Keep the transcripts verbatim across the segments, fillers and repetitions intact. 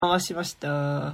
回しました。 はい。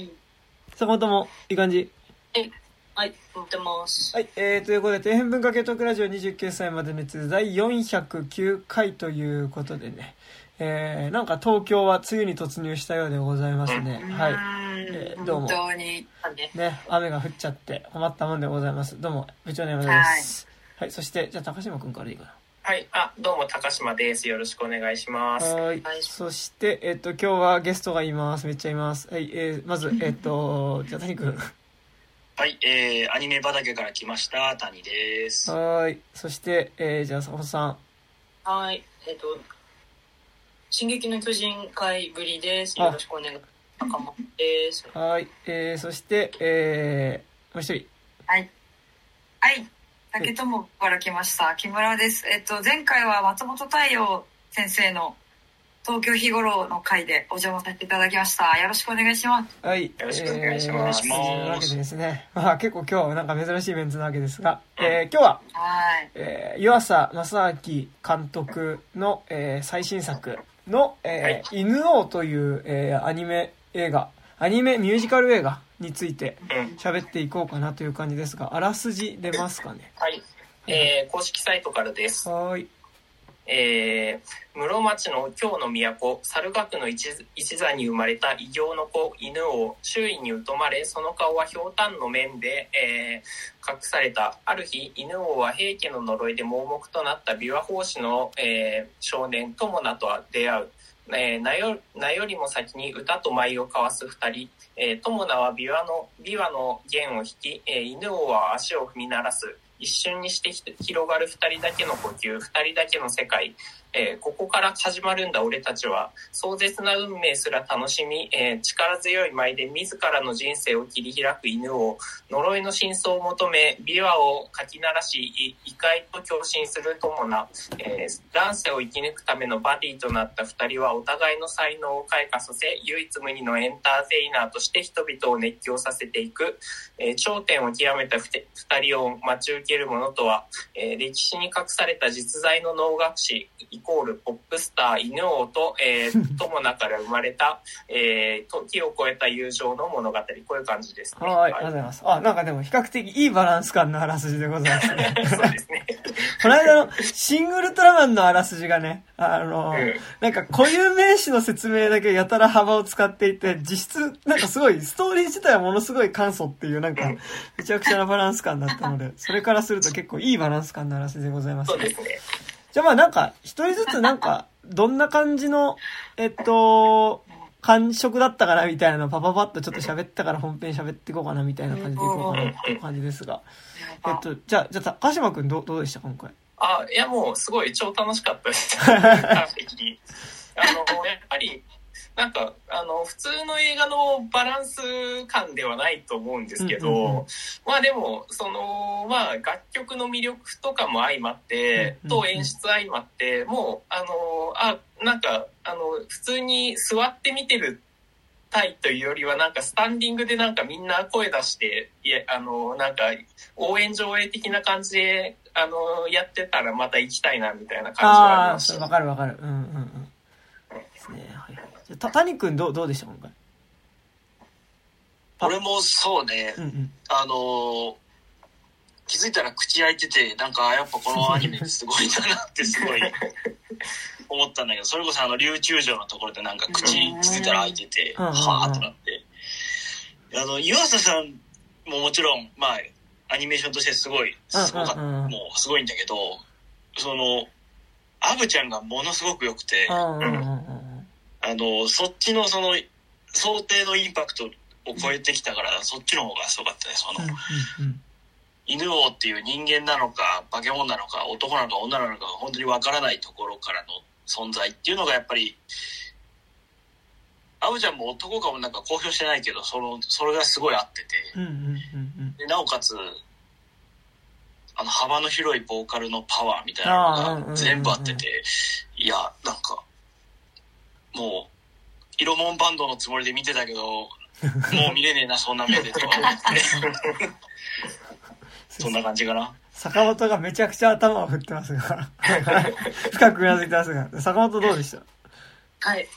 坂本もいい感じ。 え、はい、持ってます。 はい、えー、ということで、底辺文化系トークラジオにじゅうきゅうさいまで熱だいよんひゃくきゅうかいということでね、えー、なんか東京は梅雨に突入したようでございますね。はい。えー、どうも。 本当に。 ね、雨が降っちゃって困ったもんでございます。どうも、部長の山田です。はい、はい、そして、じゃあ高島くんからいいかな。 はい、あ、どうも高島です。よろしくお願いします。 はい。そして、えっと、今日はゲストがいます。めっちゃいます。はい、えー、まず、えっと、じゃあ谷くん。 はい、えー、アニメ畑から来ました谷です。 はい。そして、えー、じゃあ坂本さん。 はい、えっと、進撃の巨人会ぶりです。よろしくお願いします。赤間です。 はい。えー、そして、えー、もう一人。 はい。はい。竹友から来ました木村です。えっと前回は松本太陽先生の東京日頃の回でお邪魔させていただきました。よろしくお願いします。 はい。 よろしくお願いします。 えー、というわけでですね、まあ結構今日はなんか珍しいメンツなわけですが、えー、今日は、 はい、 えー、湯浅正明監督の、えー、最新作の、えーはい、犬王という、えー、アニメ映画、アニメミュージカル映画について喋っていこうかなという感じですが、あらすじ出ますかね。 はい、えー、公式サイトからです。 はい。 えー、室町の京の都猿楽の一座に生まれた異形の子犬王、周囲に疎まれその顔はひょうたんの面で、えー、隠された。ある日犬王は平家の呪いで盲目となった琵琶法師の、えー、少年友名と出会う。えー、名よ、名よりも先に歌と舞を交わす二人。えー、友名は琵琶の琵琶の弦を弾き、えー、犬王は足を踏み鳴らす。一瞬にして広がる二人だけの呼吸、二人だけの世界、えー、ここから始まるんだ俺たちは。壮絶な運命すら楽しみ、えー、力強い舞で自らの人生を切り開く犬を、呪いの真相を求め琵琶をかき鳴らし異界と共振する友名、えー、乱世を生き抜くためのバディとなった二人はお互いの才能を開花させ、唯一無二のエンターテイナーとして人々を熱狂させていく。えー、頂点を極めた二人を待ち受けるものとは、えー、歴史に隠された実在の能楽師イコールポップスター犬王と、えー、友名から生まれた、えー、時を超えた友情の物語。こういう感じですね。 はい、ありがとうございます。あ、なんかでも比較的いいバランス感のあらすじでございますね。 そうですね。 この間のシングルトラマンのあらすじがね、あの、うん、なんか固有名詞の説明だけやたら幅を使っていて、実質なんかすごいストーリー自体はものすごい簡素っていうなんかめちゃくちゃなバランス感だったので、それからすると結構いいバランス感のあらすじでございます、 ね。そうですね。 じゃあまあなんか一人ずつなんかどんな感じのえっと感触だったかなみたいなのをパパパッとちょっと喋ったから本編喋っていこうかなみたいな感じでいこうかなっていう感じですが、えっとじゃあじゃあ高島くんどうどうでした今回？ あ、いやもうすごい超楽しかったです。完璧に。あのやっぱりなんかあの普通の映画のバランス感ではないと思うんですけど、うんうんうん、まあでもそのまあ楽曲の魅力とかも相まって、うんうんうん、と演出相まってもうあのあなんかあの普通に座って見てるたいというよりはなんかスタンディングでなんかみんな声出していやあのなんか応援上映的な感じであのやってたらまた行きたいなみたいな感じはありました。 ああ、わかるわかる。うんうんうん。ですね。はい。じゃあ谷くんどうどうでした今回？ 俺もそうね。うんうん、あの気づいたら口開いててなんかやっぱこのアニメすごいんだなってすごい思ったんだけど、それこそあの琉球城のところでなんか口気づいたら開いてて、はぁってなって、あの湯浅さんももちろんまあアニメーションとしてすごいすごかもうすごいんだけど、そのアブちゃんがものすごく良くて、あのそっちのその想定のインパクトを超えてきたから、そっちの方がすごかったね。その、うんうんうん、犬王っていう人間なのか化け物なのか男なのか女なのかが本当にわからないところからの存在っていうのがやっぱりアブちゃんも男かもなんか公表してないけど、そのそれがすごい合ってて、うんうんうんうん、でなおかつあの幅の広いボーカルのパワーみたいなのが全部合ってて、いやなんかもう色もんバンドのつもりで見てたけどもう見れねえなそんな目でとか思ってそんな感じかな。 坂本がめちゃくちゃ頭を振ってますが深くうなずいてますが、坂本どうでした？ はい、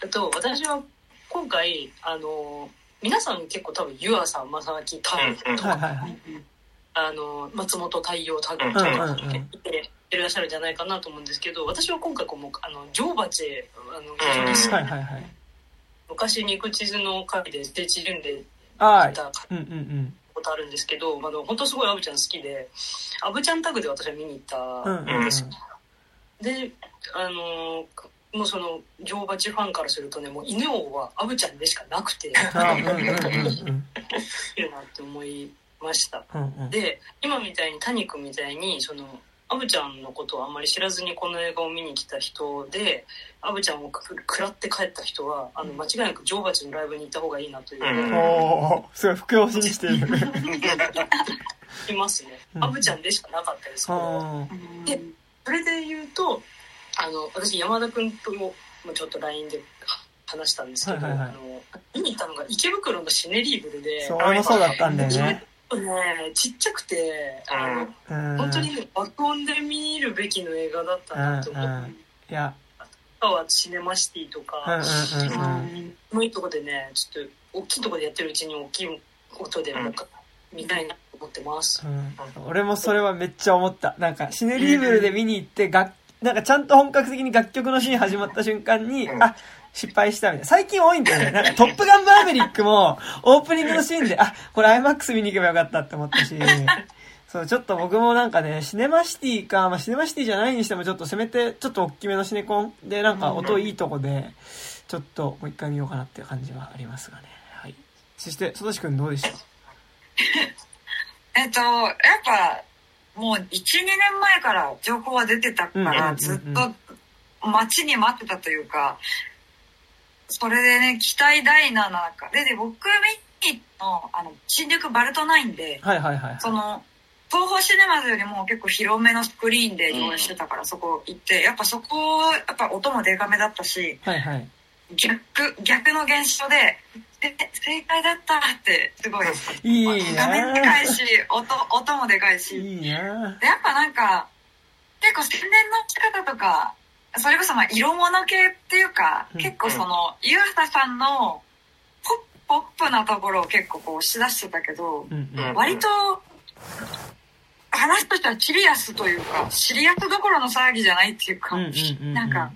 えっと、私は今回、あの、皆さん結構多分、湯浅正明タグとか、 はいはいはい、 あの、松本太陽タグとか見ていらっしゃるんじゃないかなと思うんですけど、私は今回こう、あの、女王蜂、あの、非常に好き、 はいはいはい、 昔、肉地図の回で、ステージルンで見たことあるんですけど、あの、本当すごいアブちゃん好きで、アブちゃんタグで私は見に行ったんです。うんうんうん、で、あの、もうその女王蜂ファンからするとね、もう犬王はアブちゃんでしかなくているなって思いました、うんうん、で今みたいに谷君みたいにそのアブちゃんのことをあんまり知らずにこの映画を見に来た人でアブちゃんを食らって帰った人はあの間違いなく女王蜂のライブに行った方がいいなという、うん、 おすごい服用しにしているいますね、うん、アブちゃんでしかなかったですでそれで言うとあの私山田君ともちょっと ライン で話したんですけど、はいはいはい、あの見に行ったのが池袋のシネリーブルでそれもそうだったんだよねねちっちゃくてあの、うん、本当に爆音で見るべきの映画だったなと思って、うんうん、いやはシネマシティとか、うんうんうん、もういいとこでねちょっと大きいとこでやってるうちに大きい音でなんか見たいなと思ってます、うん、 俺もそれはめっちゃ思ったなんかシネリーブルで見に行って楽なんかちゃんと本格的に楽曲のシーン始まった瞬間に、うん、あ、失敗したみたいな。最近多いんだよね。なんかトップガンマーヴェリックもオープニングのシーンで、あ、これ アイマックス 見に行けばよかったって思ったし、そう、ちょっと僕もなんかね、シネマシティか、まあシネマシティじゃないにしてもちょっとせめて、ちょっと大きめのシネコンでなんか音いいとこで、ちょっともう一回見ようかなっていう感じはありますがね。はい。そして、そとしくんどうでしたえっと、やっぱ、もういち、にねんまえから情報は出てたから、ずっと待ちに待ってたというか、それでね、期待大な中で、で、僕見にの、あの、新宿バルトナインで、 はいはいはい、 その、東宝シネマズよりも結構広めのスクリーンで上映してたから、うん、そこ行って、やっぱそこ、やっぱ音もデカめだったし、 はいはい、 逆、逆の現象で、え、正解だったってすごいいいな画面でかいし 音, 音もでかいしいいなでやっぱなんか結構宣伝の仕方とかそれこそまあ色物系っていうか、うん、結構その湯浅さんのポップなところを結構こう押し出してたけど、うんうん、割と話としてはシリアスというかシリアスどころの騒ぎじゃないっていうか、うんうんうんうん、なんか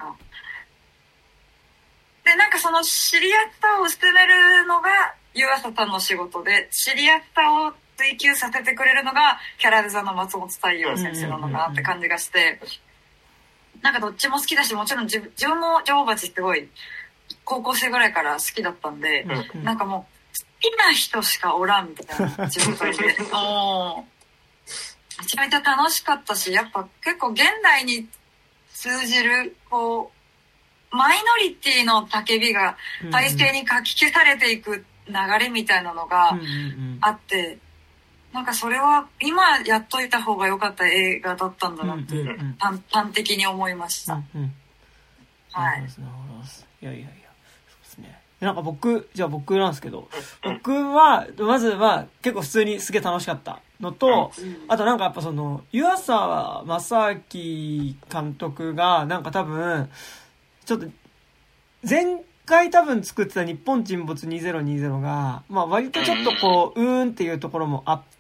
で、なんかそのシリアスさを捨てれるのが湯浅さんの仕事で、シリアスさを追求させてくれるのがキャラデザの松本太陽先生なのかなって感じがして、なんかどっちも好きだし、もちろん自分、自分も女王蜂すごい高校生ぐらいから好きだったんで、うん、なんかもう好きな人しかおらんみたいな自分といて、もうめちゃめちゃ楽しかったし、やっぱ結構現代に通じるこうマイノリティの叫びが体制にかき消されていく流れみたいなのがあって、うんうんうん、なんかそれは今やっといた方が良かった映画だったんだなって、うんうんうん、端, 端的に思いました。うんうん、はい。 いやいやいや、そうですね。なんか僕、じゃあ僕なんですけど、僕は、まずは結構普通にすげえ楽しかったのと、あとなんかやっぱその、湯浅正明監督が、なんか多分、ちょっと、前回多分作ってた日本沈没にせんにじゅうが、まあ割とちょっとこう、うーんっていうところもあって、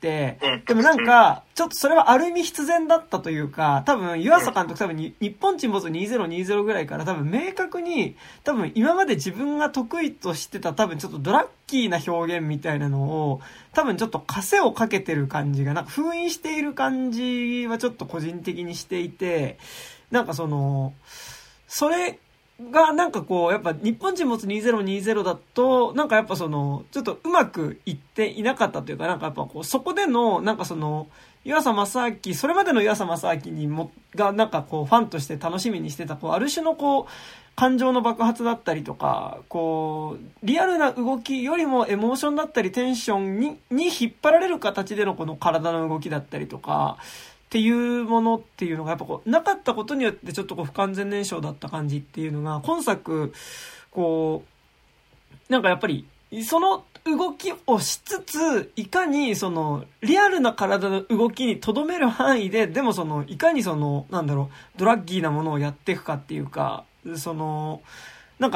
でもなんか、ちょっとそれはある意味必然だったというか、多分湯浅監督多分に日本沈没にせんにじゅうぐらいから多分明確に、多分今まで自分が得意としてた多分ちょっとドラッキーな表現みたいなのを、多分ちょっと枷をかけてる感じが、なんか封印している感じはちょっと個人的にしていて、なんかその、それ、が、なんかこう、やっぱ日本沈没にせんにじゅうだと、なんかやっぱその、ちょっとうまくいっていなかったというか、なんかやっぱこう、そこでの、なんかその、湯浅正明、それまでの湯浅正明にも、がなんかこう、ファンとして楽しみにしてた、こう、ある種のこう、感情の爆発だったりとか、こう、リアルな動きよりもエモーションだったりテンションに、に引っ張られる形でのこの体の動きだったりとか、っていうものっていうのがやっぱこうなかったことによってちょっとこう不完全燃焼だった感じっていうのが今作こうなんかやっぱりその動きをしつついかにそのリアルな体の動きに留める範囲ででもそのいかにそのなんだろうドラッギーなものをやっていくかっていうかそのなんか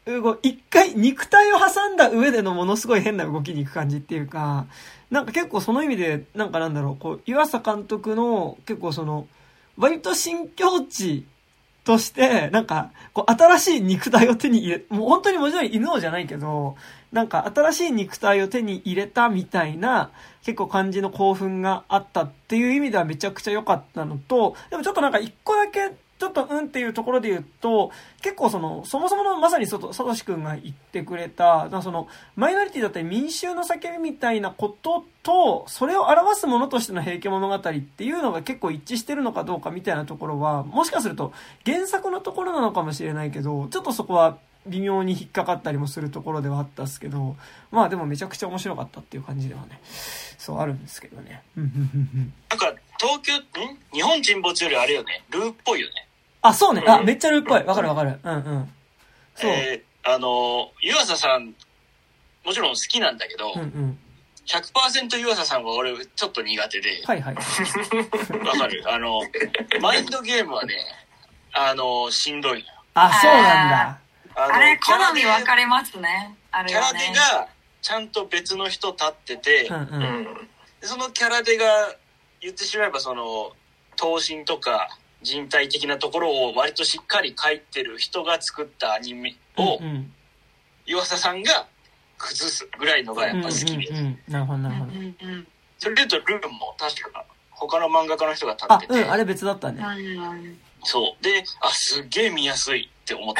一回肉体を挟んだ上でのものすごい変な動きに行く感じっていうか、なんか結構その意味で、なんかなんだろう、こう、湯浅監督の結構その、割と新境地として、なんか、こう、新しい肉体を手に入れ、もう本当にもちろん犬王じゃないけど、なんか新しい肉体を手に入れたみたいな、結構感じの興奮があったっていう意味ではめちゃくちゃ良かったのと、でもちょっとなんか一個だけ、ちょっとうんっていうところで言うと、結構その、そもそものまさにサトシ君が言ってくれた、その、マイノリティだったり民衆の叫びみたいなことと、それを表すものとしての平家物語っていうのが結構一致してるのかどうかみたいなところは、もしかすると原作のところなのかもしれないけど、ちょっとそこは微妙に引っかかったりもするところではあったっすけど、まあでもめちゃくちゃ面白かったっていう感じではね、そうあるんですけどね。 なんか、東京、ん日本沈没よりあれよね、ルーっぽいよね。 あ、そうね。あ、めっちゃルーっぽい。わかるわかる。うんうん。 そう。えー、あの、湯浅さん、もちろん好きなんだけど、うんうん、ひゃくパーセント 湯浅さんは俺ちょっと苦手で。 はいはい。 わかる。あの、マインドゲームはね、あの、しんどいのよ。 あ、そうなんだ。 あ, あれ、好み分かれますね。あれはね。 キャラデがちゃんと別の人立ってて、うんうん、でそのキャラデが言ってしまえばその、闘神とか、人体的なところを割としっかり書いてる人が作ったアニメを、うんうん、湯浅さんが崩すぐらいのがやっぱ好きで、うんうんうん、 なるほどなるほど。 それで言うとルーンも確か他の漫画家の人が立ってて、 あ、うん、あれ別だったね。 そうで、あ、すっげえ見やすいって思って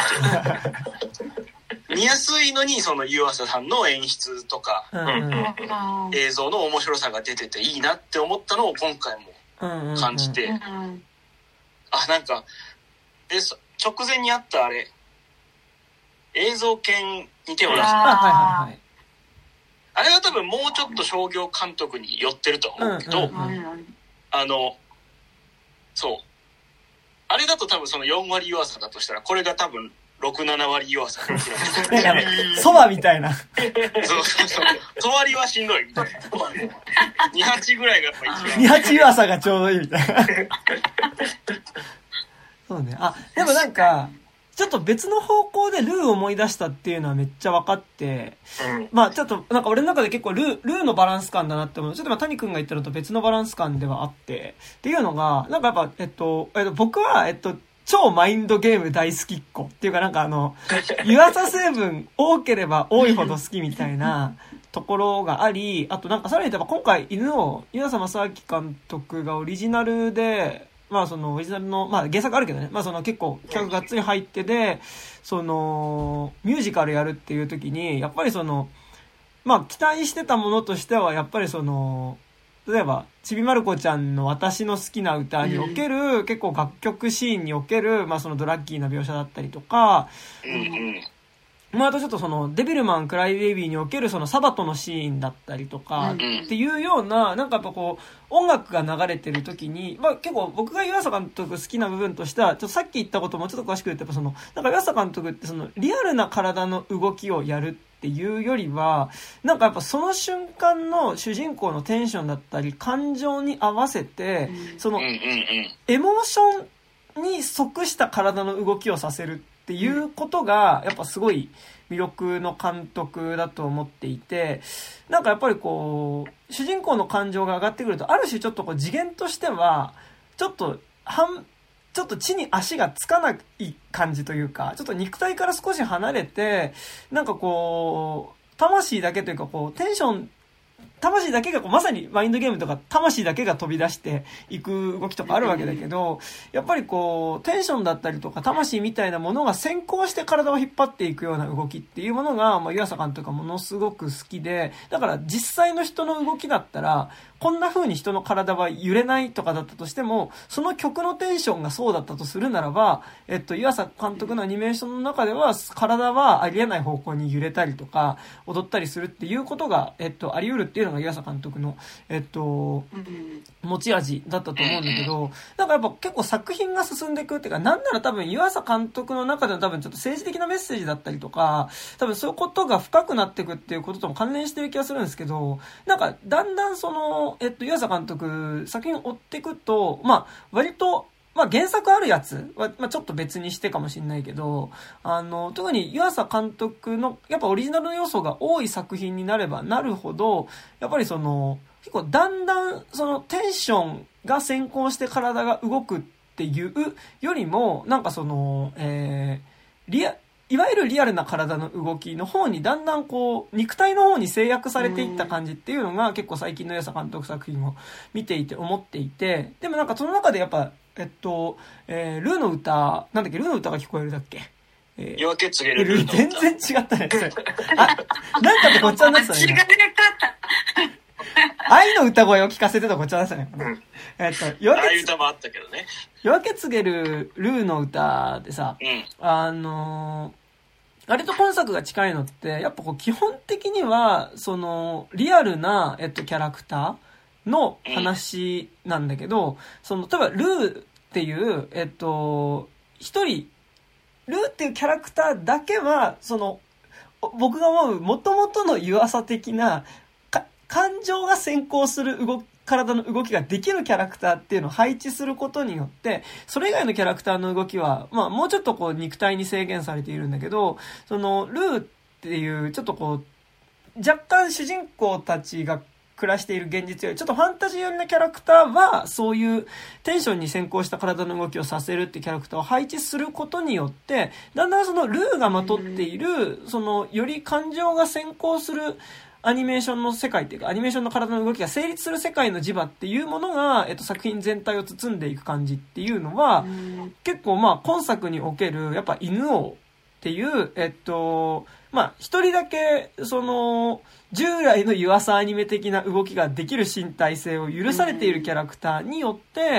見やすいのにその湯浅さんの演出とか、うんうん、映像の面白さが出てていいなって思ったのを今回も感じて、うんうんうん、あ、なんか、で、直前にあったあれ、映像犬に手を出した。あ、はいはいはい。あれは多分もうちょっと商業監督に寄ってると思うけど、うんうんうん、あの、そう。あれだと多分そのよん割弱さだとしたら、これが多分ろく、なな割弱さだから。そばみたいな。そうそうそう。そわりはしんどいみたいな。にはちぐらいがやっぱ一番。 にはち弱さがちょうどいいみたいな。そうね。あ、でもなんか、ちょっと別の方向でルーを思い出したっていうのはめっちゃ分かって、うん、まあちょっとなんか俺の中で結構ルー、ルーのバランス感だなって思う。ちょっとまあ谷くんが言ったのと別のバランス感ではあって、っていうのが、なんかやっぱ、えっと、えっと、僕は、えっと、超マインドゲーム大好きっ子っていうかなんかあの、湯浅成分多ければ多いほど好きみたいなところがあり、あとなんかさらに言えば今回犬を湯浅正明監督がオリジナルで、まあそのオリジナルの、まあ原作あるけどね、まあその結構企画がっつり入ってで、そのミュージカルやるっていう時に、やっぱりその、まあ期待してたものとしてはやっぱりその、例えば、ちびまる子ちゃんの私の好きな歌における、うん、結構楽曲シーンにおける、まあそのドラッキーな描写だったりとか、うんまああとちょっとそのデビルマンクライベイビーにおけるそのサバトのシーンだったりとかっていうような、なんかやっぱこう音楽が流れてる時に、まあ結構僕が湯浅監督好きな部分としては、ちょっとさっき言ったこともちょっと詳しく言ってやっぱその、なんか湯浅監督ってそのリアルな体の動きをやるっていうよりは、なんかやっぱその瞬間の主人公のテンションだったり感情に合わせて、そのエモーションに即した体の動きをさせるっていうことがやっぱすごい魅力の監督だと思っていて、なんかやっぱりこう主人公の感情が上がってくると、ある種ちょっとこう次元としてはちょっと半ちょっと地に足がつかない感じというか、ちょっと肉体から少し離れて、なんかこう魂だけというかこうテンション魂だけがこうまさにマインドゲームとか魂だけが飛び出していく動きとかあるわけだけど、やっぱりこうテンションだったりとか魂みたいなものが先行して体を引っ張っていくような動きっていうものが、まあ、湯浅監督がものすごく好きで、だから実際の人の動きだったらこんな風に人の体は揺れないとかだったとしても、その曲のテンションがそうだったとするならば、えっと、湯浅監督のアニメーションの中では体はありえない方向に揺れたりとか踊ったりするっていうことが、えっと、あり得るっていうのが湯浅監督の、えっと、持ち味だったと思うんだけど、なんかやっぱ結構作品が進んでいくっていうか、なんなら多分湯浅監督の中での多分ちょっと政治的なメッセージだったりとか、多分そういうことが深くなっていくっていうこととも関連してる気がするんですけど、なんかだんだんその、えっと、湯浅監督作品を追っていくと、まあ割とまあ原作あるやつは、まあちょっと別にしてかもしれないけど、あの、特に湯浅監督の、やっぱオリジナルの要素が多い作品になればなるほど、やっぱりその、結構だんだんそのテンションが先行して体が動くっていうよりも、なんかその、えー、リア、いわゆるリアルな体の動きの方にだんだんこう肉体の方に制約されていった感じっていうのが結構最近の湯浅監督作品を見ていて思っていて、でもなんかその中でやっぱえっと、えー、ルーの歌なんだっけ、ルーの歌が聞こえるだっけ、 えー、夜明け告げるルーの歌全然違ったねそれあ、なんかってこっちゃになってたね違かった愛の歌声を聞かせてたこっちゃになってたね、うん、えっと夜明けああいう歌もあったけどね、 夜明け告げるルーの歌でさ、 うん、 あのー割と今作が近いのって、やっぱこう基本的には、その、リアルな、えっと、キャラクターの話なんだけど、その、例えば、ルーっていう、えっと、一人、ルーっていうキャラクターだけは、その、僕が思う元々の湯浅的な、か、感情が先行する動き、体の動きができるキャラクターっていうのを配置することによって、それ以外のキャラクターの動きは、まあもうちょっとこう肉体に制限されているんだけど、そのルーっていうちょっとこう、若干主人公たちが暮らしている現実よりちょっとファンタジー寄りなキャラクターは、そういうテンションに先行した体の動きをさせるってキャラクターを配置することによって、だんだんそのルーがまとっている、そのより感情が先行するアニメーションの世界っていうか、アニメーションの体の動きが成立する世界の磁場っていうものが、えっと、作品全体を包んでいく感じっていうのは、結構まあ、今作における、やっぱ犬王っていう、えっと、まあ、一人だけ、その、従来の湯浅アニメ的な動きができる身体性を許されているキャラクターによって、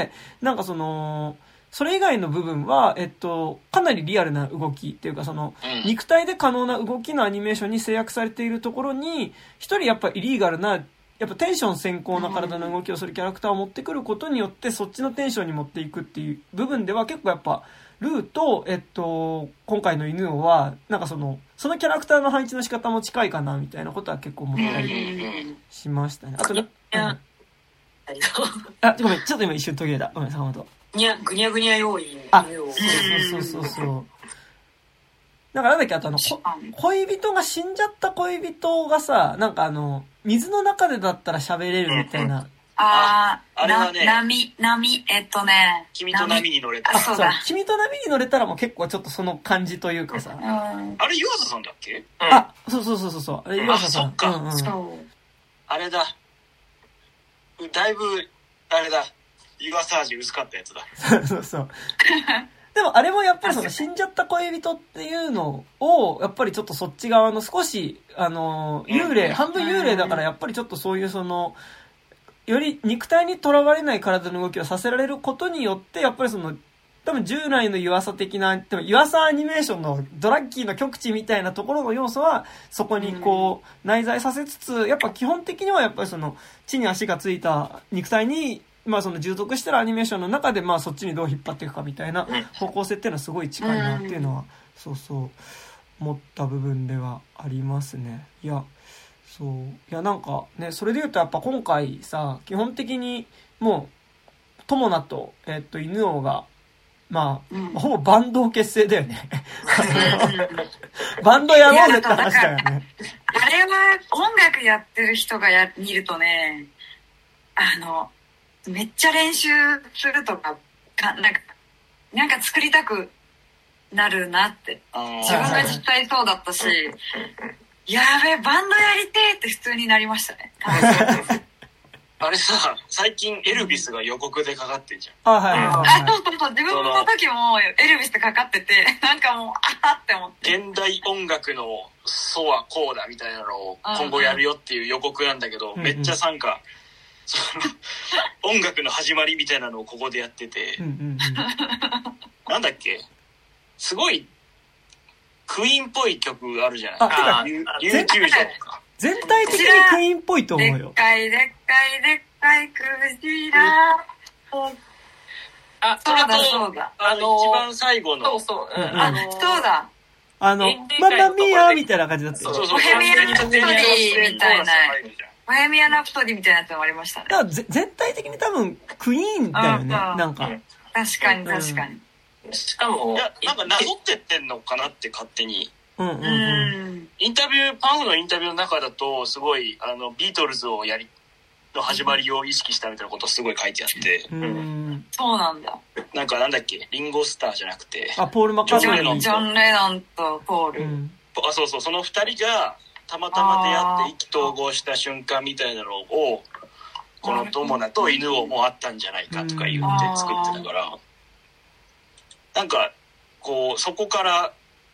なんかその、それ以外の部分は、えっと、かなりリアルな動きっていうか、その、肉体で可能な動きのアニメーションに制約されているところに、一人やっぱイリーガルな、やっぱテンション先行な体の動きをするキャラクターを持ってくることによって、そっちのテンションに持っていくっていう部分では結構やっぱ、ルーと、えっと、今回の犬王は、なんかその、そのキャラクターの配置の仕方も近いかな、みたいなことは結構思ったりしましたね。あとね、うん、あ、ごめん、ちょっと今一瞬途切れた。ごめん、坂本。 ぐにゃぐにゃぐにゃ要因。 あ、そうそうそうそう。だからなんだっけ、あとあの、恋人が死んじゃった恋人がさ、なんかあの、水の中でだったら喋れるみたいな。 ああ、あれはね、 波、波、えっとね。 君と波に乗れたら。 あ、そうだ。 君と波に乗れたらもう結構ちょっとその感じというかさ。うん、 あれ、湯浅さんだっけ？ あ、そうそうそうそうそう。あれ、湯浅さん。 あ、そっか。 うんうん、 そう。 あれだ。だいぶ、あれだ。湯浅味薄かったやつだ。 そうそうそう。でもあれもやっぱりその死んじゃった恋人っていうのを、やっぱりちょっとそっち側の少し、あの、幽霊、半分幽霊だからやっぱりちょっとそういうその、より肉体にとらわれない体の動きをさせられることによって、やっぱりその、多分従来の湯浅的な、でも湯浅アニメーションのドラッキーの極致みたいなところの要素は、そこにこう、内在させつつ、やっぱ基本的にはやっぱりその、地に足がついた肉体に、まあその従属してるアニメーションの中で、まあそっちにどう引っ張っていくかみたいな方向性っていうのはすごい近いなっていうのは、そうそう、思った部分ではありますね。いや、そう。いやなんかね、それで言うとやっぱ今回さ、基本的にもう、友名と、えっと、犬王が、まあ、うん、ほぼバンドを結成だよね。バンドやろうぜって話だよね。 あれは音楽やってる人がや見るとね、あの、めっちゃ練習するとか、かなんか、なんか作りたくなるなって。自分が実際そうだったし、やべえ、バンドやりてーって普通になりましたね。 あれさ、最近エルビスが予告でかかってんじゃん。 あ、はいはいはい、はい。 あ、そうそうそう。自分の時もエルビスかかってて、なんかもう、あーって思って。 現代音楽のソはこうだみたいなのを今後やるよっていう予告なんだけど、めっちゃ参加。その音楽の始まりみたいなのをここでやってて、 うんうんうん、 なんだっけ、すごいクイーンっぽい曲あるじゃない。 あ、 琉球城か。 全体的にクイーンっぽいと思うよ。 でっかいでっかいでっかいクジラ。 あ、それとそうだ。 あの一番最後の、 そうそう、うん、 あのそうだ。 あのママミアみたいな感じだったよ。 そうそう、ボヘミアン・ラプソディみたいな。ボヘミアン・ラプソディみたいなやつもありましたね。 だから全体的に多分クイーンだよね。なんか確かに確かに、 うん、しかもいやなんかなぞってってんのかなって勝手に、 うんうんうん、 インタビューパンフのインタビューの中だとすごいあのビートルズをやりの始まりを意識したみたいなことすごい書いてあって、 うん、そうなんだ。 なんかなんだっけリンゴスターじゃなくてあポール・マッカートニージョン・レノンとポール、うん、 あそうそうその二人がたまたま出会って意気投合した瞬間みたいなのをこの友名と犬王もあったんじゃないかとか言って作ってたから、なんかこうそこから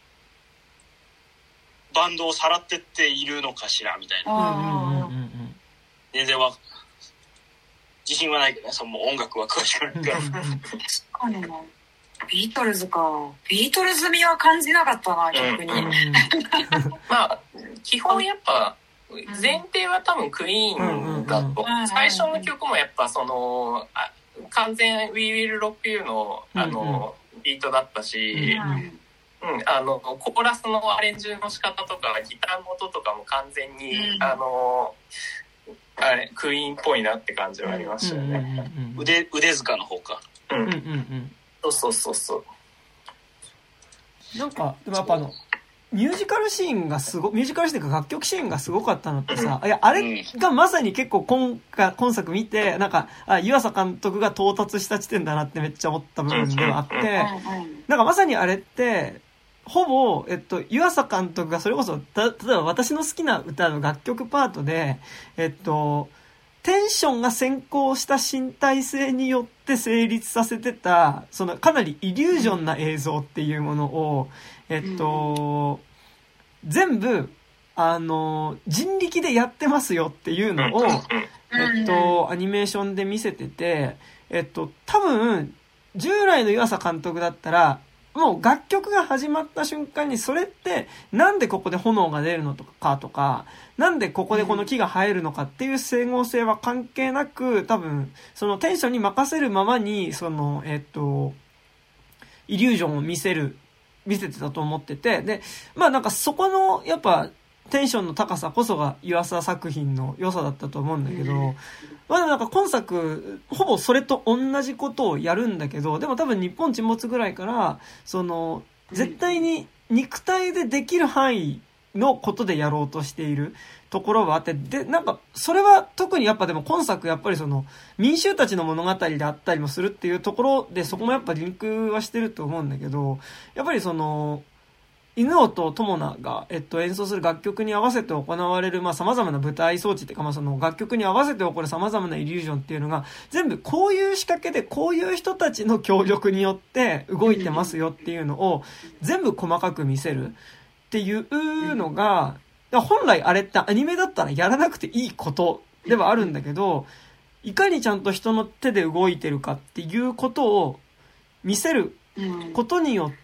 バンドをさらってっているのかしらみたいな。全然は自信はないけどね、その音楽は詳しくないから。確かにな。ビートルズか。ビートルズ味は感じなかったな、逆に。うん、 まあ基本やっぱ前提は多分クイーンだと。最初の曲もやっぱそのあ完全 We Will Rock You のあのビートだったし。うんうん、あのコーラスのアレンジの仕方とかギターの音とかも完全に、うん、あのあれクイーンっぽいなって感じはありましたよね、うんうんうん、腕, 腕塚の方か、 うんうんうん、そうそうそうそうなんかでもやっぱあのミュージカルシーンがすごミュージカルシーンというか楽曲シーンがすごかったのってさ、いやあれがまさに結構 今, 今作見てなんかあ湯浅監督が到達した地点だなってめっちゃ思った部分ではあって、なんかまさにあれってほぼ、えっと、湯浅監督がそれこそ、た、例えば私の好きな歌の楽曲パートで、えっと、テンションが先行した身体性によって成立させてた、そのかなりイリュージョンな映像っていうものを、えっと、全部、あの、人力でやってますよっていうのを、えっと、アニメーションで見せてて、えっと、多分、従来の湯浅監督だったら、もう楽曲が始まった瞬間にそれってなんでここで炎が出るのかとかなんでここでこの木が生えるのかっていう整合性は関係なく多分そのテンションに任せるままにそのえっとイリュージョンを見せる見せてたと思っててでまあなんかそこのやっぱテンションの高さこそが湯浅作品の良さだったと思うんだけど、まあでもなんか今作ほぼそれと同じことをやるんだけど、でも多分日本沈没ぐらいからその絶対に肉体でできる範囲のことでやろうとしているところはあって、でなんかそれは特にやっぱでも今作やっぱりその民衆たちの物語であったりもするっていうところでそこもやっぱリンクはしてると思うんだけど、やっぱりその犬王と友名が、えっと、演奏する楽曲に合わせて行われる、まあ、様々な舞台装置っていうか、まあ、その楽曲に合わせて起こる様々なイリュージョンっていうのが、全部こういう仕掛けで、こういう人たちの協力によって動いてますよっていうのを、全部細かく見せるっていうのが、本来あれってアニメだったらやらなくていいことではあるんだけど、いかにちゃんと人の手で動いてるかっていうことを見せることによって、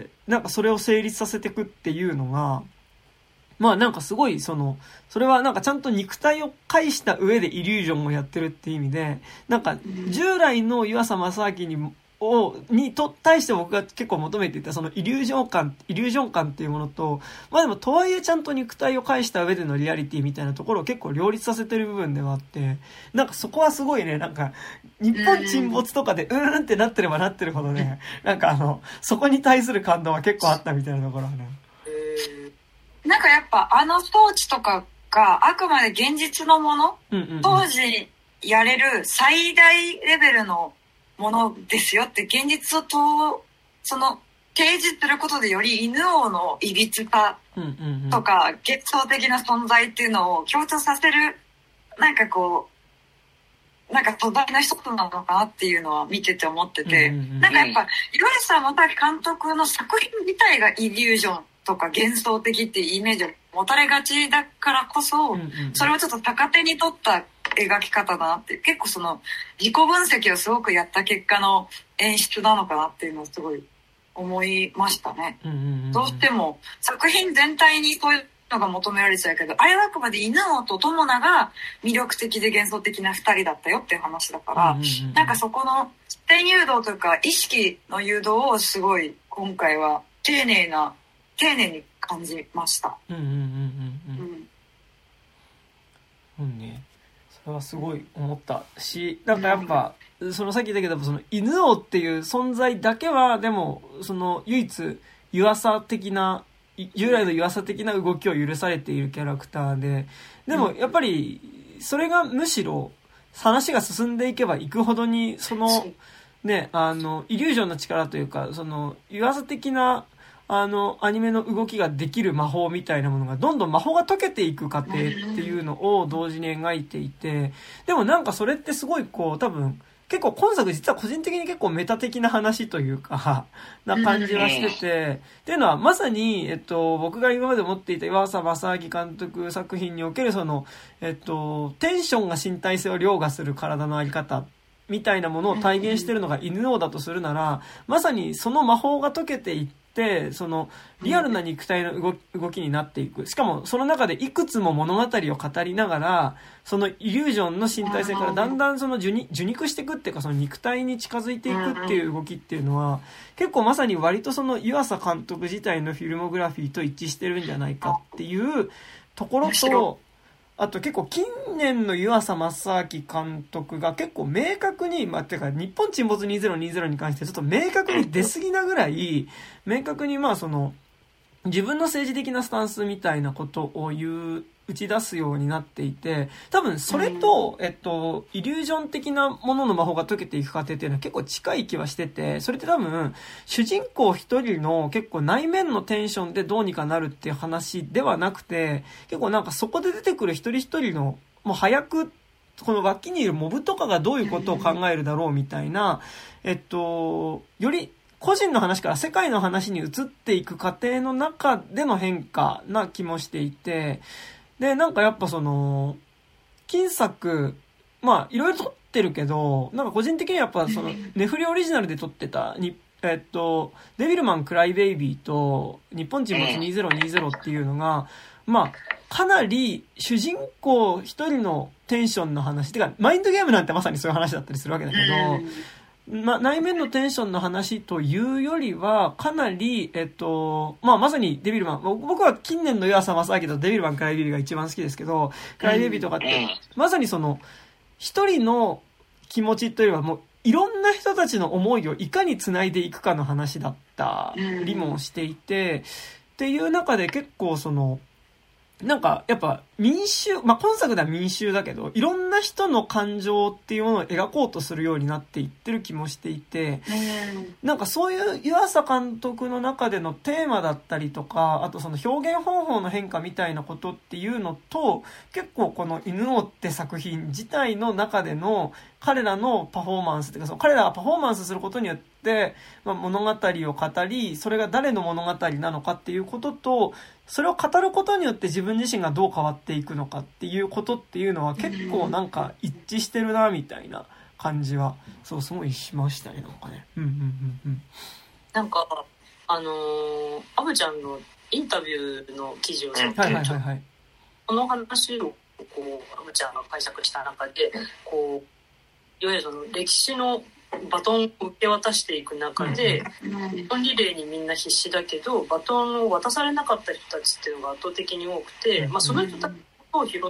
なんかそれを成立させていくっていうのが、まあなんかすごいその、それはなんかちゃんと肉体を介した上でイリュージョンをやってるっていう意味で、なんか従来の湯浅正明にを、にと、対して僕が結構求めていたそのイリュージョン感、イリュージョン感っていうものと、まあでもとはいえちゃんと肉体を介した上でのリアリティみたいなところを結構両立させてる部分ではあって、なんかそこはすごいね、なんか、日本沈没とかでうーんってなってればなってるほどね、なんかあの、そこに対する感動は結構あったみたいなところはね。 なんかやっぱあの装置とかがあくまで現実のもの、うんうんうん、当時やれる最大レベルのものですよって現実をとその提示することでより犬王のいびつさとか幻想的な存在っていうのを強調させるなんかこうなんか土台の一つなのかなっていうのは見てて思ってて、うんうんうん、なんかやっぱ岩井さんも監督の作品自体がイリュージョンとか幻想的っていうイメージを持たれがちだからこそ、うんうん、それをちょっと逆手に取った描き方だなって結構その自己分析をすごくやった結果の演出なのかなっていうのをすごい思いましたね、うんうんうん、どうしても作品全体にそういうのが求められちゃうけどあれはあくまで犬王と友名が魅力的で幻想的なふたりだったよっていう話だから、うんうんうん、なんかそこの視点誘導というか意識の誘導をすごい今回は丁寧な丁寧に感じました。 うんうんうんうんうん。うんね。 それはすごい思ったし、なんかやっぱ、そのさっき言ったけど、その犬王っていう存在だけは、でも、その唯一、湯浅的な、従来の湯浅的な動きを許されているキャラクターで、でもやっぱり、それがむしろ、話が進んでいけばいくほどに、その、ね、あの、イリュージョンの力というか、その、湯浅的な、あの、アニメの動きができる魔法みたいなものが、どんどん魔法が解けていく過程っていうのを同時に描いていて、でもなんかそれってすごいこう、多分、結構今作実は個人的に結構メタ的な話というか、な感じはしてて、っていうのはまさに、えっと、僕が今まで持っていた岩佐正明監督作品におけるその、えっと、テンションが身体性を凌駕する体のあり方みたいなものを体現してるのが犬王だとするなら、まさにその魔法が解けていって、そのリアルな肉体の動き、動きになっていく。しかもその中でいくつも物語を語りながら、そのイリュージョンの身体性からだんだんその受肉、受肉していくっていうか、その肉体に近づいていくっていう動きっていうのは、結構まさに割とその湯浅監督自体のフィルモグラフィーと一致してるんじゃないかっていうところと、あと結構近年の湯浅正明監督が結構明確に、まあ、てか日本沈没にせんにじゅうに関してちょっと明確に出過ぎなぐらい、明確にまあその、自分の政治的なスタンスみたいなことを言う、打ち出すようになっていて、多分それと、えっと、イリュージョン的なものの魔法が解けていく過程っていうのは結構近い気はしてて、それって多分、主人公一人の結構内面のテンションでどうにかなるっていう話ではなくて、結構なんかそこで出てくる一人一人の、もう早く、この脇にいるモブとかがどういうことを考えるだろうみたいな、えっと、より、個人の話から世界の話に移っていく過程の中での変化な気もしていて、で、なんかやっぱその、金作、まあ、いろいろ撮ってるけど、なんか個人的にはやっぱその、ネフリオリジナルで撮ってた、に、えっと、デビルマンクライベイビーと、日本沈没にせんにじゅうっていうのが、まあ、かなり主人公一人のテンションの話、てか、マインドゲームなんてまさにそういう話だったりするわけだけど、ま、内面のテンションの話というよりは、かなり、えっと、まあ、まさにデビルマン、僕は近年の湯浅正明とデビルマンクライベイビーが一番好きですけど、クライベイビーとかって、まさにその、一人の気持ちというよりは、もう、いろんな人たちの思いをいかに繋いでいくかの話だったりもしていて、っていう中で結構その、なんか、やっぱ、民衆、まあ、今作では民衆だけど、いろんな人の感情っていうものを描こうとするようになっていってる気もしていて、なんかそういう湯浅監督の中でのテーマだったりとか、あとその表現方法の変化みたいなことっていうのと、結構この犬王って作品自体の中での彼らのパフォーマンスっていうか、その彼らがパフォーマンスすることによって、まあ、物語を語り、それが誰の物語なのかっていうことと、それを語ることによって自分自身がどう変わっていくのかっていうことっていうのは結構なんか一致してるなみたいな感じは、そうすごいしましたね、なんかね。うんうんうんうん。 なんか、あのー、アブちゃんのインタビューの記事をさ、 はいはいはいはい。 この話をこう、アブちゃんが解釈した中で、こう、いわゆるその歴史のバトンを受け渡していく中で、バトンリレーにみんな必死だけど、バトンを渡されなかった人たちっていうのが圧倒的に多くて、まあ、その人たちを拾って、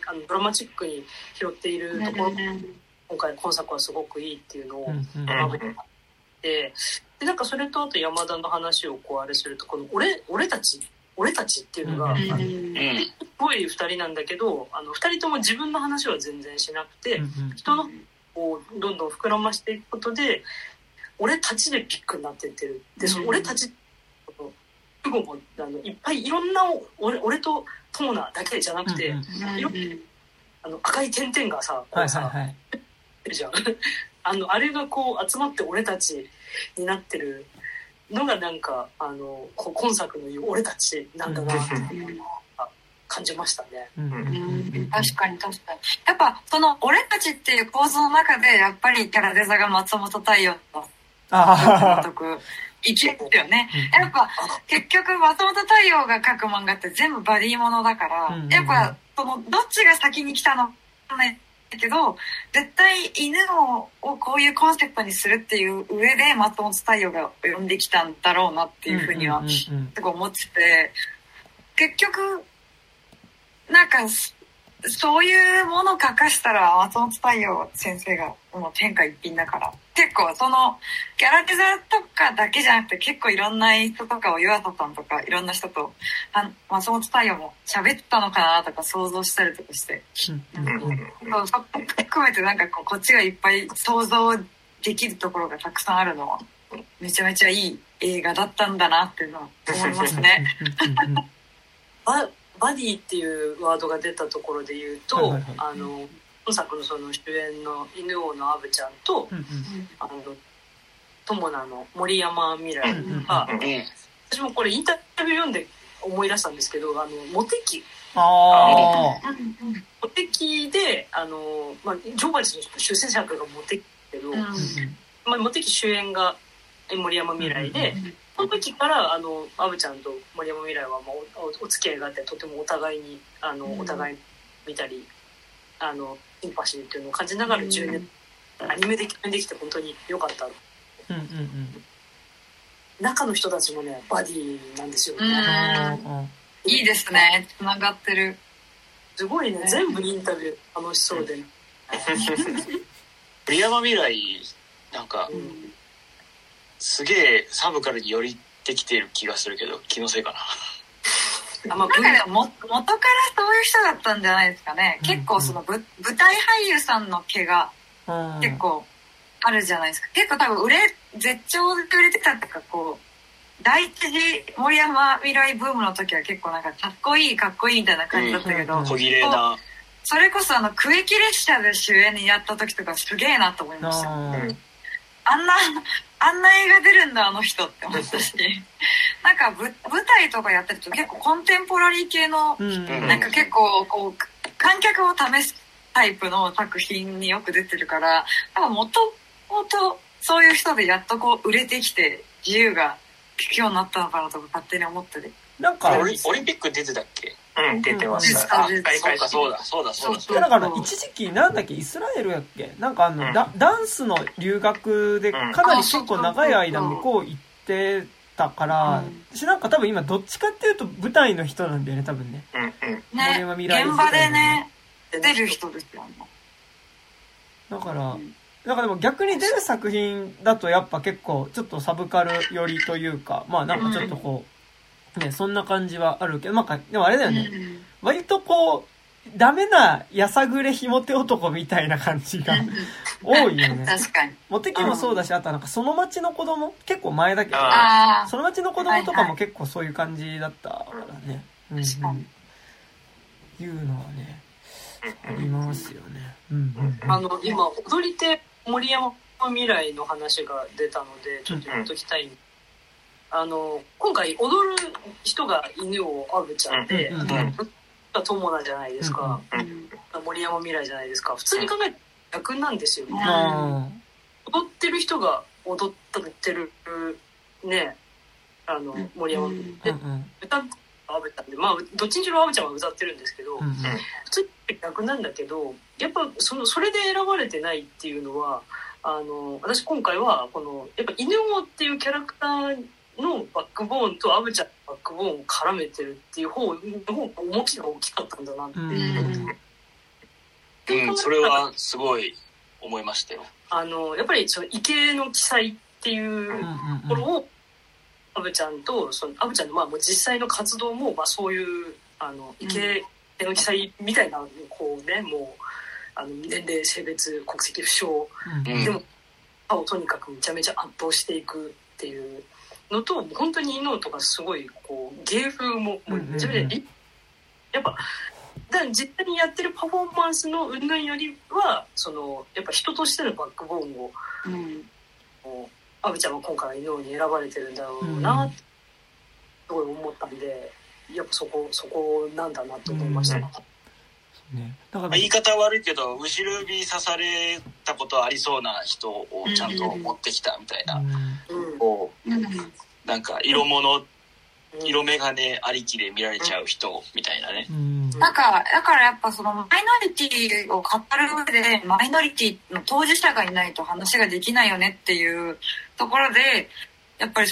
あのドラマチックに拾っているところ、今回今作はすごくいいっていうのを学べて、で、なんかそれとあと山田の話をこうあれすると、この俺、俺たち、俺たちっていうのが、すごい二人なんだけど、あの二人とも自分の話は全然しなくて、人のをどんどん膨らましていくことで俺たちでピックになっていってる。でその俺たち主語もあのいっぱいいろんな俺俺と友ナだけじゃなくて、いろあの赤い点々がさこうさ、はいはいはい、じゃんあのあれがこう集まって俺たちになってるのがなんかあの今作の言う俺たちなんだなって感じましたね、うんうんうん、確かに確かにやっぱその俺たちっていう構造の中でやっぱりキャラデザが松本太陽の監督いけるよね。やっぱ結局松本太陽が描く漫画って全部バディものだから、うんうん、やっぱそのどっちが先に来たのかねけど絶対犬ををこういうコンセプトにするっていう上で松本太陽が呼んできたんだろうなっていうふうにはすごい思ってて、結局なんかすそういうものを書かしたら松本太陽先生がもう天下一品だから、結構そのキャラデザとかだけじゃなくて結構いろんな人とかを湯浅さんとかいろんな人と松本太陽も喋ったのかなとか想像したりとかして、うんうん、そうそこ含めてなんかこうこっちがいっぱい想像できるところがたくさんあるのはめちゃめちゃいい映画だったんだなっていうのは思いますね。 バ, バディっていうワードが出たところで言うと、はいはいはい、あの本作のその主演の犬王のアブちゃんと、うんうん、あの友名の森山未来が、うんうん、私もこれインタビュー読んで思い出したんですけど、あのモテ期あモテ期であの、まあ、ジョーバチの出世作がモテ期だけど、うんまあ、モテ期主演が森山未来で、うんうん、その時からあのアブちゃんと森山未来はもう お, お付き合いがあってとてもお互いにあの、うん、お互い見たりあのシンパシーっていうのを感じながらじゅうねん、うん、アニメで共演できて本当に良かった、うんうんうん、中の人たちもねバディなんですよね、 うん、いいですね、つながってる、 すごいね、全部インタビュー楽しそうで、ね、 森山未来なんか、うんすげえサブカルに寄りてきてる気がするけど気のせいかな。あ、まあ、なんかも元からそういう人だったんじゃないですかね、うん、結構その 舞, 舞台俳優さんの毛が結構あるじゃないですか、うん、結構多分売れ絶頂で売れてたっていうかこう第一次森山未来ブームの時は結構なんかかっこいいかっこいいみたいな感じだったけど、うん、 小綺麗なそれこそあの区域列車で主演にやった時とかすげえなと思いました、うん、あんなあんな映画出るんだあの人って思ったしなんか舞台とかやってると結構コンテンポラリー系の、うん、なんか結構こう観客を試すタイプの作品によく出てるから多分もともとそういう人でやっとこう売れてきて自由が利くようになったのかなと勝手に思ってて、 なんかオリンピック出てたっけ？ うん、出てました。 あ、開会式。そうだ、そうだ、そうだ。そうだから一時期なんだっけ、イスラエルやっけ、なんかあの、うん、ダ, ダンスの留学でかなり結構長い間向こう行ってたから、うん、私なんか多分今どっちかっていうと舞台の人なんだよね、多分ね。 うんうん。ね、現場でね、出る人ですよね。 だから、だからでも逆に出る作品だとやっぱ結構ちょっとサブカル寄りというか、まあなんかちょっとこう、うんね、そんな感じはあるけど、まあ、でもあれだよね、うん、割とこうダメなやさぐれひも手男みたいな感じが多いよね。 確かにモテ期もそうだし、あとはなんかその町の子供結構前だけど、その町の子供とかも結構そういう感じだったからね、はいはい、うんうん、いうのはねありますよね、うんうんうん、 あの今踊り手森山未来の話が出たのでちょっと言っときたいんです、うんあの今回踊る人が犬をアブちゃんで、うんうん、友名じゃないですか、うんうん、森山未来じゃないですか。普通に考えて逆なんですよね、うん、踊ってる人が踊ってるね、あの森山未来で、うんうん、歌ってアブちゃんで、まあどっちにしろアブちゃんは歌ってるんですけど、うんうん、普通に逆なんだけど、やっぱそのそれで選ばれてないっていうのは、あの私今回はこのやっぱ犬王っていうキャラクターのバックボーンとアブちゃんのバックボーンを絡めてるっていう方の方が重きが大きかったんだなって、うんうん、それはすごい思いましたよ。 あのやっぱりその異形の記載っていうところをアブちゃんとそのアブちゃんのまあもう実際の活動もまあそういうあの異形の記載みたいなこうね、もうあの年齢性別国籍不詳、うん、でも歯をとにかくめちゃめちゃ圧倒していくっていうのと本当に犬とかすごいこう芸風もめちゃめちゃ、うんうん、やっぱだから実際にやってるパフォーマンスの云々よりはそのやっぱ人としてのバックボーンを、うん、アブちゃんは今回犬に選ばれてるんだろうなってすごい思ったんで、やっぱそこそこなんだなと思いました、うんね、だから言い方悪いけど後ろ指刺されたことありそうな人をちゃんと持ってきたみたいな、うん、こう、うん、なんか色物色眼鏡ありきで見られちゃう人みたいなね、うん、 なんかだからやっぱそのマイノリティを語る上でマイノリティの当事者がいないと話ができないよねっていうところでやっぱりその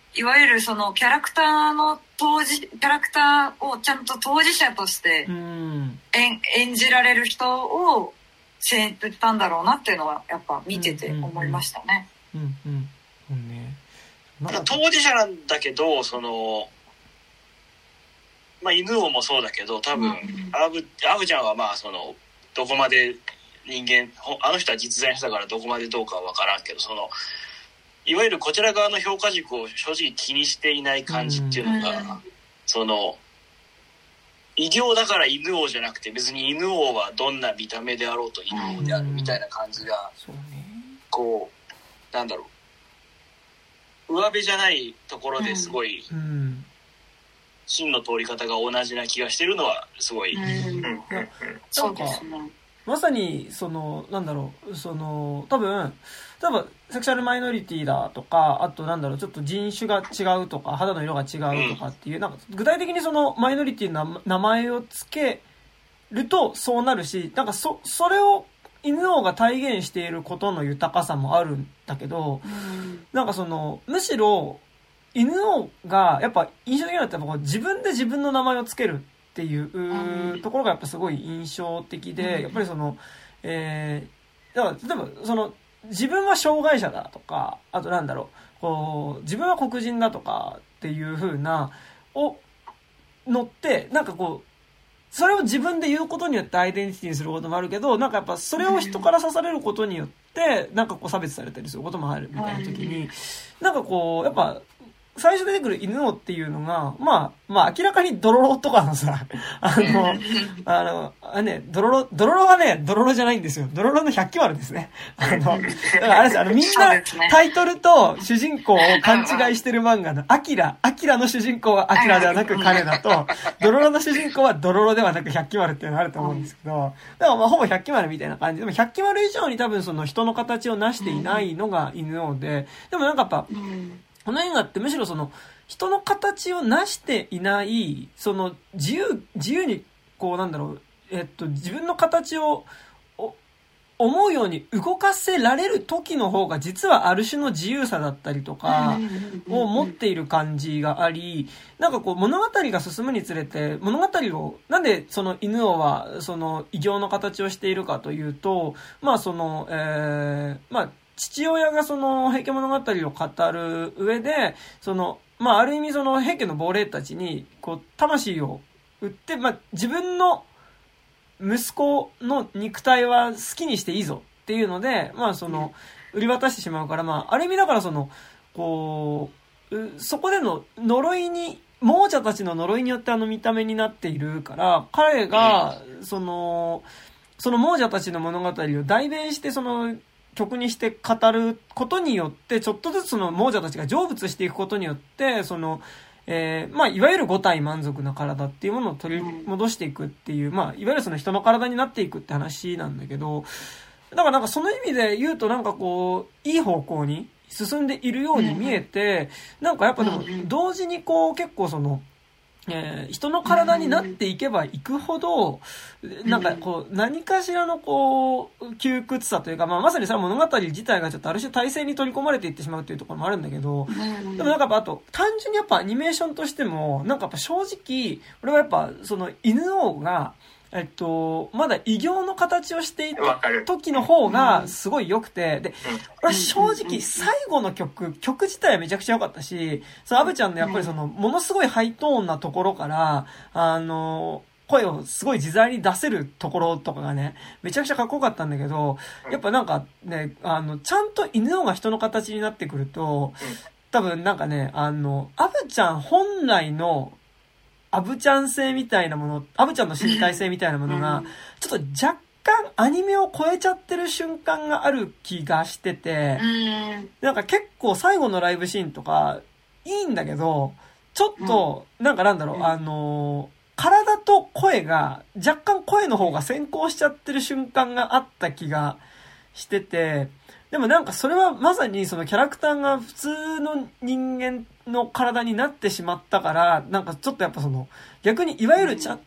いわゆるそのキャラクターの当時、キャラクターをちゃんと当事者として演、演じられる人を選出したんだろうなっていうのはやっぱ見てて思いましたね。 うんうんうん。ね。 当事者なんだけど、その、まあ犬王もそうだけど、多分、うん、アブ、アブちゃんはまあその、どこまで人間、あの人は実在したからどこまでどうかは分からんけど、その、いわゆるこちら側の評価軸を正直気にしていない感じっていうのが、うん、その、異形だから犬王じゃなくて別に犬王はどんな見た目であろうと犬王であるみたいな感じが、うんね、こう、なんだろう、上辺じゃないところですごい、うんうん芯の通り方が同じな気がしてるのはすごい、うん、 そうかまさにそのなんだろうその多分多分セクシャルマイノリティだとかあとなんだろうちょっと人種が違うとか肌の色が違うとかっていう、うん、なんか具体的にそのマイノリティの名前をつけるとそうなるしなんかそそれを犬王が体現していることの豊かさもあるんだけど、うん、なんかそのむしろ犬王がやっぱ印象的なのってやっぱこう自分で自分の名前をつけるっていうところがやっぱすごい印象的で、やっぱりその、えー、だから例えばその自分は障害者だとか、あとなんだろう、こう自分は黒人だとかっていう風なを乗ってなんかこうそれを自分で言うことによってアイデンティティにすることもあるけど、なんかやっぱそれを人から刺されることによってなんかこう差別されたりすることもあるみたいな時に、なんかこうやっぱ最初出てくる犬王っていうのが、まあ、まあ明らかにドロロとかのさ、あの、あの、あね、ドロロ、ドロロはね、ドロロじゃないんですよ。ドロロの百鬼丸ですね。あの、だからあれです、あのみんなタイトルと主人公を勘違いしてる漫画の、アキラ、アキラの主人公はアキラではなく彼だと、ドロロの主人公はドロロではなく百鬼丸っていうのがあると思うんですけど、だからまあほぼ百鬼丸みたいな感じで、でも百鬼丸以上に多分その人の形を成していないのが犬王で、でもなんかやっぱ、この映画ってむしろその人の形を成していないその自由自由にこうなんだろうえっと自分の形を思うように動かせられる時の方が実はある種の自由さだったりとかを持っている感じがあり、なんかこう物語が進むにつれて物語をなんでその犬王はその異形の形をしているかというと、まあそのえー、まあ父親がその平家物語を語る上で、その、まあある意味その平家の亡霊たちに、こう、魂を売って、まあ自分の息子の肉体は好きにしていいぞっていうので、まあその、売り渡してしまうから、まあある意味だからその、こう、そこでの呪いに、亡者たちの呪いによってあの見た目になっているから、彼が、その、その亡者たちの物語を代弁してその、曲にして語ることによってちょっとずつその亡者たちが成仏していくことによってその、えー、まあいわゆる五体満足な体っていうものを取り戻していくっていう、まあいわゆるその人の体になっていくって話なんだけど、だからなんかその意味で言うとなんかこういい方向に進んでいるように見えて、なんかやっぱでも同時にこう結構そのえー、人の体になっていけばいくほど、なんかこう、何かしらのこう、窮屈さというか、まあまさにそれは物語自体がちょっとある種体制に取り込まれていってしまうっていうところもあるんだけど、でもなんかやっぱあと、単純にやっぱアニメーションとしても、なんかやっぱ正直、俺はやっぱその犬王が、えっと、まだ異形の形をしていた時の方がすごい良くて、で、俺は正直最後の曲、曲自体はめちゃくちゃ良かったし、そのアブちゃんのやっぱりその、ものすごいハイトーンなところから、あの、声をすごい自在に出せるところとかがね、めちゃくちゃかっこよかったんだけど、やっぱなんかね、あの、ちゃんと犬王が人の形になってくると、多分なんかね、あの、アブちゃん本来の、アブちゃん性みたいなもの、アブちゃんの身体性みたいなものが、ちょっと若干アニメを超えちゃってる瞬間がある気がしてて、なんか結構最後のライブシーンとか、いいんだけど、ちょっと、なんかなんだろう、あの、体と声が、若干声の方が先行しちゃってる瞬間があった気がしてて、でもなんかそれはまさにそのキャラクターが普通の人間の体になってしまったから、なんかちょっとやっぱその逆にいわゆるちゃん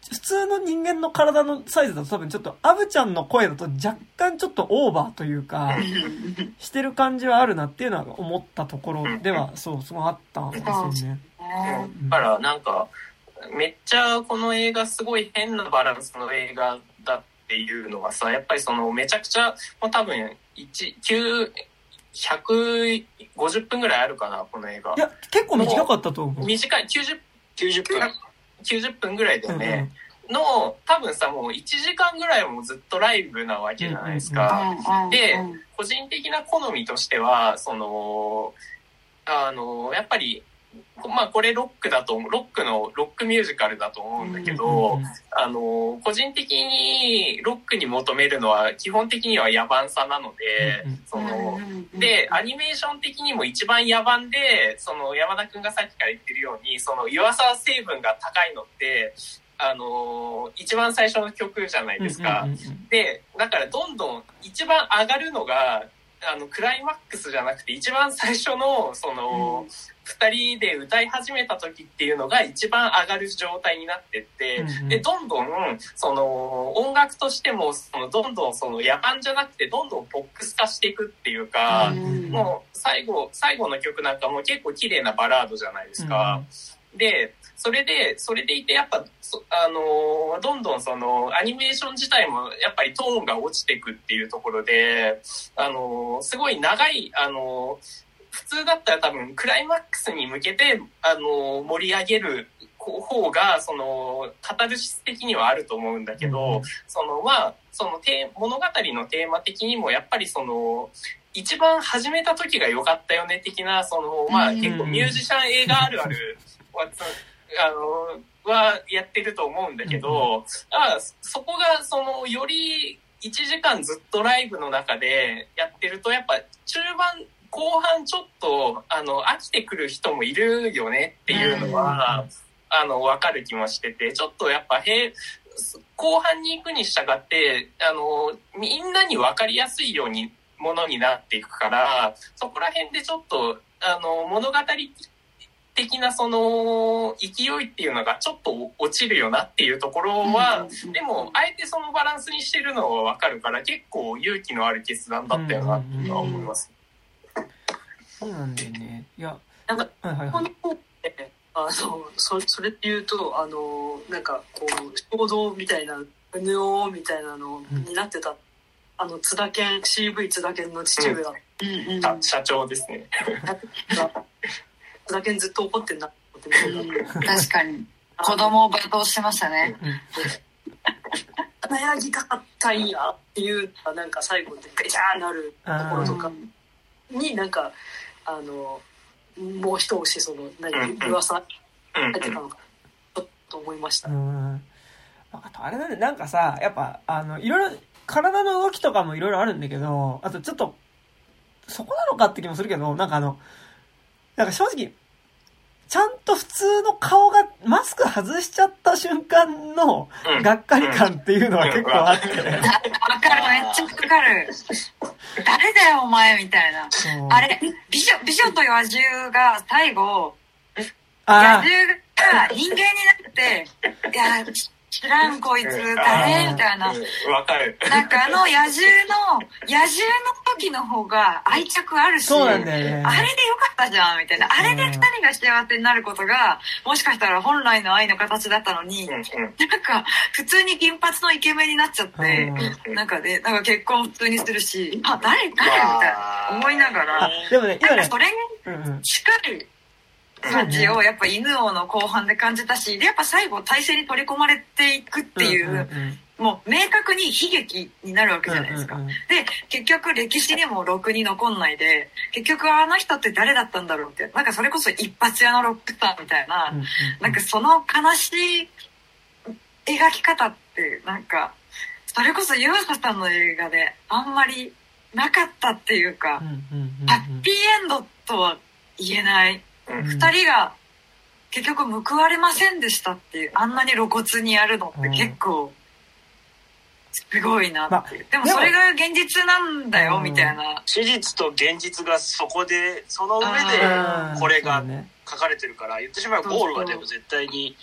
普通の人間の体のサイズだと多分ちょっとアブちゃんの声だと若干ちょっとオーバーというかしてる感じはあるなっていうのは思ったところではそうすごいあったんですよね。 だからなんかめっちゃこの映画すごい変なバランスの映画だっていうのはさ、やっぱりそのめちゃくちゃもう多分きゅうひゃくごじゅっぷんぐらいあるかなこの映画。 いや結構短かったと思う。 短いきゅうじゅう、きゅうじゅっぷんきゅうじゅっぷんぐらいでね、うんうん、の多分さもういちじかんぐらいもずっとライブなわけじゃないですか、うんうん、で個人的な好みとしてはそのあのやっぱりまあこれロックだとロックのロックミュージカルだと思うんだけど、あの個人的にロックに求めるのは基本的には野蛮さなので、そのでアニメーション的にも一番野蛮で、その山田くんがさっきから言ってるようにその湯浅成分が高いのってあの一番最初の曲じゃないですか。でだからどんどん一番上がるのがあのクライマックスじゃなくて一番最初のその、うん、ふたりで歌い始めた時っていうのが一番上がる状態になってって、うんうん、でどんどんその音楽としてもそのどんどんその野蛮じゃなくてどんどんポップス化していくっていうか、うん、もう最後最後の曲なんかも結構綺麗なバラードじゃないですか、うん、でそれでそれでいてやっぱあのどんどんそのアニメーション自体もやっぱりトーンが落ちていくっていうところであのすごい長いあの普通だったら多分クライマックスに向けてあの盛り上げる方がそのカタルシス的にはあると思うんだけど、うん、そのまあそのテー物語のテーマ的にもやっぱりその一番始めた時が良かったよね的なそのまあ結構ミュージシャン映画あるあるあのはやってると思うんだけど、うん、あそこがそのよりいちじかんずっとライブの中でやってるとやっぱ中盤後半ちょっとあの飽きてくる人もいるよねっていうのは、うん、あの分かる気もしてて、ちょっとやっぱへ後半に行くに従ってあのみんなに分かりやすいようにものになっていくから、そこら辺でちょっとあの物語的なその勢いっていうのがちょっと落ちるよなっていうところは、うん、でもあえてそのバランスにしてるのは分かるから結構勇気のある決断だったよなって思います。 そうなんだよね。いやなんかこの方であの そ, それって言うとあのなんかこう衝動みたいな エヌオー みたいなのになってた、うん、あの津田健 シーブイ 津田健の父上だ、 うんうん、社長ですね。 津田健ずっと怒ってんなって思って確かに子供を罵倒してましたね。 悩ぎかかったんやっていうなんか最後でガチャーなるところとかになんかあのもう一押しその何噂入ってたのかちょっと思いました。うん、 あとあれだね、なんかさやっぱあのいろいろ体の動きとかもいろいろあるんだけど、あとちょっとそこなのかって気もするけど、なんかあのなんか正直ちゃんと普通の顔がマスク外しちゃった瞬間のがっかり感っていうのは結構あって、わ、うんうん、 かる、めっちゃわかる。誰だよお前みたいな。あれ美女美女と野獣が最後野獣が人間になっていや知らんこいつ誰みたいな。わかる。 なんかあの野獣の野獣の時の方が愛着あるし、 そうなんだよね。 あれでよかったじゃんみたいな。あれで二人が幸せになることがもしかしたら本来の愛の形だったのに、なんか普通に金髪のイケメンになっちゃって、なんかね、なんか結婚普通にするし、あ誰誰みたいな思いながら、 でもね今ねそれにしっかり。感じをやっぱ犬王の後半で感じたし、でやっぱ最後体制に取り込まれていくっていう、うんうんうん、もう明確に悲劇になるわけじゃないですか、うんうんうん、で結局歴史にもろくに残んないで結局あの人って誰だったんだろうって、なんかそれこそ一発屋のロックスターみたいな、うんうんうん、なんかその悲しい描き方ってなんかそれこそ湯浅さんの映画であんまりなかったっていうか、うんうんうんうん、ハッピーエンドとは言えない、うん、ふたりが結局報われませんでしたっていう、あんなに露骨にやるのって結構すごいなっていう、まあ、でもそれが現実なんだよみたいな、 史実と現実がそこでその上でこれが書かれてるから、言ってしまえばゴールはでも絶対に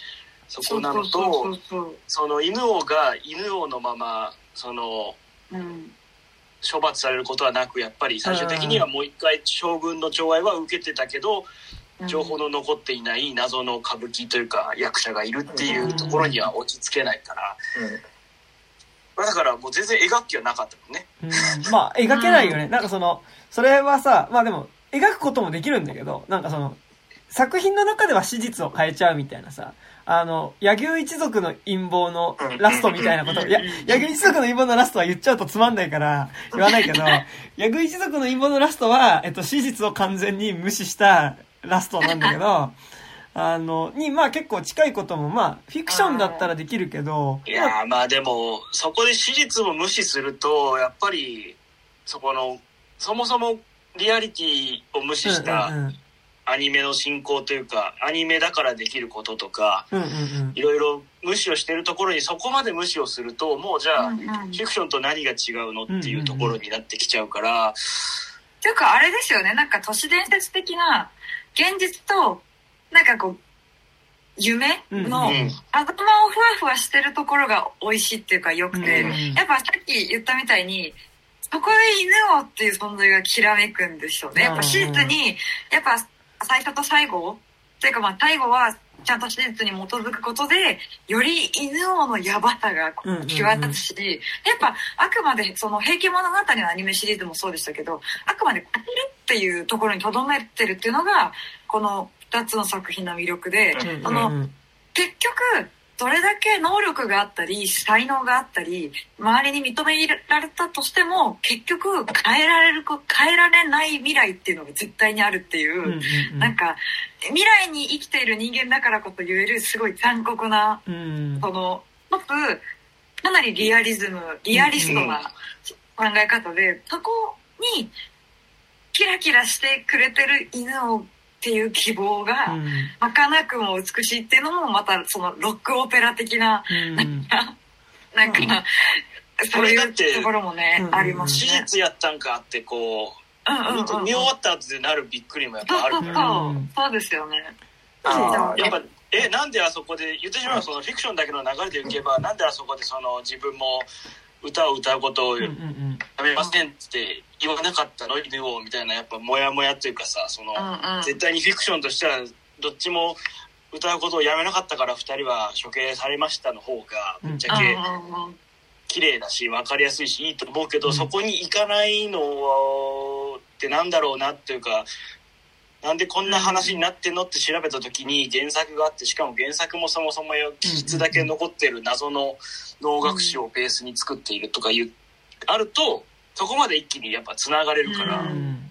そこなのと、その犬王が犬王のままその、うん、処罰されることはなく、やっぱり最終的にはもう一回将軍の寵愛は受けてたけど、情報の残っていない謎の歌舞伎というか役者がいるっていうところには落ち着けないから、うんまあ、だからもう全然描く気はなかったもんね、 うん、まあ描けないよね。なんかそのそれはさ、まあでも描くこともできるんだけど、なんかその作品の中では史実を変えちゃうみたいなさ、あの柳生一族の陰謀のラストみたいなことを、や柳生一族の陰謀のラストは言っちゃうとつまんないから言わないけど、柳生一族の陰謀のラストは、えっと、史実を完全に無視したラストなんだけどあのにまあ結構近いこともまあフィクションだったらできるけど、 いやまあでもそこで史実も無視するとやっぱりそこのそもそもリアリティを無視したアニメの進行というか、アニメだからできることとか、いろいろ無視をしてるところにそこまで無視をすると、もうじゃあフィクションと何が違うのっていうところになってきちゃうから。 っていうかあれですよね、なんか都市伝説的な現実となんかこう夢の頭をふわふわしてるところが美味しいっていうか良くて、やっぱさっき言ったみたいにそこで犬王っていう存在がきらめくんですよね。やっぱ史実にやっぱ最初と最後っていうか、まあ最後はちゃんと史実に基づくことでより犬王のヤバさが際立つし、うんうんうん、やっぱあくまでその平家物語のアニメシリーズもそうでしたけど、あくまで勝てるっていうところにとどめてるっていうのがこのふたつの作品の魅力で、うんうんうん、あの結局どれだけ能力があったり才能があったり周りに認められたとしても結局変えられる変えられない未来っていうのが絶対にあるっていう、うんうんうん、なんか未来に生きている人間だからこそ言えるすごい残酷な、うん、その一つかなりリアリズムリアリストな考え方で、うんうん、そこにキラキラしてくれてる犬をっていう希望が儚くも美しいっていうのもまたそのロックオペラ的な、うん、なんか、なんか、うん、そういうところもね、うん、ありますね。 史実やったんかってこう、うんうんうんうん、見終わった後でなるびっくりもやっぱあるから。 そうそうそうですよね。 あやっぱえなんであそこで言ってしまうそのフィクションだけの流れでいけば、なんであそこでその自分も歌を歌うことをやめませんって言わなかったの犬王みたいなやっぱモヤモヤというかさ、その、うんうん、絶対にフィクションとしてはどっちも歌うことをやめなかったからふたりは処刑されましたの方がぶっちゃけ綺麗だし分かりやすいしいいと思うけど、うん、そこに行かないのってなんだろうなっていうか、なんでこんな話になってんのって調べた時に原作があって、しかも原作もそもそも記述だけ残ってる謎の能楽師をベースに作っているとかいう、うん、あるとそこまで一気にやっぱつながれるから、うん、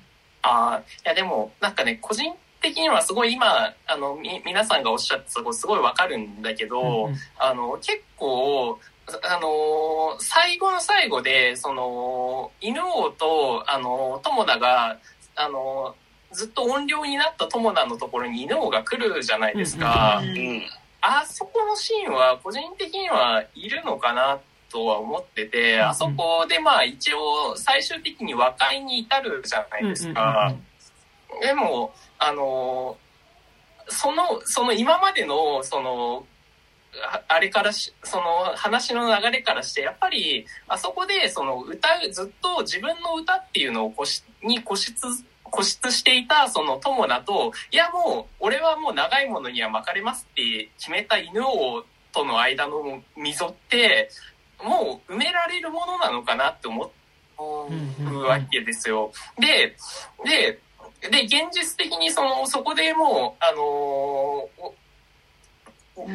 あいやでもなんかね個人的にはすごい今あのみ皆さんがおっしゃってたことすごいわかるんだけど、うん、あの結構あの最後の最後でその犬王とあの友田があのずっと怨霊になった友田のところに犬王が来るじゃないですか、うんうん、あそこのシーンは個人的にはいるのかなとは思ってて、うんうん、あそこでまあ一応最終的に和解に至るじゃないですか、うんうんうん、でもあのそのその今までのそのあれからしその話の流れからしてやっぱりあそこでその歌うずっと自分の歌っていうのを固執に固執固執していたその友田と、いやもう俺はもう長いものには巻かれますって決めた犬王との間の溝ってもう埋められるものなのかなって思うわけですよ。ででで現実的にそのそこでもうあのーうん、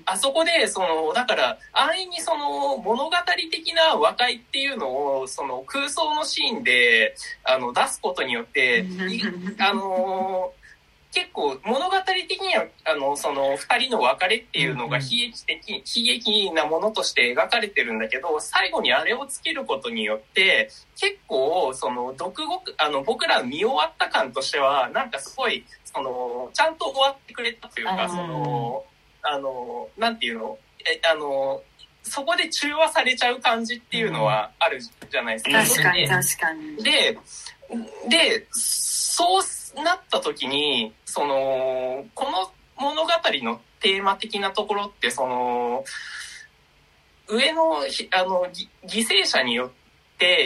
あそこでそのだから安易にその物語的な和解っていうのをその空想のシーンであの出すことによってあの結構物語的にはあのそのふたりの別れっていうのが悲劇的悲劇なものとして描かれてるんだけど、最後にあれをつけることによって結構その読語あの僕ら見終わった感としてはなんかすごいそのちゃんと終わってくれたというか、そのあのなんていうのえあのそこで中和されちゃう感じっていうのはあるじゃないですか。 確かに確かに。 ででそうなった時にそのこの物語のテーマ的なところって、その、上の、あの、犠牲者によって、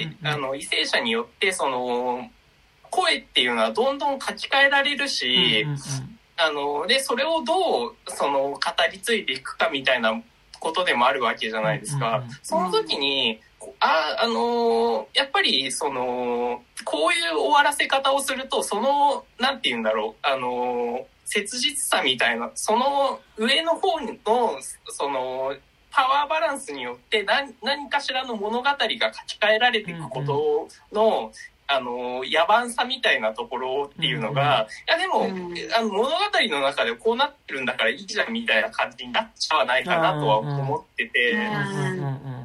うんうん、あの、犠牲者によって、その、声っていうのはどんどん書き換えられるし、うんうんうん、あの、で、それをどう、その、語り継いでいくかみたいなことでもあるわけじゃないですか。うんうんうん、その時に、あ、あの、やっぱり、その、こういう終わらせ方をすると、その、なんて言うんだろう、あの、切実さみたいな、その上の方の、その、パワーバランスによって何、何かしらの物語が書き換えられていくことの、うんうん、あの、野蛮さみたいなところっていうのが、うんうん、いやでも、あの物語の中でこうなってるんだからいいじゃんみたいな感じになっちゃわないかなとは思ってて、うんうん、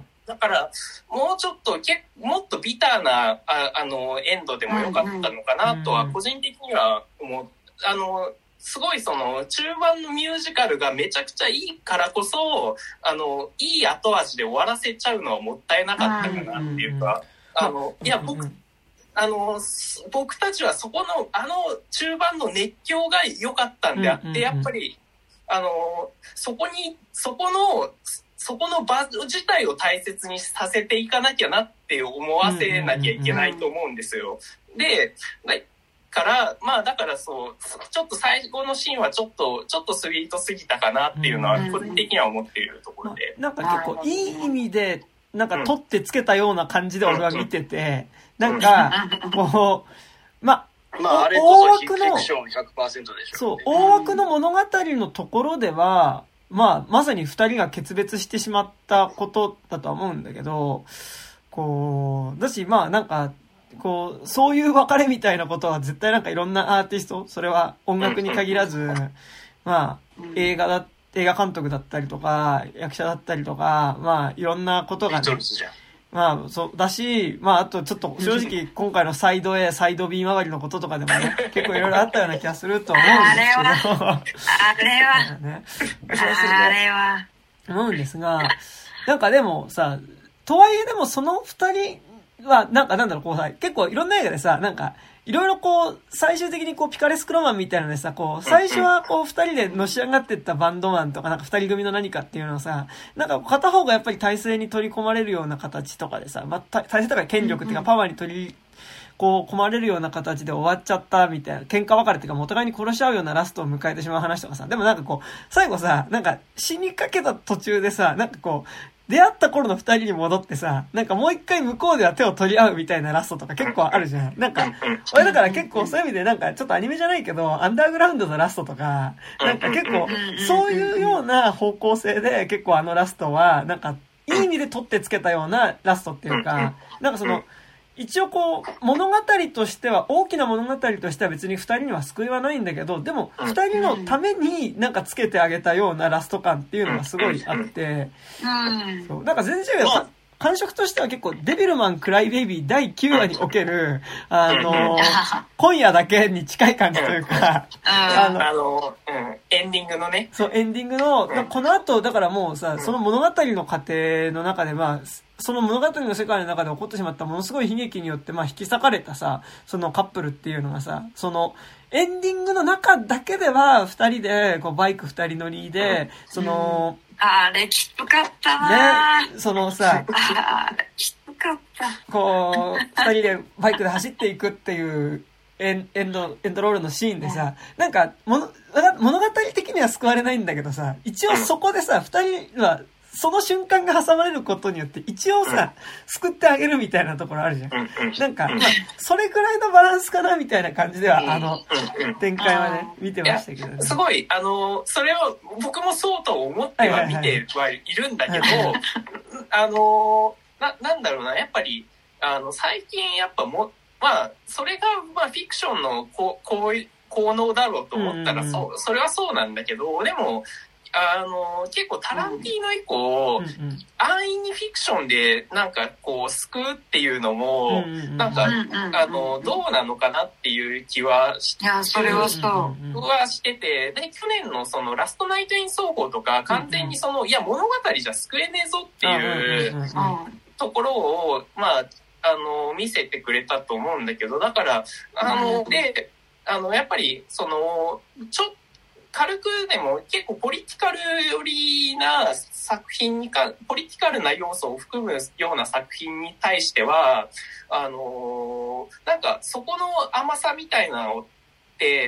だからもうちょっとけもっとビターなああのエンドでもよかったのかなとは個人的には思う。あのすごいその中盤のミュージカルがめちゃくちゃいいからこそ、あのいい後味で終わらせちゃうのはもったいなかったかなっていうか、あのいや僕あの僕たちはそこのあの中盤の熱狂が良かったんであって、やっぱりあのそこにそこのそこの場自体を大切にさせていかなきゃなって思わせなきゃいけないと思うんですよ。で、から、まあだからそう、ちょっと最後のシーンはちょっと、ちょっとスイートすぎたかなっていうのは個人的には思っているところで。 うん、なんか結構いい意味で、なんか取ってつけたような感じで俺は見てて、うん、なんか、こう、まあ、 まああれこそフィクション ひゃくパーセント でしょ、ね。 そう、大枠の物語のところでは、まあまさに二人が決別してしまったことだとは思うんだけど、こう、だし、まあなんか、こう、そういう別れみたいなことは絶対なんかいろんなアーティスト、それは音楽に限らず、まあ、映画だ、映画監督だったりとか、役者だったりとか、まあ、いろんなことがね、まあ、そう、だし、まあ、あとちょっと正直今回のサイド A、サイド B 周りのこととかでもね、結構いろいろあったような気がすると思うんですけど。あれは、 あれは、 ね、 あれは、 思うんですが、なんかでもさ、とはいえでもその二人、は、なんかなんだろう、こうさ、結構いろんな映画でさ、なんか、いろいろこう、最終的にこう、ピカレスクロマンみたいなのでさ、こう、最初はこう、二人でのし上がってったバンドマンとか、なんか二人組の何かっていうのをさ、なんか片方がやっぱり体制に取り込まれるような形とかでさ、まあ、体制とか権力っていうかパワーに取り、こう、込まれるような形で終わっちゃったみたいな、喧嘩別れっていうか、お互いに殺し合うようなラストを迎えてしまう話とかさ、でもなんかこう、最後さ、なんか死にかけた途中でさ、なんかこう、出会った頃の二人に戻ってさ、なんかもう一回向こうでは手を取り合うみたいなラストとか結構あるじゃん。なんか、俺だから結構そういう意味でなんかちょっとアニメじゃないけど、アンダーグラウンドのラストとか、なんか結構そういうような方向性で結構あのラストは、なんかいい意味で取ってつけたようなラストっていうか、なんかその、一応こう、物語としては、大きな物語としては別に二人には救いはないんだけど、でも二人のためになんかつけてあげたようなラスト感っていうのがすごいあって、そうなんか全然感触としては結構デビルマンクライベイビーだいきゅうわにおける、あの、今夜だけに近い感じというか、 あの、あのうん、エンディングのね。 そう、エンディングの、この後、だからもうさ、その物語の過程の中で、まあ、その物語の世界の中で起こってしまったものすごい悲劇によって、まあ、引き裂かれたさ、そのカップルっていうのがさ、その、エンディングの中だけでは、二人で、こう、バイク二人乗りで、その、 あれ、きつかったなね、そのさ、 あれ、きつかった。 こう、二人でバイクで走っていくっていう、エン、エンド、エンドロールのシーンでさ、なんか、もの、物語的には救われないんだけどさ、一応そこでさ、二人は、その瞬間が挟まれることによって一応さ、救ってあげるみたいなところあるじゃん。なんか、まあ、それくらいのバランスかなみたいな感じでは、あの、展開はね、見てましたけどね。 すごい、あの、それを僕もそうと思っては見てはいるんだけど、あの、な、なんだろうな、やっぱり、あの、最近やっぱも、まあ、それが、まあ、フィクションのこう、こういう、効能だろうと思ったら、そう、それはそうなんだけど、でも、あの結構タランティーノ以降、うんうん、安易にフィクションでなんかこう救うっていうのも、うんうん、なんか、うんうん、あのどうなのかなっていう気はしいやそれはそうはしてて、で去年のそのラストナイトイン奏法とか完全にその、うんうん、いや物語じゃ救えねえぞっていうところをまああの見せてくれたと思うんだけど、だからあの、うん、であのやっぱりそのちょっ軽くでも結構ポリティカル寄りな作品にか、ポリティカルな要素を含むような作品に対しては、あのー、なんかそこの甘さみたいなのって、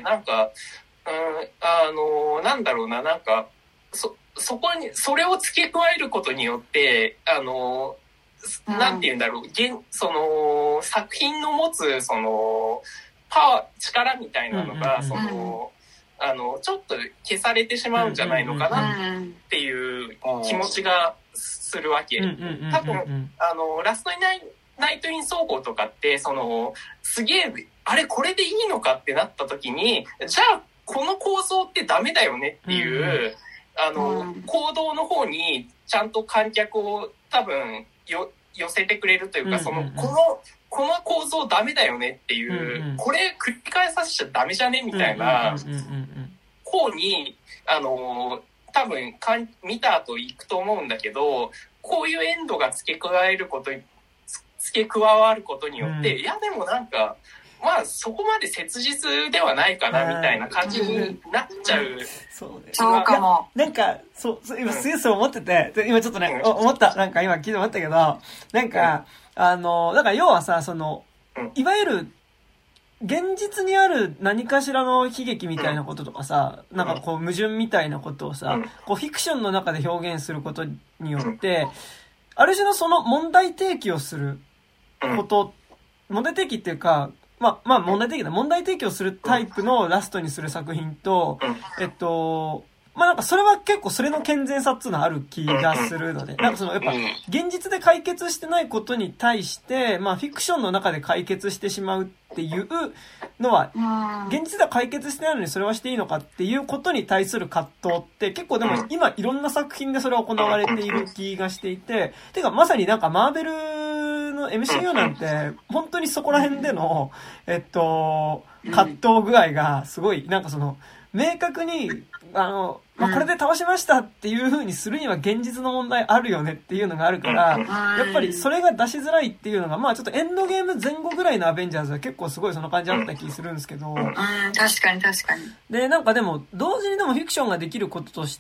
なんか、うん、あのー、なんだろうな、なんか、そ、そこに、それを付け加えることによって、あのー、なんて言うんだろう、現、その、作品の持つ、その、パワー、力みたいなのが、うんうんうん、その、あの、ちょっと消されてしまうんじゃないのかなっていう気持ちがするわけ。多分、あの、ラストイナイナイトイン奏法とかって、その、すげえ、あれこれでいいのかってなった時に、じゃあ、この構造ってダメだよねっていう、あの、行動の方にちゃんと観客を多分よ寄せてくれるというか、その、この、この構造ダメだよねっていう、うんうん、これ繰り返させちゃダメじゃねみたいな方に、あの、多分かん見た後行くと思うんだけど、こういうエンドが付け加えることに、付け加わることによって、うん、いやでもなんか、まあそこまで切実ではないかなみたいな感じになっちゃう。うん、 そうね。そうかも。 なんか、そう、今すげえそう思ってて、今ちょっとね、うん、思った、なんか今聞いて思ったけど、なんか、うんあの、だから要はさ、その、いわゆる、現実にある何かしらの悲劇みたいなこととかさ、なんかこう矛盾みたいなことをさ、こうフィクションの中で表現することによって、ある種のその問題提起をすること、問題提起っていうか、まあ、まあ問題提起だ、問題提起をするタイプのラストにする作品と、えっと、まあなんかそれは結構それの健全さっていうのはある気がするので、なんかそのやっぱ現実で解決してないことに対して、まあフィクションの中で解決してしまうっていうのは、現実では解決してないのにそれはしていいのかっていうことに対する葛藤って結構でも今いろんな作品でそれは行われている気がしていて、てかまさになんかマーベルの エムシーユー なんて本当にそこら辺での、えっと、葛藤具合がすごい、なんかその、明確に、あの、まあ、これで倒しましたっていう風にするには現実の問題あるよねっていうのがあるから、やっぱりそれが出しづらいっていうのが、まあちょっとエンドゲーム前後ぐらいのアベンジャーズは結構すごいその感じあった気するんですけど。うん、 確かに確かに。 で、なんかでも、同時にでもフィクションができることとして、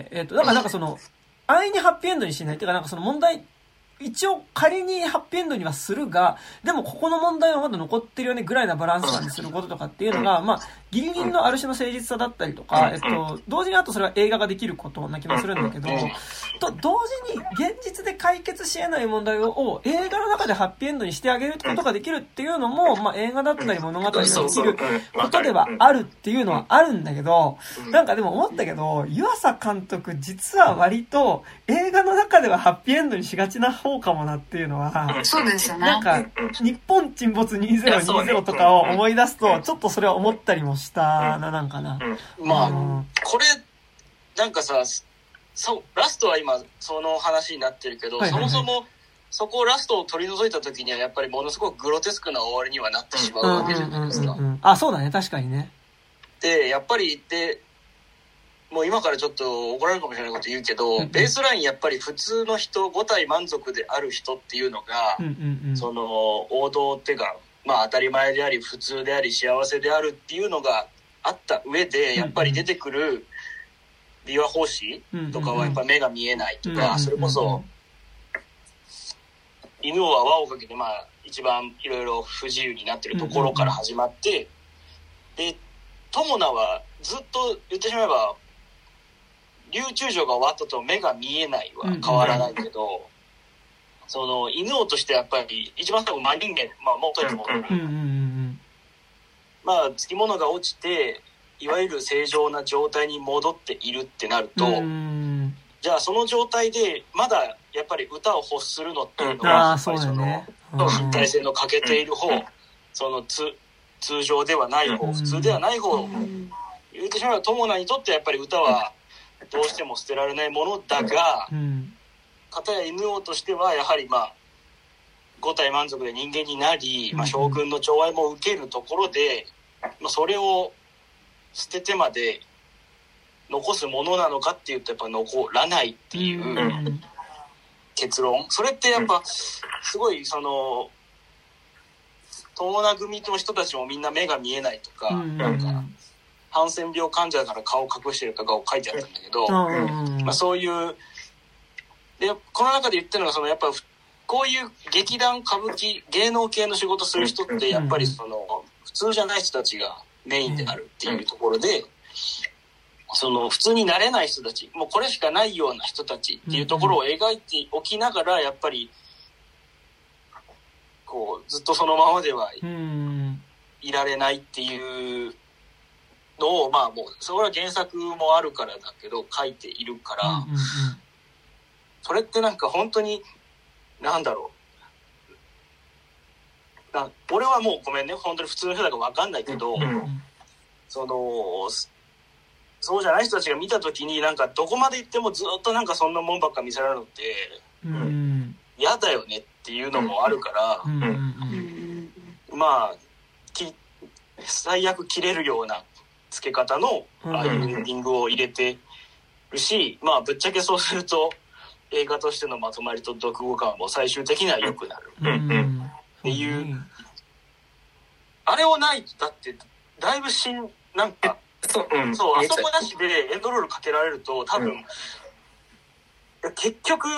えっと、だからなんかその、安易にハッピーエンドにしないっていうか、なんかその問題、一応仮にハッピーエンドにはするが、でもここの問題はまだ残ってるよねぐらいなバランス感にすることとかっていうのが、まあ、ギリギリのある種の誠実さだったりとか、えっと、同時にあとそれは映画ができることな気もするんだけど、と、同時に現実で解決し得ない問題を映画の中でハッピーエンドにしてあげることができるっていうのも、まあ映画だったり物語ができることではあるっていうのはあるんだけど、なんかでも思ったけど、湯浅監督実は割と映画の中ではハッピーエンドにしがちな方かもなっていうのは、 そうですよね。 なんか、日本沈没にせんにじゅうとかを思い出すと、ちょっとそれは思ったりもしたな、なんかな。 まあ、これ、なんかさ、そう、ラストは今、その話になってるけど、はいはいはい、そもそも、そこをラストを取り除いた時には、やっぱりものすごくグロテスクな終わりにはなってしまうわけじゃないですか。 あ、そうだね、確かにね。 で、やっぱり、で、もう今からちょっと怒られるかもしれないこと言うけど、うんうん、ベースラインやっぱり普通の人、ご体満足である人っていうのが、うんうんうん、その王道っていうか、まあ当たり前であり、普通であり、幸せであるっていうのがあった上で、やっぱり出てくる琵琶法師とかはやっぱ目が見えないとか、うんうんうん、それこそ、犬は輪をかけて、まあ一番いろいろ不自由になってるところから始まって、で、友名はずっと言ってしまえば、竜中将が終わったと目が見えないは変わらないけど、うんうん、その犬王としてやっぱり一番多分真人間、まあ元に戻る、うんうんうん、まあつきものが落ちていわゆる正常な状態に戻っているってなると、うん、じゃあその状態でまだやっぱり歌を欲するのっていうのは、やっぱりその身体性の欠けている方、そのつ通常ではない方、普通ではない方、うん、言ってしまえば友名にとってやっぱり歌はどうしても捨てられないものだが、うん、片や犬王としてはやはりまあ五体満足で人間になり、まあ、将軍の寵愛も受けるところで、まあ、それを捨ててまで残すものなのかっていうとやっぱ残らないっていう結論。それってやっぱすごいその友名組の人たちもみんな目が見えないとか、うん、なんかハンセン病患者だから顔を隠してるとかを書いてあったんだけど、まあ、そういうでこの中で言ってるのがそのやっぱこういう劇団歌舞伎芸能系の仕事する人ってやっぱりその普通じゃない人たちがメインであるっていうところで、その普通になれない人たち、もうこれしかないような人たちっていうところを描いておきながら、やっぱりこうずっとそのままではいられないっていうのを、まあもうそれは原作もあるからだけど書いているから、それってなんか本当になんだろうな、俺はもうごめんね、本当に普通の人だから分かんないけど、そのそうじゃない人たちが見たときになんかどこまで行ってもずっとなんかそんなもんばっか見せられるのって嫌、うん、だよねっていうのもあるから、うんうんうん、まあき最悪切れるような付け方のああいうエンディングを入れてるし、まあぶっちゃけそうすると映画としてのまとまりと読後感も最終的には良くなるっていう、あれをないとだってだいぶしんなんかそう、うん、そうあそこなしでエンドロールかけられると多分、うん、結局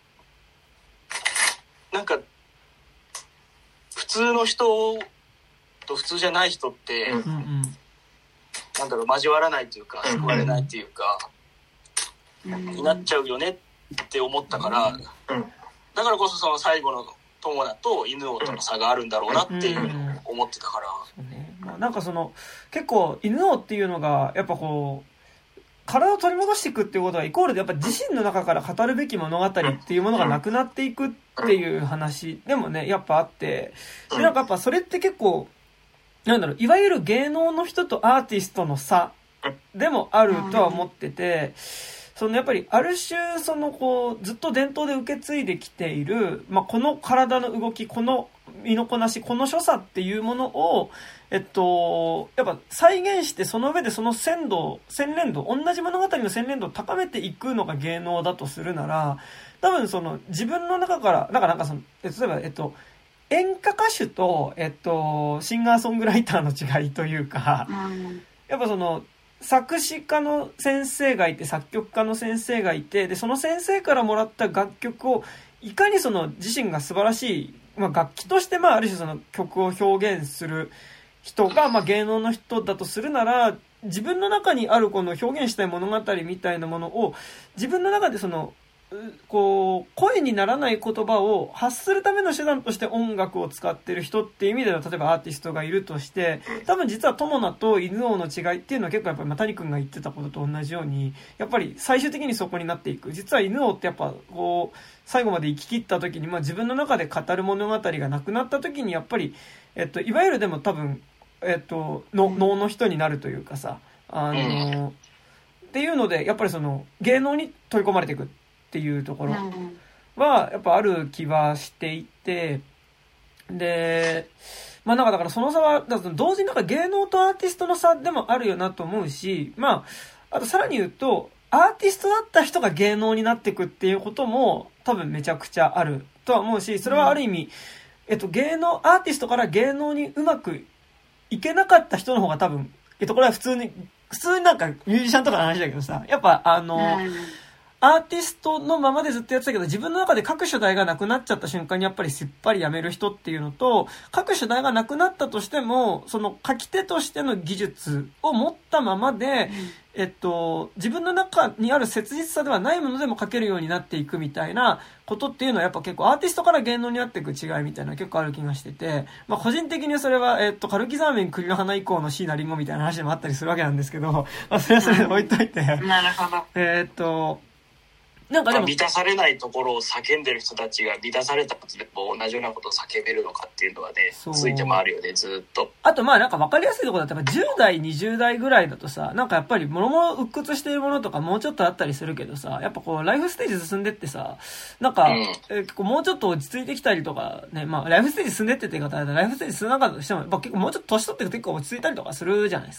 なんか普通の人と普通じゃない人って、うん、なんだろう交わらないというか救われないっていうか、うん、になっちゃうよねって思ったから、うん、だからこそその最後の友田と犬王との差があるんだろうなっていうのを思ってたから、 うんうんまあ、なんかその結構犬王っていうのがやっぱこう体を取り戻していくっていうことはイコールでやっぱ自身の中から語るべき物語っていうものがなくなっていくっていう話でもねやっぱあって、でなんかやっぱそれって結構なんだろういわゆる芸能の人とアーティストの差でもあるとは思ってて、そのやっぱりある種そのこうずっと伝統で受け継いできている、まあ、この体の動きこの身のこなしこの所作っていうものをえっとやっぱ再現してその上でその鮮度洗練度同じ物語の洗練度を高めていくのが芸能だとするなら、多分その自分の中からだからなんかその例えばえっと演歌歌手とえっとシンガーソングライターの違いというか、やっぱその作詞家の先生がいて作曲家の先生がいて、でその先生からもらった楽曲をいかにその自身が素晴らしい、まあ、楽器としてまあある種その曲を表現する人がまあ芸能の人だとするなら、自分の中にあるこの表現したい物語みたいなものを自分の中でそのこう声にならない言葉を発するための手段として音楽を使ってる人っていう意味では例えばアーティストがいるとして、多分実は友名と犬王の違いっていうのは結構やっぱり谷君が言ってたことと同じようにやっぱり最終的にそこになっていく。実は犬王ってやっぱこう最後まで生き切った時に、まあ、自分の中で語る物語がなくなった時にやっぱり、えっと、いわゆるでも多分、えっと、の能の人になるというかさ、あのっていうのでやっぱりその芸能に取り込まれていくっていうところはやっぱある気はしていて、でまあなんかだからその差は同時になんか芸能とアーティストの差でもあるよなと思うし、まああとさらに言うとアーティストだった人が芸能になっていくっていうことも多分めちゃくちゃあるとは思うし、それはある意味、えっと芸能アーティストから芸能にうまくいけなかった人の方が多分、えっとこれは普通に普通になんかミュージシャンとかの話だけどさ、やっぱあの、うんアーティストのままでずっとやってたけど自分の中で各主題がなくなっちゃった瞬間にやっぱりすっぱりやめる人っていうのと、各主題がなくなったとしてもその書き手としての技術を持ったままで、うん、えっと自分の中にある切実さではないものでも書けるようになっていくみたいなことっていうのはやっぱ結構アーティストから芸能になっていく違いみたいな結構ある気がしてて、まあ個人的にそれはえっとカルキザーメン栗の花以降の椎名林檎みたいな話でもあったりするわけなんですけど、まあそれはそれで置いといて、 うん、なるほど。 えっとなんかでも満たされないところを叫んでる人たちが満たされたことでも同じようなことを叫べるのかっていうのはねついてもあるよねずっと。あとまあなんか分かりやすいところだとやっぱじゅう代にじゅう代ぐらいだとさ、なんかやっぱり物々鬱屈しているものとかもうちょっとあったりするけどさ、やっぱこうライフステージ進んでってさ、なんか、うん、え結構もうちょっと落ち着いてきたりとかね、まあライフステージ進んでってって言い方だとライフステージ進んなかったとしてもやっぱ結構もうちょっと年取って結構落ち着いたりとかするじゃないですか。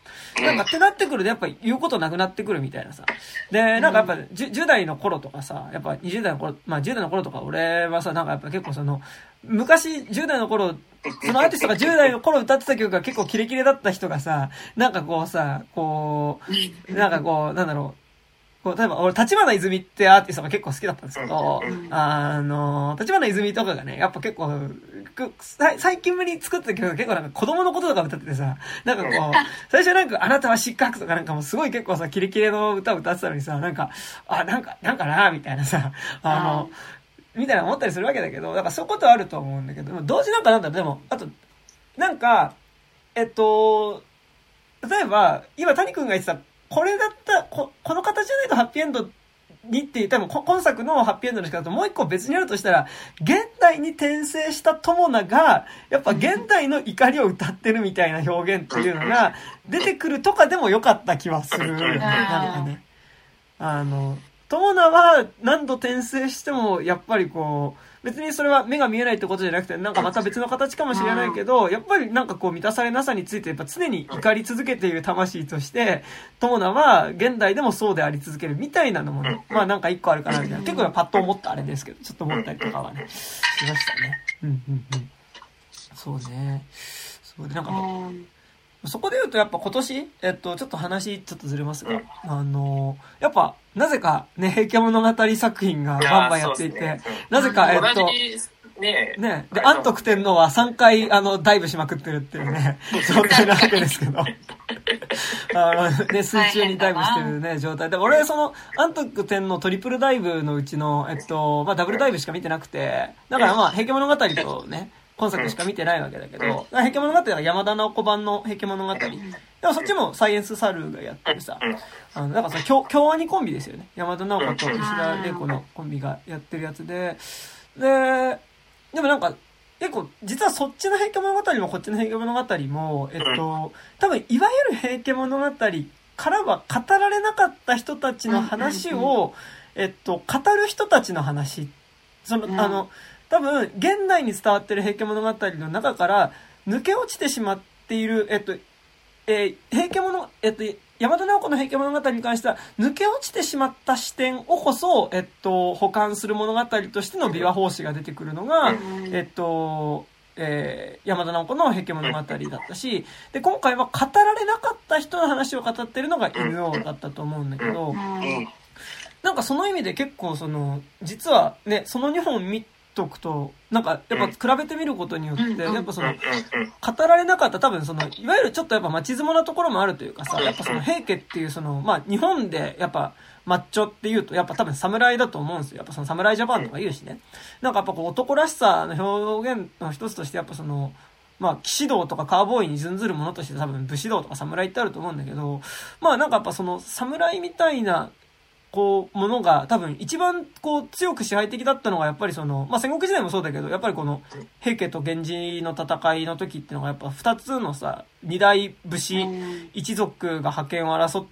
なんかってなってくるとやっぱ言うことなくなってくるみたいなさ。で、なんかやっぱ 10, じゅう代の頃とかさ、やっぱにじゅう代の頃、まあじゅう代の頃とか俺はさ、なんかやっぱ結構その、昔じゅう代の頃、そのアーティストがじゅう代の頃歌ってた曲が結構キレキレだった人がさ、なんかこうさ、こう、なんかこう、なんだろう、こう、例えば、俺、立花泉ってアーティストが結構好きだったんですけど、あの、立花泉とかがね、やっぱ結構、最近ぶりに作った曲が結構なんか子供のこととか歌っててさ、なんかこう、最初なんかあなたは失格とかなんかもうすごい結構さ、キレキレの歌を歌ってたのにさ、なんか、あ、なんか、なんかなみたいなさ、あの、みたいな思ったりするわけだけど、だからそういうことはあると思うんだけど、同時なんかなんだろう、でも、あと、なんか、えっと、例えば、今谷くんが言ってた、これだったこ、この形じゃないとハッピーエンドにっていう、多分今作のハッピーエンドの仕方ともう一個別にあるとしたら、現代に転生した友名が、やっぱ現代の怒りを歌ってるみたいな表現っていうのが出てくるとかでもよかった気はするよね。なんかね。あの、友名は何度転生しても、やっぱりこう、別にそれは目が見えないってことじゃなくて、なんかまた別の形かもしれないけど、やっぱりなんかこう満たされなさについてやっぱ常に怒り続けている魂として、友名は現代でもそうであり続けるみたいなのもね、まあなんか一個あるかなみたいな。結構パッと思ったあれですけど、ちょっと思ったりとかはね、しましたね。うんうんうん。そうね。そうで、なんか、そこで言うとやっぱ今年、えっと、ちょっと話ちょっとずれますが、あの、やっぱ、なぜかね、平家物語作品がバンバンやっていて、ね、なぜか、えっと、ねねで、安徳天皇はさんかい、あの、ダイブしまくってるっていうね、状態なわけですけど、あの、ね、水中にダイブしてるね、状態で、俺、その、安徳天皇トリプルダイブのうちの、えっと、まあ、ダブルダイブしか見てなくて、だからまあ、平家物語とね、今作しか見てないわけだけど、平家物語は山田直子版の平家物語。でもそっちもサイエンスサルがやってるさ、あの、だからさ、京、京アニコンビですよね。山田直子と石田玲子のコンビがやってるやつで、で、でもなんか、結構、実はそっちの平家物語もこっちの平家物語も、えっと、多分、いわゆる平家物語からは語られなかった人たちの話を、えっと、語る人たちの話。その、あの、多分、現代に伝わってる平家物語の中から抜け落ちてしまっている、えっと、えー、平家物、えっと、山田直子の平家物語に関しては、抜け落ちてしまった視点をこそ、えっと、保管する物語としての琵琶法師が出てくるのが、えっと、えー、山田直子の平家物語だったし、で、今回は語られなかった人の話を語ってるのが犬王だったと思うんだけど、なんかその意味で結構その、実はね、そのにほん見とくと、なんかやっぱ比べてみることによって、やっぱその、語られなかった多分その、いわゆるちょっとやっぱ町相撲なところもあるというかさ、やっぱその平家っていうその、まあ日本でやっぱ、マッチョっていうと、やっぱ多分侍だと思うんですよ。やっぱその侍ジャパンとか言うしね。なんかやっぱこう男らしさの表現の一つとして、やっぱその、まあ騎士道とかカーボーイに準ずるものとして多分武士道とか侍ってあると思うんだけど、まあなんかやっぱその侍みたいな、こう、ものが多分一番こう強く支配的だったのがやっぱりその、まあ戦国時代もそうだけど、やっぱりこの平家と源氏の戦いの時っていうのがやっぱ二つのさ、二大武士一族が覇権を争って、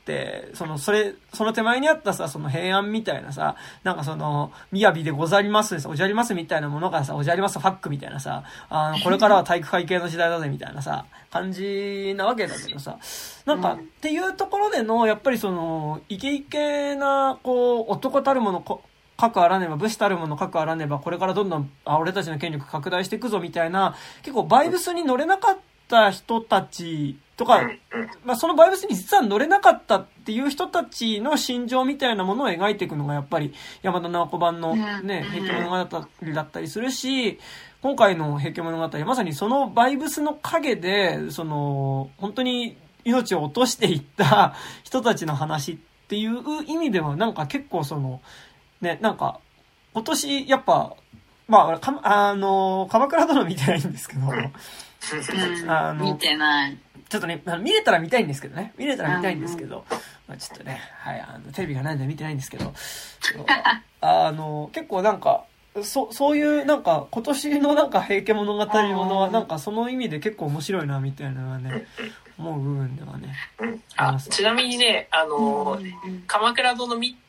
その、それ、その手前にあったさ、その平安みたいなさ、なんかその、雅でござります、おじゃりますみたいなものがさ、おじゃりますファックみたいなさ、あの、これからは体育会系の時代だぜみたいなさ、感じなわけだけどさ、なんか、っていうところでの、やっぱりその、イケイケな、こう、男たるもの、こかくあらねば、武士たるものかくあらねば、これからどんどん、あ、俺たちの権力拡大していくぞみたいな、結構バイブスに乗れなかった人たちとか、まあそのバイブスに実は乗れなかったっていう人たちの心情みたいなものを描いていくのがやっぱり山田直子版のね、平家物語だったりするし、今回の平家物語はまさにそのバイブスの陰で、その、本当に命を落としていった人たちの話っていう意味ではなんか結構その、ね、なんか、今年やっぱ、まあ、かあの、鎌倉殿見てないんですけど、 あの見てない。 ちょっとね、見れたら見たいんですけどね。見れたら見たいんですけど、まあ、ちょっとね、はい、あの、テレビがないので見てないんですけど、あの、結構なんか、そ、そういうなんか、今年のなんか平家物語ものはなんかその意味で結構面白いな、みたいなのはね、思う部分ではね。 あ、ちなみにね、あの、鎌倉殿見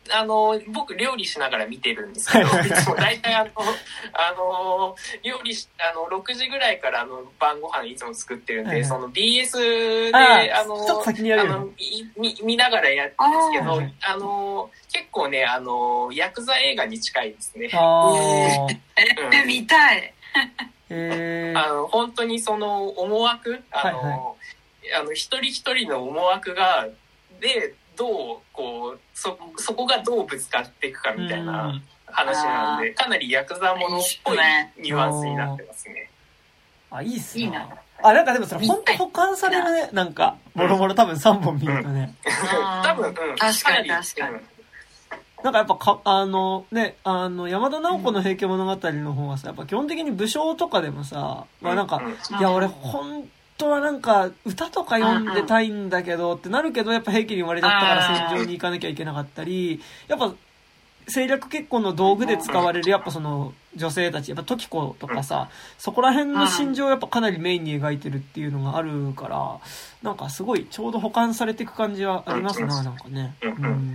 あの、僕料理しながら見てるんですけど、いつも大体あの、あの、料理し、あの、ろくじぐらいからあの、晩ご飯いつも作ってるんで、はいはい、その ビーエス で、あの、 ちょっと先にやるよ、 あの見、見ながらやるんですけど、あ, あの、結構ね、あの、ヤクザ映画に近いですね。 あえ、うん、見たい。 えー、 あの、本当にその思惑、あの、はいはい、あの、一人一人の思惑が、で、どうこう そ, そこがどうぶつかっていくかみたいな話なので、かなりヤクザものっぽいニュアンスになってますね。 あ、いいっすね。 いいな。 あ、なんかでもそれ本当保管されるね。なんかもろもろ多分さんぼん見るとね。 うん、多分、うん、 確かに確かに。 なんかやっぱかあのねあの山田直子の平家物語の方はさ、やっぱ基本的に武将とかでもさ、まあなんか、うん、いや俺本本当はなんか歌とか読んでたいんだけどってなるけど、やっぱ平家に生まれちゃったから戦場に行かなきゃいけなかったり、やっぱ政略結婚の道具で使われるやっぱその女性たち、やっぱ時子とかさ、そこら辺の心情をやっぱかなりメインに描いてるっていうのがあるから、なんかすごいちょうど保管されていく感じはありますな、なんかね。うん。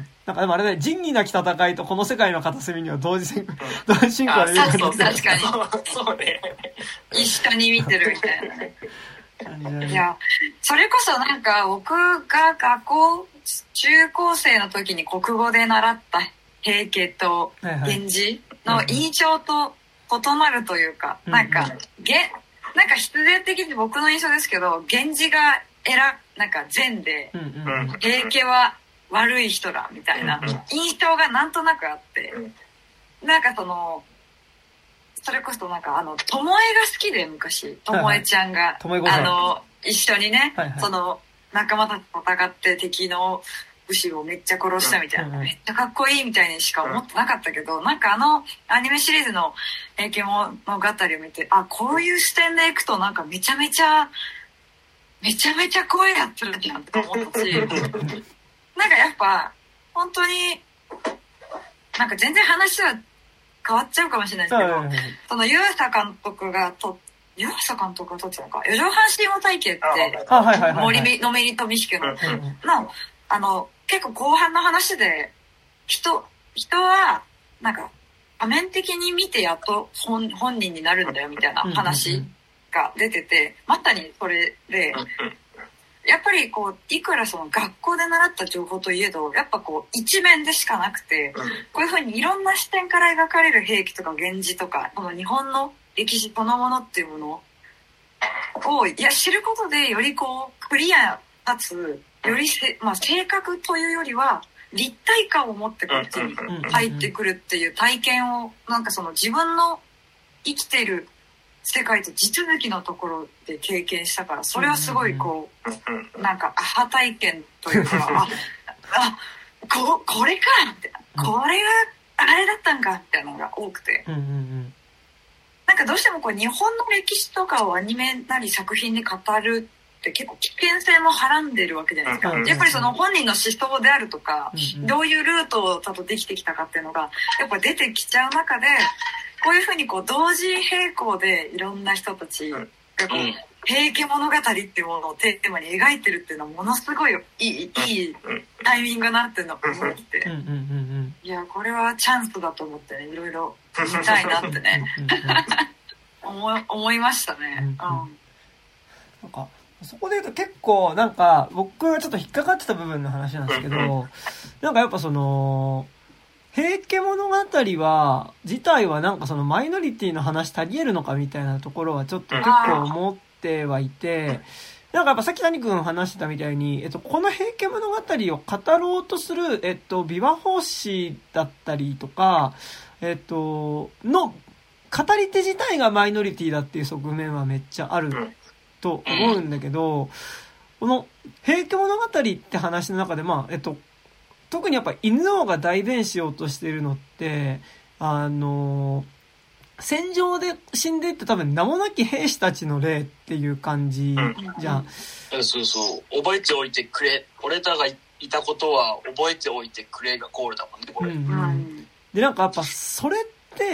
なんかでもあれだね、仁義なき戦いとこの世界の片隅には同時進行、同時進行で見てる。確かに。 そうね。 一緒に見てるみたいなね。いや、それこそなんか僕が学校中高生の時に国語で習った平家と源氏の印象と異なるというか、はいはい、なんか、げなんか必然的に僕の印象ですけど、源氏が偉なんか善で、うんうん、平家は悪い人だみたいな印象がなんとなくあって、なんかそのそれこそなんかあのともえが好きで、昔ともえちゃんが、はいはい、あの一緒にね、はいはい、その仲間たちと戦って敵の武士をめっちゃ殺したみたいな、うんうん、めっちゃかっこいいみたいにしか思ってなかったけど、なんかあのアニメシリーズの「平家物語」を見て、あ、こういう視点でいくとなんかめちゃめちゃめちゃめちゃ声やってるじゃんって思ったしなんかやっぱ本当になんか全然話は変わっちゃうかもしれないですけど、はいはいはい、その湯浅監督がと湯浅監督が撮ってたのか、四畳半神話体系って森のめりと美彦ののあの結構後半の話で、人人はなんか多面的に見てやっと 本, 本人になるんだよみたいな話が出てて、まさにそれで、やっぱりこういくらその学校で習った情報といえど、やっぱこう一面でしかなくて、こういうふうにいろんな視点から描かれる兵器とか源氏とか、この日本の歴史そのものっていうものをいや知ることで、よりこうクリアかつよりせ、まあ、正確というよりは立体感を持ってこっちに入ってくるっていう体験を、なんかその自分の生きている世界と地続きのところで経験したから、それはすごいこうなんかアハ体験というかああ こ, これかってこれがあれだったんかみたいなのが多くて、なんかどうしてもこう日本の歴史とかをアニメなり作品で語るって結構危険性もはらんでるわけじゃないですか。やっぱりその本人の思想であるとか、どういうルートをたどって生きてきたかっていうのがやっぱ出てきちゃう中で、こういうふうにこう同時並行でいろんな人たちがこう平家物語っていうものをテーマに描いてるっていうのはものすごいいい、いいタイミングだなっていうのを思って、いやこれはチャンスだと思ってね、いろいろ見たいなってね思, 思いましたね。うん、 なんかそこで言うと結構なんか僕がちょっと引っかかってた部分の話なんですけど、なんかやっぱその平家物語は自体はなんかそのマイノリティの話足り得るのかみたいなところはちょっと結構思ってはいて、なんかやっぱさっき谷君話してたみたいに、えっとこの平家物語を語ろうとするえっと琵琶法師だったりとかえっとの語り手自体がマイノリティだっていう側面はめっちゃあると思うんだけど、この平家物語って話の中でまあえっと特にやっぱ犬王が代弁しようとしてるのってあの戦場で死んでいって多分名もなき兵士たちの霊っていう感じじゃん、 うん、そうそう覚えておいてくれ、俺らがいたことは覚えておいてくれがコールだもんねこれ、うんうん、 でなんかやっぱそれって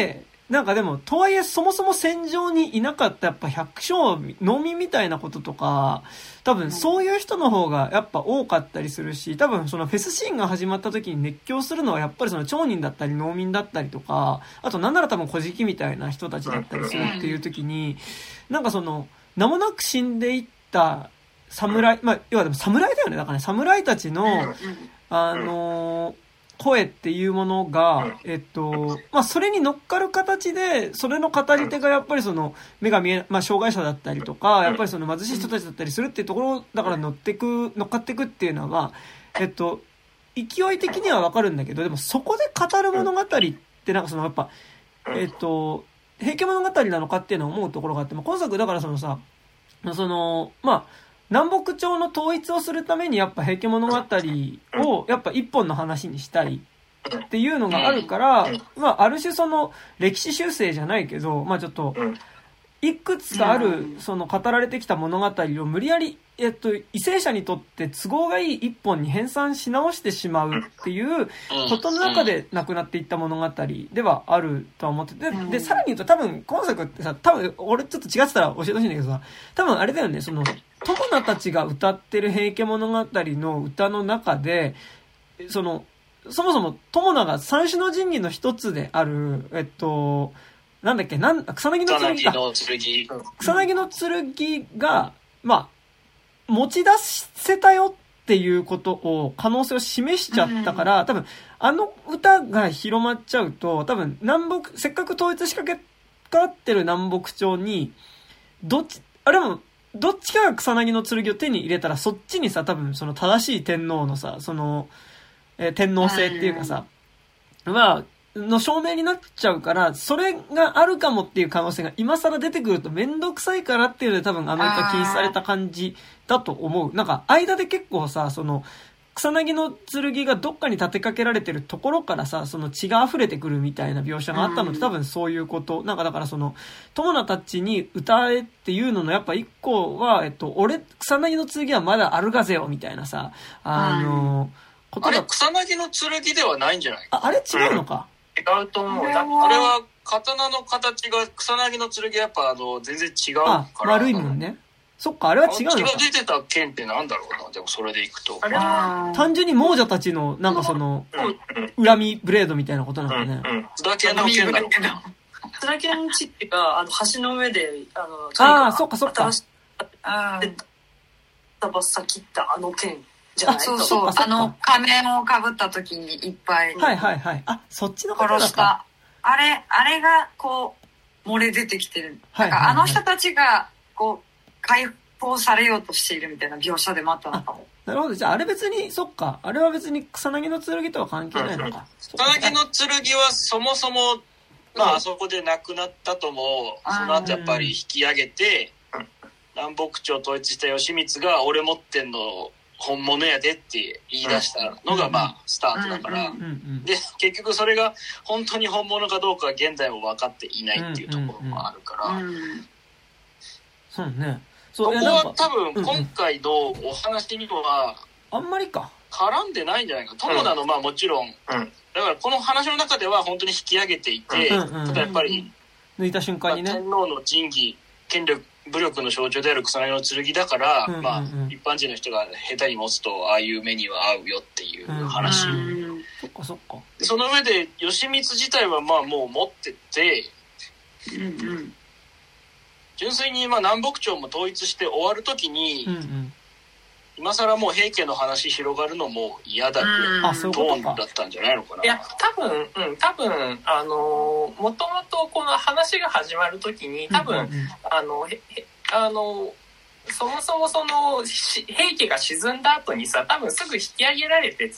なんかでも、とはいえそもそも戦場にいなかったやっぱ百姓、農民みたいなこととか、多分そういう人の方がやっぱ多かったりするし、多分そのフェスシーンが始まった時に熱狂するのはやっぱりその町人だったり農民だったりとか、あとなんなら多分小じきみたいな人たちだったりするっていう時に、なんかその、名もなく死んでいった侍、まあ、要はでも侍だよね。だからね、侍たちの、あのー、声っていうものが、えっと、まあ、それに乗っかる形で、それの語り手がやっぱりその、目が見え、まあ、障害者だったりとか、やっぱりその貧しい人たちだったりするっていうところだから乗ってく、乗っかってくっていうのは、えっと、勢い的にはわかるんだけど、でもそこで語る物語ってなんかその、やっぱ、えっと、平家物語なのかっていうのを思うところがあって、まあ、今作だからそのさ、その、まあ、南北朝の統一をするためにやっぱ平家物語をやっぱ一本の話にしたいっていうのがあるから、まあある種その歴史修正じゃないけど、まあちょっといくつかあるその語られてきた物語を無理やりえっと為政者にとって都合がいい一本に編纂し直してしまうっていうことの中でなくなっていった物語ではあるとは思ってて、でさらに言うと多分今作ってさ、多分俺ちょっと違ってたら教えてほしいんだけどさ、多分あれだよね、その友名たちが歌ってる平家物語の歌の中で、その、そもそも友名が三種の神器の一つである、えっと、なんだっけ、なん、草薙の剣か。草薙の剣が、まあ、持ち出せたよっていうことを、可能性を示しちゃったから、多分、あの歌が広まっちゃうと、多分、南北、せっかく統一しかけかってる南北朝に、どっち、あれも、どっちかが草薙の剣を手に入れたら、そっちにさ、多分その正しい天皇のさ、その、えー、天皇制っていうかさ、まあ、の証明になっちゃうから、それがあるかもっていう可能性が今更出てくるとめんどくさいからっていうので多分あの歌禁止された感じだと思う。なんか、間で結構さ、その、草薙の剣がどっかに立てかけられてるところからさ、その血が溢れてくるみたいな描写があったのって多分そういうこと。なんかだからその、友名たちに歌えっていうののやっぱ一個は、えっと、俺、草薙の剣はまだあるがぜよみたいなさ、あの、 ことが。あれ、草薙の剣ではないんじゃない？ あ、あれ違うのか。 違うと思う。あれは、刀の形が草薙の剣やっぱあの、全然違うから。あ、 悪いもんね。そっか、あれは違うのか。 血が出てた剣ってなんだろうな、でもそれでいくと。 あれは単純に亡者たちの、なんかその、恨みブレードみたいなことなのね。 津田健の剣だろうな。 津田健の血っていうか、あの、橋の上で、あの、ああ、そっかそっか。 ああ。ばっさ切ったあの剣じゃない？ そうそう、あの仮面をかぶった時にいっぱい。 はいはいはい。あ、そっちの方殺した。あれ、あれがこう、漏れ出てきてる。はいはいはい、なんかあの人たちが、こう、解放されようとしているみたいな描写でもあったのかも。 なるほど。じゃああれ別に、そっか。あれは別に草薙の剣とは関係ないのか。 草薙の剣はそもそも、まああそこで亡くなったとも、その後やっぱり引き上げて、南北朝統一した義満が俺持ってんの本物やでって言い出したのがまあスタートだから。で、結局それが本当に本物かどうかは現在も分かっていないっていうところもあるから。 そうね。 そこは多分今回のお話にはあんまりか絡んでないんじゃないか。友田のまあもちろん、だからこの話の中では本当に引き上げていて、ただやっぱり抜いた瞬間にね、 天皇の仁義権力武力の象徴である草薙の剣だから、まあ一般人の人が下手に持つとああいう目には合うよっていう話。 そっかそっか。 その上で義満自体はまあもう持ってて。うんうん純粋にまあ南北朝も統一して終わるときに、うんうん、今更もう平家の話広がるのも嫌だっていうトーンだったんじゃないのかな。 いや多分、うん、多分あのもともとこの話が始まるときに多分、うんうんうん、あのへあのそもそもその平家が沈んだ後にさ多分すぐ引き上げられてって、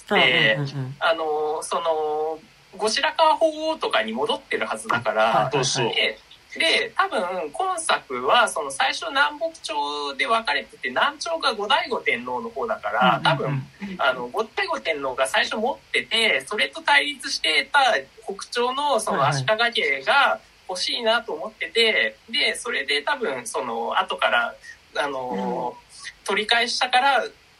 うんうんうんうん、あのその後白河法皇とかに戻ってるはずだから。 そうそうで多分今作はその最初南北朝で分かれてて南朝が後醍醐天皇の方だから多分あの後醍醐天皇が最初持っててそれと対立してた北朝のその足利家が欲しいなと思っててでそれで多分その後からあの、うん、取り返したから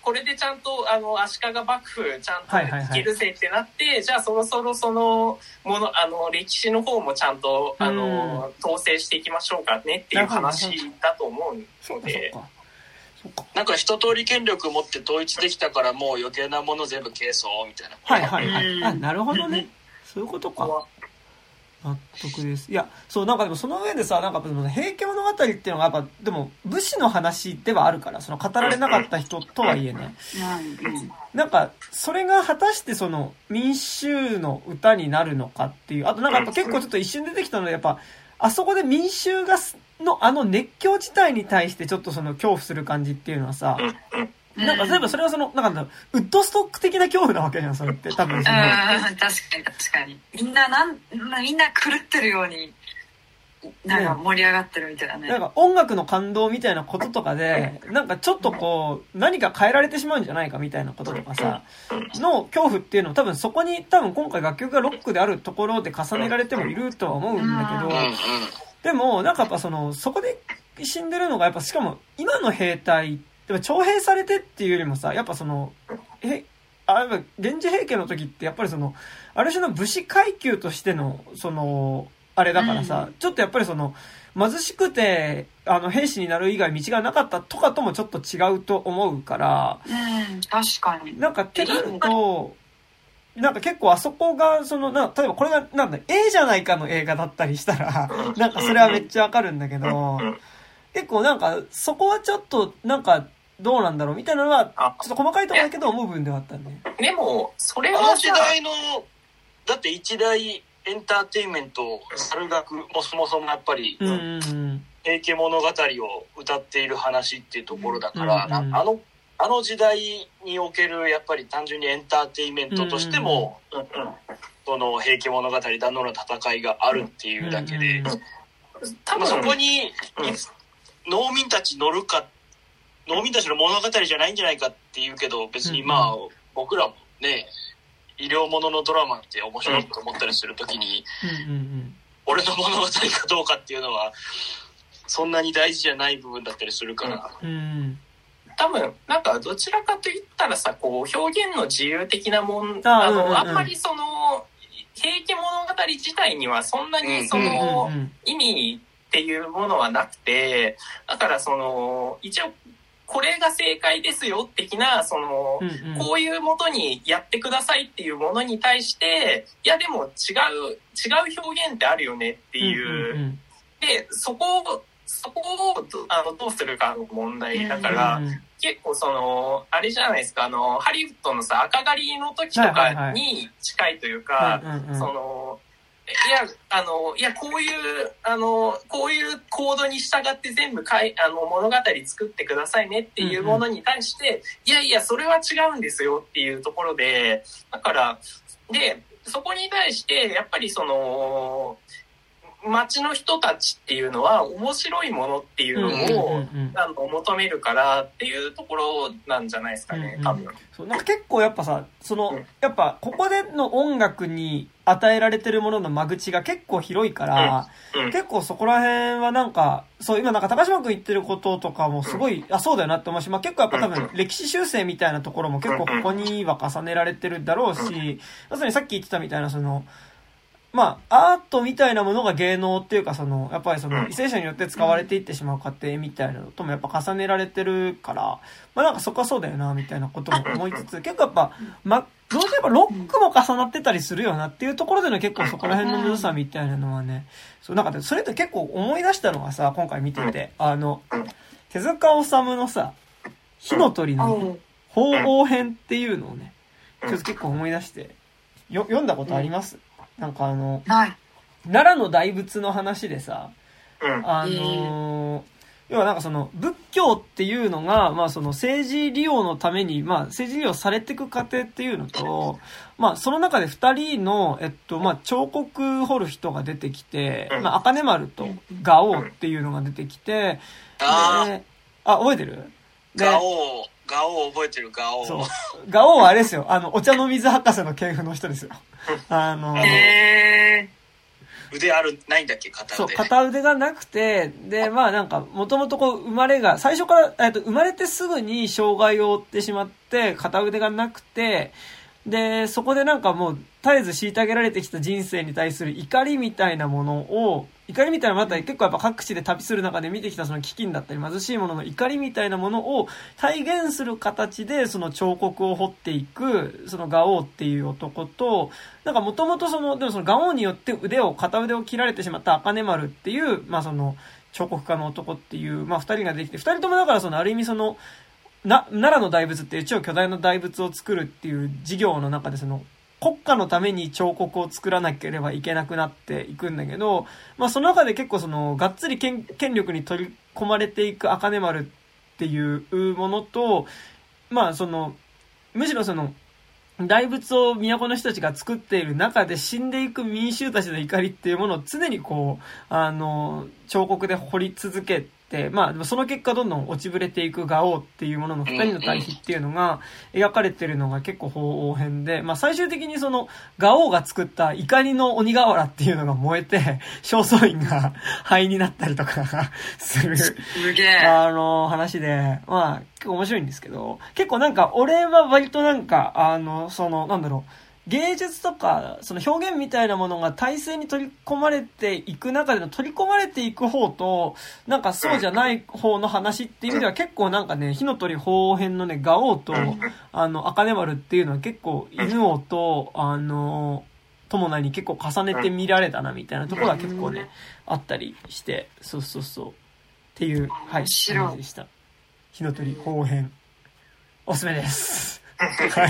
これでちゃんとあの足利幕府ちゃんといけるぜってなって、はいはいはい、じゃあそろそろそのものあの歴史の方もちゃんとあの統制していきましょうかねっていう話だと思うので、 なんか一通り権力持って統一できたからもう余計なもの全部消そうみたいな。 はいはいはい。あ、なるほどね。そういうことか。納得です。いや、そう、なんかでもその上でさ、なんか平家物語っていうのがやっぱ、でも武士の話ではあるから、その語られなかった人とはいえね。なんか、それが果たしてその民衆の歌になるのかっていう、あとなんかやっぱ結構ちょっと一瞬出てきたので、やっぱ、あそこで民衆が、のあの熱狂自体に対してちょっとその恐怖する感じっていうのはさ、なんか例えばそれはその、なんかウッドストック的な恐怖なわけじゃん、それって。多分その。 うん、確かに確かに。みんななん、みんな狂ってるように、なんか盛り上がってるみたいなね。 なんか音楽の感動みたいなこととかで、なんかちょっとこう、何か変えられてしまうんじゃないかみたいなこととかさ、の恐怖っていうのを多分そこに、多分今回楽曲がロックであるところで重ねられてもいるとは思うんだけど、でもなんかやっぱその、そこで死んでるのがやっぱしかも今の兵隊、でも徴兵されてっていうよりもさ、やっぱその、え、あ、やっぱ源氏平家の時ってやっぱりその、ある種の武士階級としての、その、あれだからさ、うん、ちょっとやっぱりその、貧しくて、あの、兵士になる以外道がなかったとかともちょっと違うと思うから、 うん、確かに。 なんかってなると、なんか結構あそこが、その、な、例えばこれが、なんだ、A じゃないかの映画だったりしたら、なんかそれはめっちゃわかるんだけど、結構なんか、そこはちょっと、なんか、どうなんだろうみたいなのは、ちょっと細かいところだけど思う部分ではあったんで。 でも、それは。 あの時代の、だって一大エンターテインメント、猿楽もそもそもやっぱり、 うんうん、 平家物語を歌っている話っていうところだから、うんうん、あの、あの時代における、やっぱり単純にエンターテインメントとしても、うんうん、その平家物語、壇ノ浦の戦いがあるっていうだけで、うんうん、多分そこに、うん、農民たち乗るか、農民たちの物語じゃないんじゃないかっていうけど、別にまあ、うんうん、僕らもね、医療もののドラマって面白いと思ったりするときに、 うんうんうん、 俺の物語かどうかっていうのは、そんなに大事じゃない部分だったりするから。 うんうん、 多分、なんかどちらかといったらさ、こう、表現の自由的なもん、あの、うんうんうん、あんまりその、平家物語自体にはそんなにその、うんうんうん、意味っていうものはなくて、だからその、一応、これが正解ですよ的な、その、うんうん、こういうもとにやってくださいっていうものに対して、いやでも違う、違う表現ってあるよねっていう、うんうんうん、で、そこを、そこをあのどうするかの問題だから、うんうん、結構その、あれじゃないですか、あの、ハリウッドのさ、赤狩りの時とかに近いというか、その、いや、あの、いや、こういう、あの、こういうコードに従って全部かい、あの、物語作ってくださいねっていうものに対して、うんうん、いやいや、それは違うんですよっていうところで、だから、で、そこに対して、やっぱりその、街の人たちっていうのは面白いものっていうのを、うんうんうん、あの求めるからっていうところなんじゃないですかね、多分。うんうん、 そうなんか結構やっぱさ、その、うん、やっぱここでの音楽に与えられてるものの間口が結構広いから、うんうん、結構そこら辺はなんか、そう今なんか高島くん言ってることとかもすごい、うん、あ、そうだよなって思うし、まあ結構やっぱ多分歴史修正みたいなところも結構ここには重ねられてるだろうし、まさにさっき言ってたみたいなその、まあ、アートみたいなものが芸能っていうか、その、やっぱりその、為政者によって使われていってしまう過程みたいなのともやっぱ重ねられてるから、まあなんかそこはそうだよな、みたいなことも思いつつ、結構やっぱ、ま、どうせやっぱロックも重なってたりするよなっていうところでの結構そこら辺のむずさみたいなのはね、そう、なんかそれって結構思い出したのがさ、今回見てて、あの、手塚治虫のさ、火の鳥の鳳凰編っていうのをね、ちょっと結構思い出して、よ、読んだことあります？なんかあの、奈良の大仏の話でさ、 うん、 あのー、要はなんかその仏教っていうのが、まあその政治利用のために、まあ政治利用されていく過程っていうのと、まあその中で二人の、えっと、まあ彫刻彫る人が出てきて、まあ茜丸とガオウっていうのが出てきて、 あで、あ、覚えてる？ ガオウ。ガオウ覚えてる、ガオウ。 そう。ガオウはあれですよ。あの、お茶の水博士の系譜の人ですよ。あの、 へ腕ある、ないんだっけ、片腕。 そう、片腕がなくて、で、まあなんか、もともとこう、生まれが、最初から、えっと、生まれてすぐに障害を負ってしまって、片腕がなくて、で、そこでなんかもう、絶えず虐げられてきた人生に対する怒りみたいなものを、怒りみたいなものだったり、結構やっぱ各地で旅する中で見てきたその飢饉だったり、貧しいものの怒りみたいなものを体現する形で、その彫刻を彫っていく、そのガオーっていう男と、なんかもともとその、でもそのガオーによって腕を、片腕を切られてしまった茜丸っていう、まあその、彫刻家の男っていう、まあ二人ができて、二人ともだからその、ある意味その、な、奈良の大仏っていう超巨大な大仏を作るっていう事業の中でその、国家のために彫刻を作らなければいけなくなっていくんだけど、まあその中で結構その、がっつり権、権力に取り込まれていく茜丸っていうものと、まあその、むしろその、大仏を都の人たちが作っている中で死んでいく民衆たちの怒りっていうものを常にこう、あの、彫刻で彫り続けて、まあ、でもその結果どんどん落ちぶれていくガオーっていうものの二人の対比っていうのが描かれてるのが結構方応変で、まあ最終的にそのガオーが作った怒りの鬼瓦っていうのが燃えて、正倉院が灰になったりとかする、 すげえ。 あの話で、まあ結構面白いんですけど、結構なんか俺は割となんか、あの、その、なんだろう、芸術とか、その表現みたいなものが体制に取り込まれていく中での取り込まれていく方と、なんかそうじゃない方の話っていう意味では結構なんかね、火の鳥方編のね、ガオーと、あの、茜丸っていうのは結構犬王と、あの、友内に結構重ねて見られたなみたいなところは結構ね、あったりして、そうそうそう。っていう、はい、感じでした。火の鳥方編。おすすめです。はい。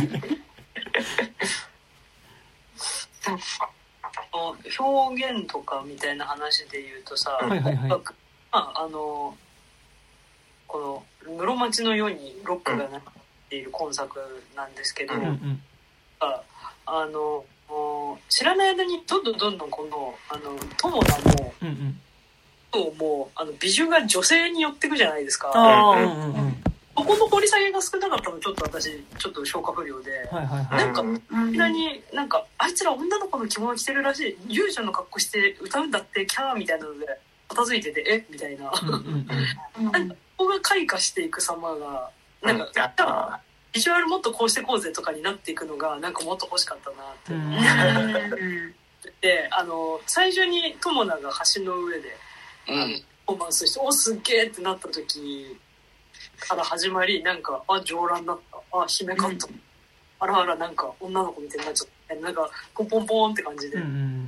表現とかみたいな話で言うとさ、 はいはいはい、 まあ、あのこの室町の世にロックがなっている今作なんですけど、うんうん、あ, あの知らない間にどんどんどんどんこのあの友田も、うんうん、もうあの美女が女性に寄ってくじゃないですか。あ、うんうんうん、ここの掘り下げが少なかったのちょっと私ちょっと消化不良で、はいはいはい、なんかみんなになんかあいつら女の子の着物着てるらしい、遊女の格好して歌うんだってキャーみたいなので片付いててえみたいな、うんうんうん、なんかここが開花していく様がなんかやったらビジュアルもっとこうしてこうぜとかになっていくのがなんかもっと欲しかったなって思ってで、あの最初に友永が橋の上でパフォーマンスしておすっげーってなった時から始まり、なんかあ上乱だった、あ姫かった、うん、あらあらなんか女の子みたいになっちゃった、なんかポンポンポンって感じで、うんうん、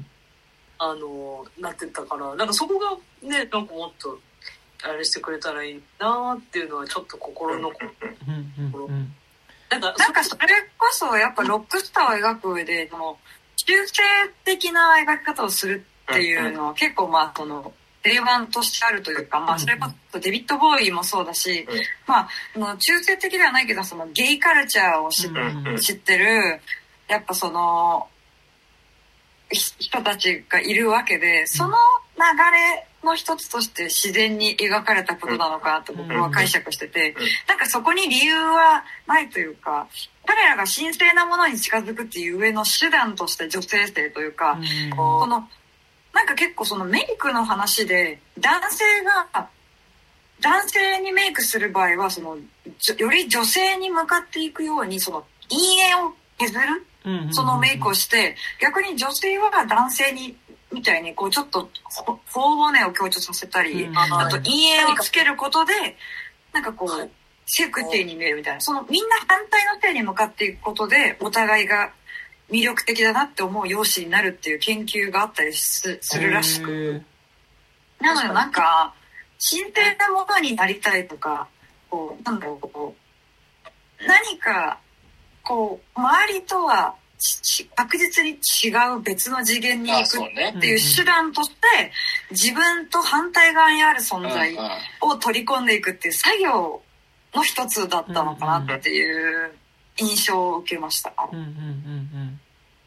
あのなってったから、なんかそこがねなんかもっとあれしてくれたらいいなっていうのはちょっと心の心、うんうん、 なんかなんかそれこそやっぱロックスターを描く上でその中性的な描き方をするっていうのは結構まあその定番としてあるというか、まあそれこそデビッド・ボーイもそうだし、まあ中性的ではないけどそのゲイカルチャーを 知,、うん、知ってるやっぱその人たちがいるわけで、その流れの一つとして自然に描かれたことなのかなと僕は解釈してて、なんかそこに理由はないというか、彼らが神聖なものに近づくっていう上の手段として女性性というか、うん、このなんか結構そのメイクの話で男性が男性にメイクする場合はそのより女性に向かっていくようにその陰影を削るそのメイクをして、逆に女性は男性にみたいにこうちょっと頬骨を強調させたり、あと陰影をつけることでなんかこうセクシーに見えるみたいな、そのみんな反対の性に向かっていくことでお互いが魅力的だなって思う容姿になるっていう研究があったり す, するらしく、なのでなんか神聖なものになりたいとか、こうなんだろう、こう何かこう周りとは確実に違う別の次元に行くっていう手段として自分と反対側にある存在を取り込んでいくっていう作業の一つだったのかなっていう印象を受けました。うんうんうんうん。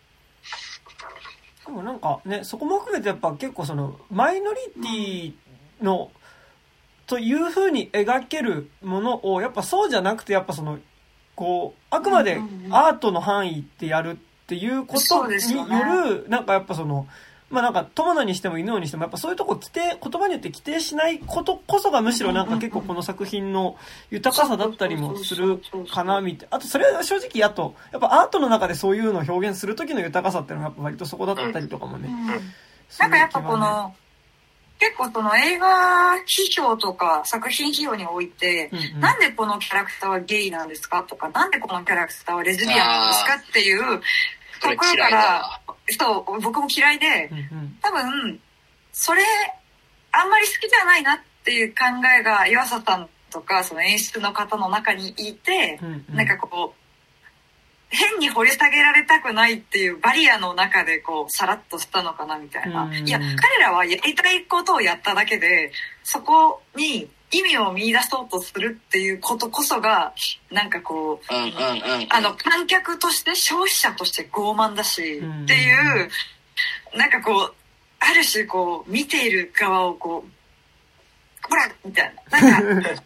でもなんかね、そこも含めてやっぱ結構そのマイノリティのという風に描けるものをやっぱそうじゃなくて、やっぱそのこうあくまでアートの範囲ってやるっていうことによるなんかやっぱそのまあなんか友野にしても犬王にしてもやっぱそういうとこ規定、言葉によって規定しないことこそがむしろなんか結構この作品の豊かさだったりもするかなみたいな。あとそれは正直あとやっぱアートの中でそういうのを表現する時の豊かさっていうのがやっぱ割とそこだったりとかもね。 うんうん、なんかやっぱこの結構その映画批評とか作品批評において、うんうん、なんでこのキャラクターはゲイなんですかとか、なんでこのキャラクターはレズビアンなんですかっていうところから、そう僕も嫌いで、うんうん、多分それあんまり好きじゃないなっていう考えが岩佐さんとかその演出の方の中にいて、うんうん、なんかこう変に掘り下げられたくないっていうバリアの中でこうさらっとしたのかなみたいな、うん、いや彼らはやりたいことをやっただけでそこに意味を見出そうとするっていうことこそがなんかこう、うんうんうん、あの観客として消費者として傲慢だし、うん、っていうなんかこうある種こう見ている側をこうほらみたいななんか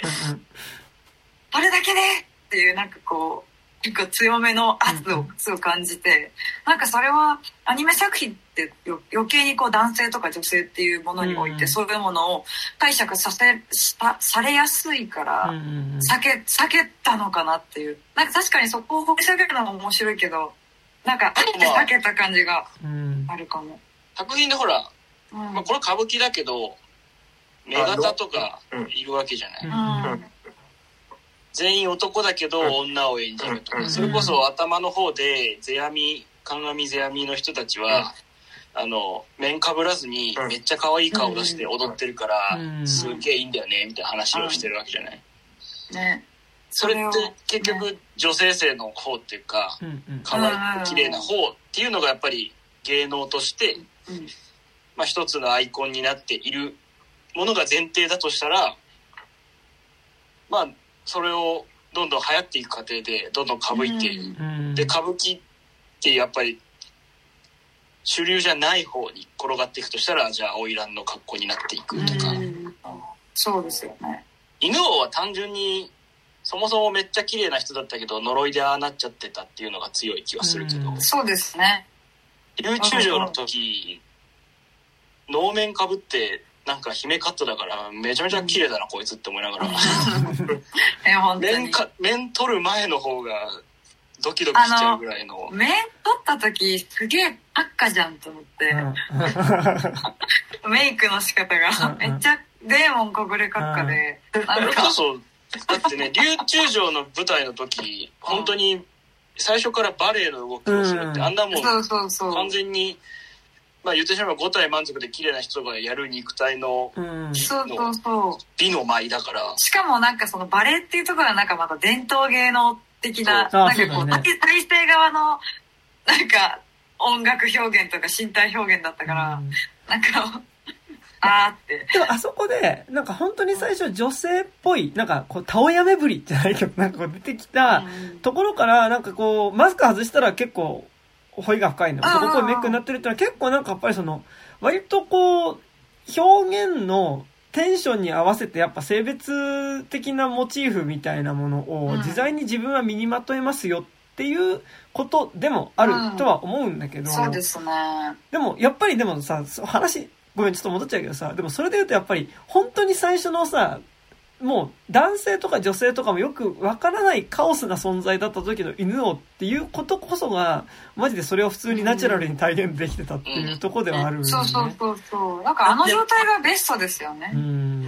これだけでっていうなんかこう結構強めの圧をすごく感じて、なんかそれはアニメ作品って余計にこう男性とか女性っていうものにおいてそういうものを解釈させさされやすいから避け避けたのかなっていう、なんか確かにそこを掘り下げるのも面白いけどなんかあえて避けた感じがあるかも。 作品でほら、うんまあ、これ歌舞伎だけど目型とかいるわけじゃない、うんうん全員男だけど女を演じるとか、それこそ頭の方で世阿弥鑑世阿弥の人たちはあの面かぶらずにめっちゃ可愛い顔出して踊ってるからすげえいいんだよねみたいな話をしてるわけじゃない、ね、それって結局女性性の方っていうか可愛い綺麗な方っていうのがやっぱり芸能としてまあ一つのアイコンになっているものが前提だとしたらまあそれをどんどん流行っていく過程でどんどん歌舞いている、うん、で歌舞伎ってやっぱり主流じゃない方に転がっていくとしたらじゃあ花魁の格好になっていくとか、うん、 そうですよね。 犬王は単純にそもそもめっちゃ綺麗な人だったけど呪いでああなっちゃってたっていうのが強い気はするけど、うん、 そうですね。 竜中将の時能面かぶってなんか姫カットだからめちゃめちゃ綺麗だな、うん、こいつって思いながら面か面取る前の方がドキドキしちゃうぐらいの面取った時すげえ赤じゃんと思って、うん、メイクの仕方がめっちゃデーモン小暮閣下で、 うん、それこそだってね竜中将の舞台の時本当に最初からバレエの動きをするって、うん、あんなもんそうそうそう完全にまあ言ってしまえばご体満足で綺麗な人がやる肉体の、 うん、そうそうそう美の舞だから。 しかもなんかそのバレエっていうところはなんかまた伝統芸能的な、なんかこう、体制側のなんか音楽表現とか身体表現だったから、うん、なんか、あーって。 でもあそこで、なんか本当に最初女性っぽい、なんかこう、たおやめぶりじゃないけど、なんかこう出てきたところから、なんかこう、マスク外したら結構、彫りが深いの男っぽいメイクになってるってのは結構なんかやっぱりその割とこう表現のテンションに合わせてやっぱ性別的なモチーフみたいなものを自在に自分は身にまとえますよっていうことでもあるとは思うんだけど、 うん、そうですね。 でもやっぱりでもさ話ごめんちょっと戻っちゃうけどさでもそれで言うとやっぱり本当に最初のさもう男性とか女性とかもよくわからないカオスな存在だった時の犬王っていうことこそがマジでそれを普通にナチュラルに体現できてたっていうところではあるよね、 うんうん、そうそうそうそうなんかあの状態がベストですよね。うん。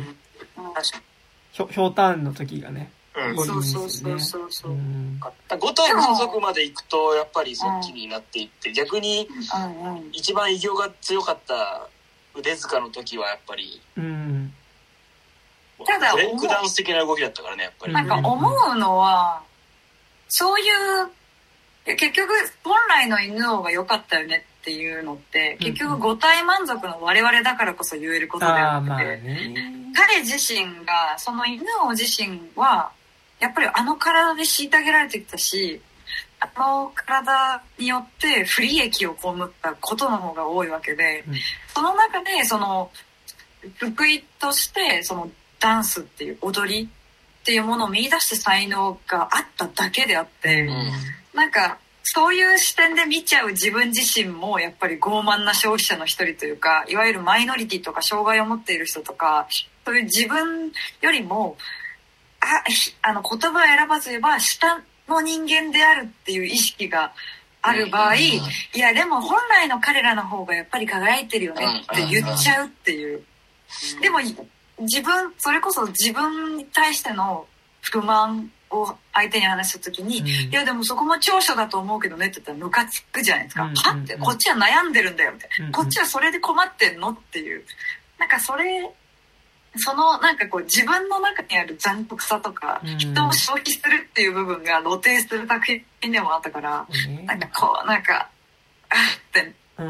ひょひょうたんの時がね、 うん、そうそうそうそうそう、うん、 ご体無所属まで行くとやっぱりそっちになっていって、うん、逆に一番偉業が強かった腕塚の時はやっぱり、うんただブレイクダンス的な動きだったからねやっぱり。 なんか思うのはそういう結局本来の犬王が良かったよねっていうのって結局五体満足の我々だからこそ言えることであって、まあね、彼自身がその犬王自身はやっぱりあの体で虐げられてきたしあの体によって不利益を被ったことの方が多いわけで、うん、その中でその福井としてそのダンスっていう踊りっていうものを見出して才能があっただけであって、うん、なんかそういう視点で見ちゃう自分自身もやっぱり傲慢な消費者の一人というか、いわゆるマイノリティとか障害を持っている人とか、そういう自分よりもああの言葉を選ばず言えば下の人間であるっていう意識がある場合、いやでも本来の彼らの方がやっぱり輝いてるよねって言っちゃうっていう。でも自分、それこそ自分に対しての不満を相手に話した時に、うん、いやでもそこも長所だと思うけどねって言ったらムカつくじゃないですか。は、うん、ってこっちは悩んでるんだよみたいな、うん、こっちはそれで困ってんのっていう、なんかそれそのなんかこう自分の中にある残酷さとか、うん、人を消費するっていう部分が露呈する作品でもあったから、うん、なんかこうなんかあって、うんうん、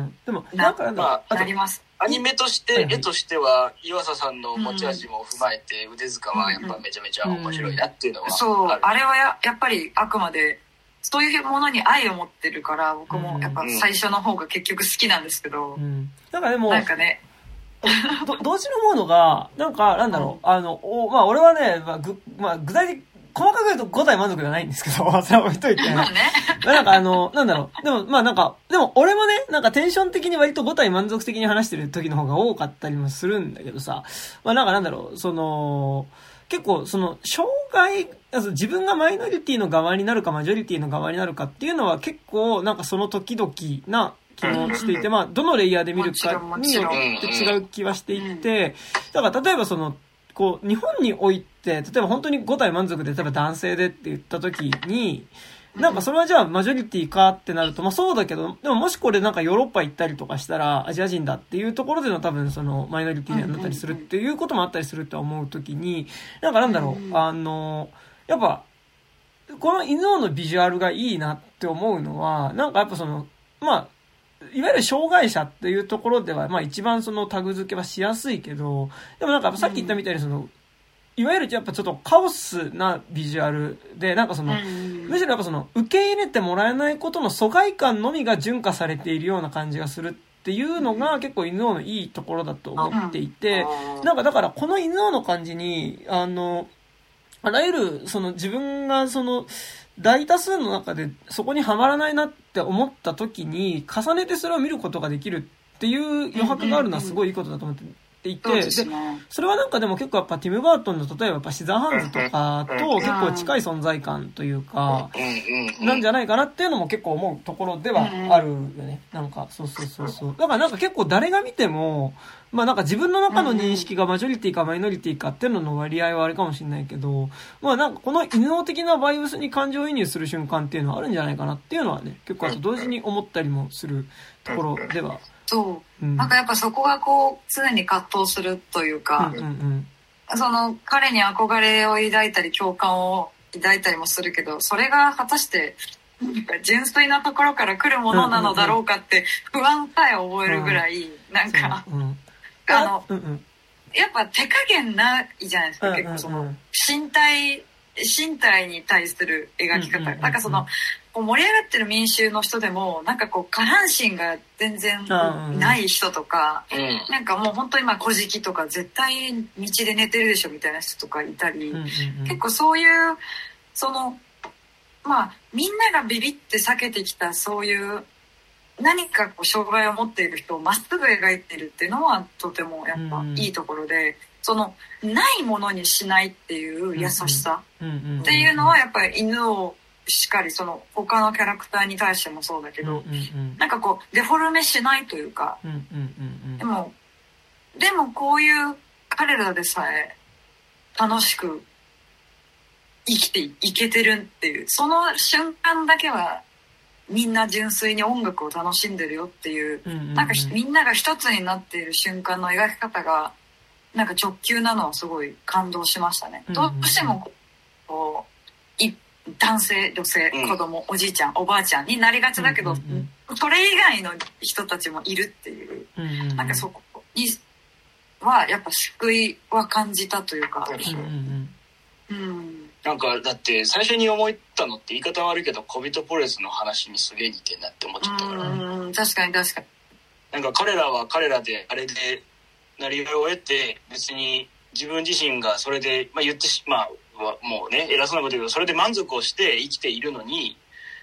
でもなんかまあなります。 アニメとして絵としては岩佐さんの持ち味も踏まえて腕塚はやっぱめちゃめちゃ面白いなっていうのはある。 そうあれは や, やっぱりあくまでそういうものに愛を持ってるから僕もやっぱ最初の方が結局好きなんですけど、うん、 なんかでもなんかねど同時に思うのがなんかなんだろう、うん、あのおまあ俺はね、まあぐまあ、具体的細かく言うとご体満足じゃないんですけど、それは置いといて。まあね。なんかあの、なんだろう。でも、まあなんか、でも俺もね、なんかテンション的に割とご体満足的に話してる時の方が多かったりもするんだけどさ、まあなんかなんだろう、その、結構その、障害、自分がマイノリティの側になるかマジョリティの側になるかっていうのは結構なんかその時々な気もしていて、まあどのレイヤーで見るかによって違う気はしていて、だから例えばその、こう、日本において、例えば本当にご体満足で、例えば男性でって言った時に、なんかそれはじゃあマジョリティかってなると、まあそうだけど、でももしこれなんかヨーロッパ行ったりとかしたら、アジア人だっていうところでの多分そのマイノリティになったりするっていうこともあったりすると思う時に、なんかなんだろう、あの、やっぱ、この犬王のビジュアルがいいなって思うのは、なんかやっぱその、まあ、いわゆる障害者っていうところでは、まあ一番そのタグ付けはしやすいけど、でもなんかさっき言ったみたいにその、いわゆるやっぱちょっとカオスなビジュアルで、なんかその、むしろやっぱその、受け入れてもらえないことの疎外感のみが純化されているような感じがするっていうのが結構犬王のいいところだと思っていて、なんかだからこの犬王の感じに、あの、あらゆるその自分がその、大多数の中でそこにはまらないなって思った時に重ねてそれを見ることができるっていう余白があるのはすごいいいことだと思っていて、でそれはなんかでも結構やっぱティム・バートンの例えばやっぱシザーハンズとかと結構近い存在感というかなんじゃないかなっていうのも結構思うところではあるよね。なんかそうそうそうそう、だからなんか結構誰が見てもまあなんか自分の中の認識がマジョリティかマイノリティかっていうのの割合はあれかもしれないけど、まあなんかこの犬王的なバイブスに感情移入する瞬間っていうのはあるんじゃないかなっていうのはね、結構あと同時に思ったりもするところでは。 そう、うん、なんかやっぱそこがこう常に葛藤するというか、うんうんうん、その彼に憧れを抱いたり共感を抱いたりもするけど、それが果たして純粋なところから来るものなのだろうかって不安さえ覚えるぐらい、なんか、うんうん、あの、うんうん、やっぱ手加減ないじゃないですか、結構その身体身体に対する描き方、うんうんうんうん、なんかそのこう盛り上がってる民衆の人でもなんかこう下半身が全然ない人とか、うんうん、なんかもう本当にまあ小敷とか絶対道で寝てるでしょみたいな人とかいたり、うんうんうん、結構そういうそのまあみんながビビって避けてきたそういう何かこう障害を持っている人をまっすぐ描いてるっていうのはとてもやっぱいいところで、うん、そのないものにしないっていう優しさっていうのはやっぱり犬をしっかりその他のキャラクターに対してもそうだけど、なんかこうデフォルメしないというか、でもでもこういう彼らでさえ楽しく生きていけてるっていうその瞬間だけはみんな純粋に音楽を楽しんでるよっていう、なんかみんなが一つになっている瞬間の描き方がなんか直球なのはすごい感動しましたね。どうしてもこうい男性女性子供、うん、おじいちゃんおばあちゃんになりがちだけど、うんうんうん、それ以外の人たちもいるっていう、うんうんうん、なんかそこにはやっぱ救いは感じたというか、うんうんうん、なんかだって最初に思ったのって言い方悪いけど小人ポレスの話にすげえ似てんなって思っちゃったから、 うん確かに確かになんか彼らは彼らであれでなりわいを得て別に自分自身がそれで、まあ、言ってしまあもうね偉そうなこと言うけどそれで満足をして生きているのに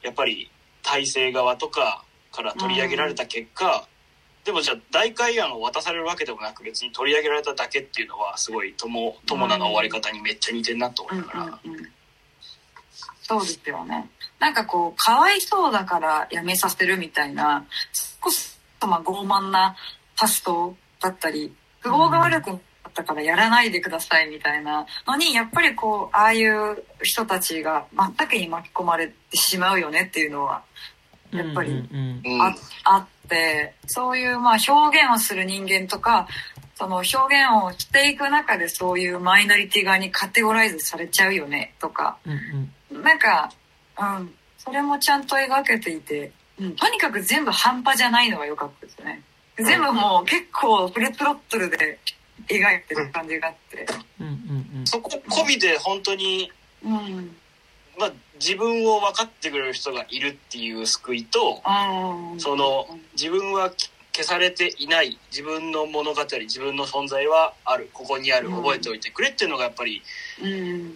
やっぱり体制側とかから取り上げられた結果、うん、でもじゃあ代替案を渡されるわけでもなく別に取り上げられただけっていうのはすごい友友なの終わり方にめっちゃ似てるなと思いながら、うんうんうん、 そうですよね。なんかこうかわいそうだからやめさせるみたいな少しまあ傲慢な発想だったり都合が悪くなったからやらないでくださいみたいなのにやっぱりこうああいう人たちが真っ先に巻き込まれてしまうよねっていうのはやっぱり あ,、うんうんうん、あってそういうまあ表現をする人間とかその表現をしていく中でそういうマイノリティ側にカテゴライズされちゃうよねとか、うんうん、なんか、うん、それもちゃんと描けていて、うん、とにかく全部半端じゃないのが良かったですね。全部もう結構フルプロットルで描いてる感じがあって、うんうんうん、そこ込みで本当に、うんまあ、自分を分かってくれる人がいるっていう救いと、うん、その自分は消されていない自分の物語自分の存在はあるここにある覚えておいてくれっていうのがやっぱり、うん、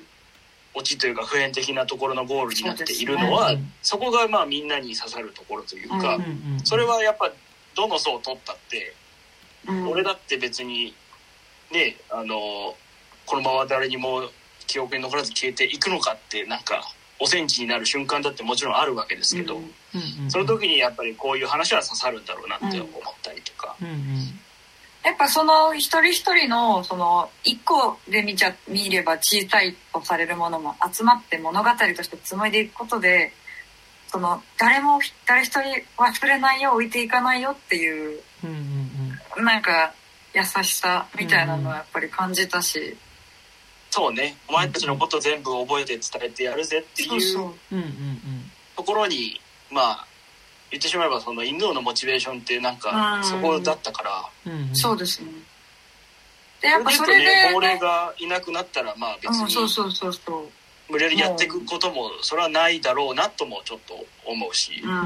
オチというか普遍的なところのゴールになっているのは そ,、ね、そこがまあみんなに刺さるところというか、うん、それはやっぱどの層を取ったって、うん、俺だって別にねあのこのまま誰にも記憶に残らず消えていくのかってなんかおセンチになる瞬間だってもちろんあるわけですけど、うんうんうん、その時にやっぱりこういう話は刺さるんだろうなって思ったりとか、うんうんうん、 やっぱその一人一人のその一個で見ちゃ見れば小さいとされるものも集まって物語として紡いでいくことでその誰も誰一人忘れないよ置いていかないよっていう、うんうんうん、なんか優しさみたいなのはやっぱり感じたし、うんうん、 そうねお前たちのこと全部覚えて伝えてやるぜっていうところにまあ言ってしまえばその犬王のモチベーションってなんかそこだったから、 うんうん、そうですね。でやっぱそれで亡霊がいなくなったらまあ別に、うん、そうそうそうそう無理やりやっていくこともそれはないだろうなともちょっと思うし、うんうんうん、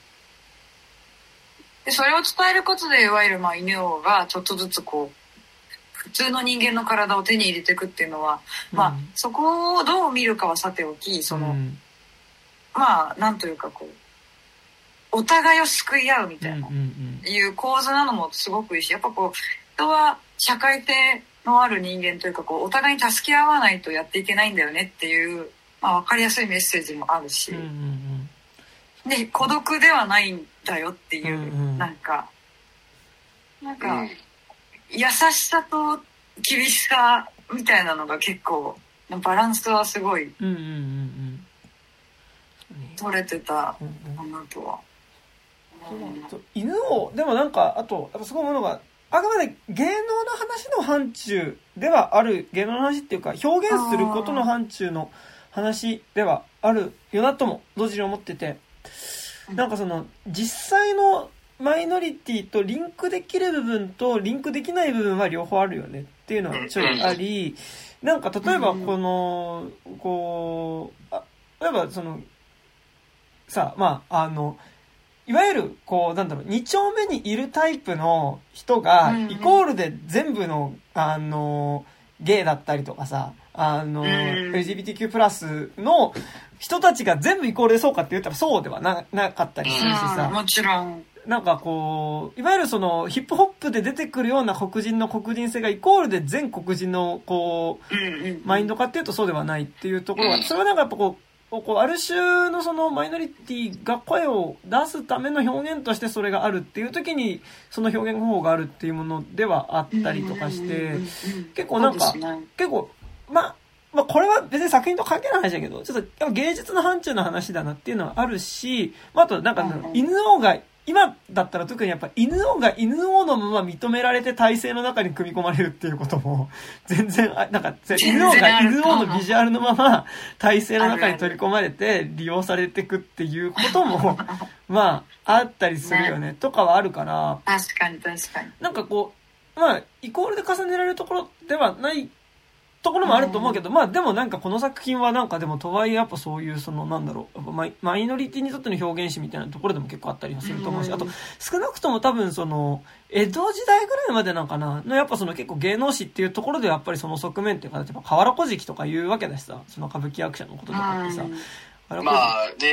でそれを伝えることでいわゆるまあ犬王がちょっとずつこう普通の人間の体を手に入れていくっていうのは、うん、まあそこをどう見るかはさておきその、うん、まあなんというかこうお互いを救い合うみたいな、うんうんうん、いう構図なのもすごくいいしやっぱこう人は社会性のある人間というかこうお互いに助け合わないとやっていけないんだよねっていう、まあ、分かりやすいメッセージもあるし、うんうんうん、で孤独ではないんだよっていう、うんうん、なんかなんか、うん、優しさと厳しさみたいなのが結構バランスはすごい取れてたかなとは、 うんうんうん、犬をでもなんかあとやっぱすごいものがあくまで芸能の話の範疇ではある芸能の話っていうか表現することの範疇の話ではあるよなとも同時に思っててなんかその実際のマイノリティとリンクできる部分とリンクできない部分は両方あるよねっていうのはちょいありなんか例えばこのこうあ例えばそのさまああのいわゆるこうなんだろうに丁目にいるタイプの人がイコールで全部のあのゲイだったりとかさあの エルジービーティーキュー プラスの人たちが全部イコールでそうかって言ったらそうでは な, なかったりするしさもちろんなんかこういわゆるそのヒップホップで出てくるような黒人の黒人性がイコールで全黒人のこうマインドかっていうとそうではないっていうところがそれはなんかやっぱこうこうある種のそのマイノリティが声を出すための表現としてそれがあるっていう時にその表現方法があるっていうものではあったりとかして結構なんか結構まあまあこれは別に作品と関係ない話だけどちょっと芸術の範疇の話だなっていうのはあるしあとなんか犬王が今だったら特にやっぱ犬王が犬王のまま認められて体制の中に組み込まれるっていうことも全然なんか犬王が犬王のビジュアルのまま体制の中に取り込まれて利用されていくっていうこともまああったりするよねとかはあるから確かに確かになんかこうまあイコールで重ねられるところではないところもあると思うけど、まあでもなんかこの作品はなんかでもとはいえやっぱそういうそのなんだろうマイ、マイノリティにとっての表現史みたいなところでも結構あったりすると思うし、あと少なくとも多分その江戸時代ぐらいまでなんかなのやっぱその結構芸能史っていうところでやっぱりその側面っていうか例えば河原小敷とか言うわけだしさその歌舞伎役者のこととかってさ、 まあで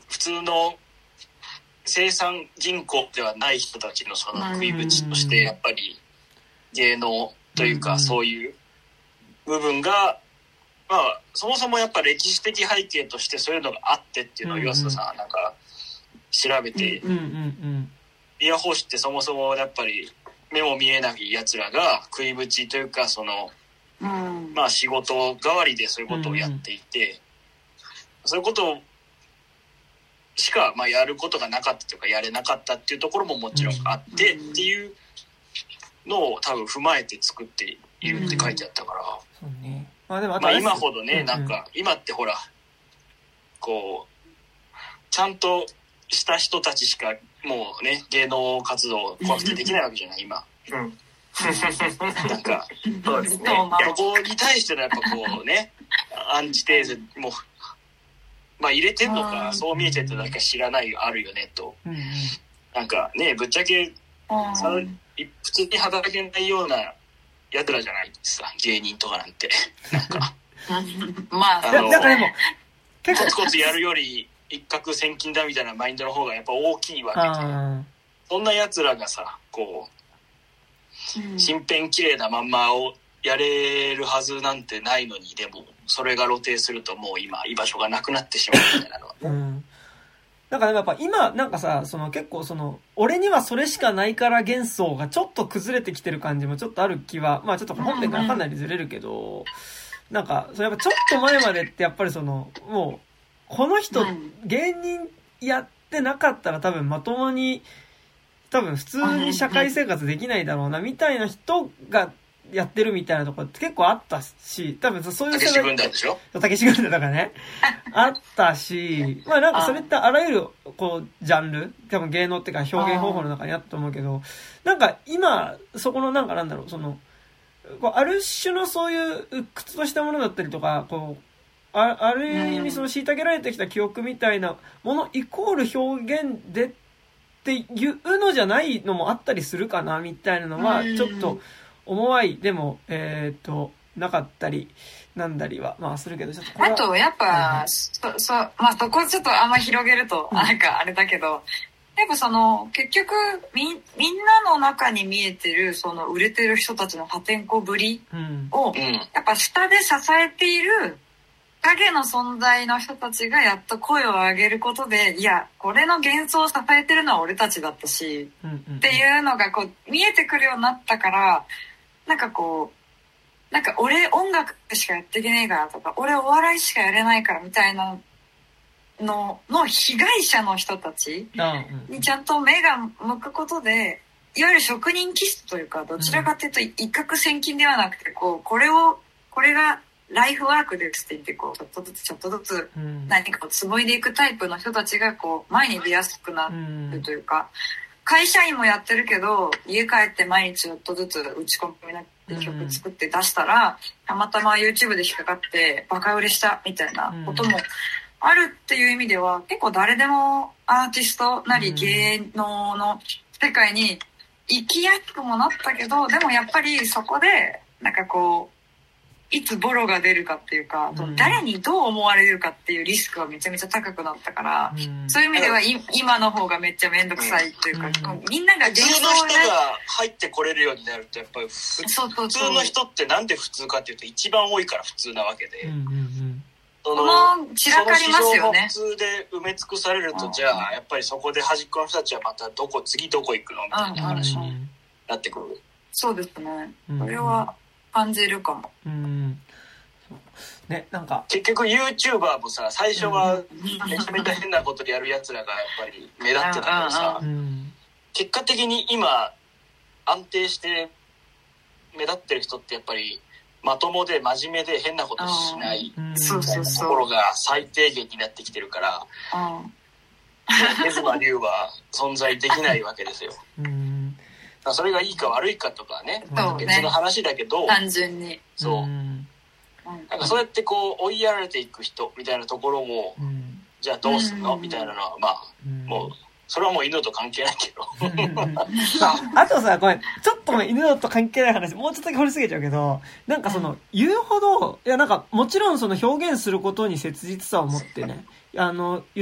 普通の生産人口ではない人たちのその食い口としてやっぱり芸能というかそういう部分がまあそもそもやっぱ歴史的背景としてそういうのがあってっていうのを岩下さんなんか調べて宮法師ってそもそもやっぱり目も見えない奴らが食い口というかそのまあ仕事代わりでそういうことをやっていてそういうことをしかまあやることがなかったというかやれなかったっていうところももちろんあってっていうのを多分踏まえて作っているって書いてあったから、 うんそうねまあ、でもまあ今ほどねなんか今ってほらこうちゃんとした人たちしかもうね芸能活動怖くてできないわけじゃない今。うんなんかそうですねここに対してのやっぱこうねアンチテーゼもまあ入れてんのかそう見えてるとなんか知らないあるよねと、うんうん、なんかねぶっちゃけその普通に働けないようなやつらじゃないですか芸人とかなんてなんかまああのだからでもコツコツやるより一攫千金だみたいなマインドの方がやっぱ大きいわけでそんなやつらがさこう身辺綺麗なまんまをやれるはずなんてないのにでもそれが露呈するともう今居場所がなくなってしまうみたいなのは、うん、 だからやっぱ今なんかさその結構その俺にはそれしかないから幻想がちょっと崩れてきてる感じもちょっとある気はまあちょっと本編からかなりずれるけどなんかそれやっぱちょっと前までってやっぱりそのもうこの人芸人やってなかったら多分まともに多分普通に社会生活できないだろうなみたいな人がやってるみたいなところって結構あったし多分そういう世代たけし軍団でしょたけし軍団とかねあったしまあなんかそれってあらゆるこうジャンル多分芸能っていうか表現方法の中にあったと思うけどなんか今そこのなんかなんだろうそのこうある種のそういう鬱屈としたものだったりとかこう あ, ある意味その虐げられてきた記憶みたいなものイコール表現でっていうのじゃないのもあったりするかなみたいなのはちょっと思わいでもえっとなかったりなんだりはまあするけどちょっとあとやっぱ、うん、そ, そまあそこちょっとあんま広げるとなんかあれだけど、うん、やっぱその結局 み, みんなの中に見えてるその売れてる人たちの破天荒ぶりを、うん、やっぱ下で支えている影の存在の人たちがやっと声を上げることでいやこれの幻想を支えてるのは俺たちだったし、うんうんうん、っていうのがこう見えてくるようになったからなんかこうなんか俺音楽しかやっていけねえからとか俺お笑いしかやれないからみたいなのの被害者の人たちにちゃんと目が向くことでいわゆる職人気質というかどちらかというと一攫千金ではなくてこうこれをこれがライフワークですって言ってこうちょっとずつちょっとずつ何かを紡いでいくタイプの人たちがこう前に出やすくなるというか会社員もやってるけど家帰って毎日ちょっとずつ打ち込みな曲作って出したらたまたま YouTube で引っかかってバカ売れしたみたいなこともあるっていう意味では結構誰でもアーティストなり芸能の世界に行きやすくもなったけどでもやっぱりそこでなんかこういつボロが出るかっていうか、うん、誰にどう思われるかっていうリスクがめちゃめちゃ高くなったから、うん、そういう意味では今の方がめっちゃめんどくさいというか、うん、みんなが普通の人が入ってこれるようになるとやっぱり普通の人ってなんで普通かっていうと一番多いから普通なわけで、うんうんうん、 その散らかりますよね。 その市場が普通で埋め尽くされると、うん、じゃあやっぱりそこで端っこの人たちはまたどこ次どこ行くのみたいな話になってくる、うんうん、 そうですねそれは感じるかも、うんね、なんか結局 YouTuber もさ最初はめちゃめちゃ変なことでやるやつらがやっぱり目立ってたけどさ、うん、結果的に今安定して目立ってる人ってやっぱりまともで真面目で変なことしないところが最低限になってきてるからエズマリュウは存在できないわけですよ。うんそれがいいか悪いかとかね、うん、別の話だけど単純にそう、うん、なんかそうやってこう追いやられていく人みたいなところも、うん、じゃあどうすんの、うん、みたいなのはまあ、うん、もうそれはもう犬と関係ないけどあ, あとさごめんちょっと犬と関係ない話もうちょっとだけ掘りすぎちゃうけどなんかその、うん、言うほどいやなんかもちろんその表現することに切実さを持ってねあの言って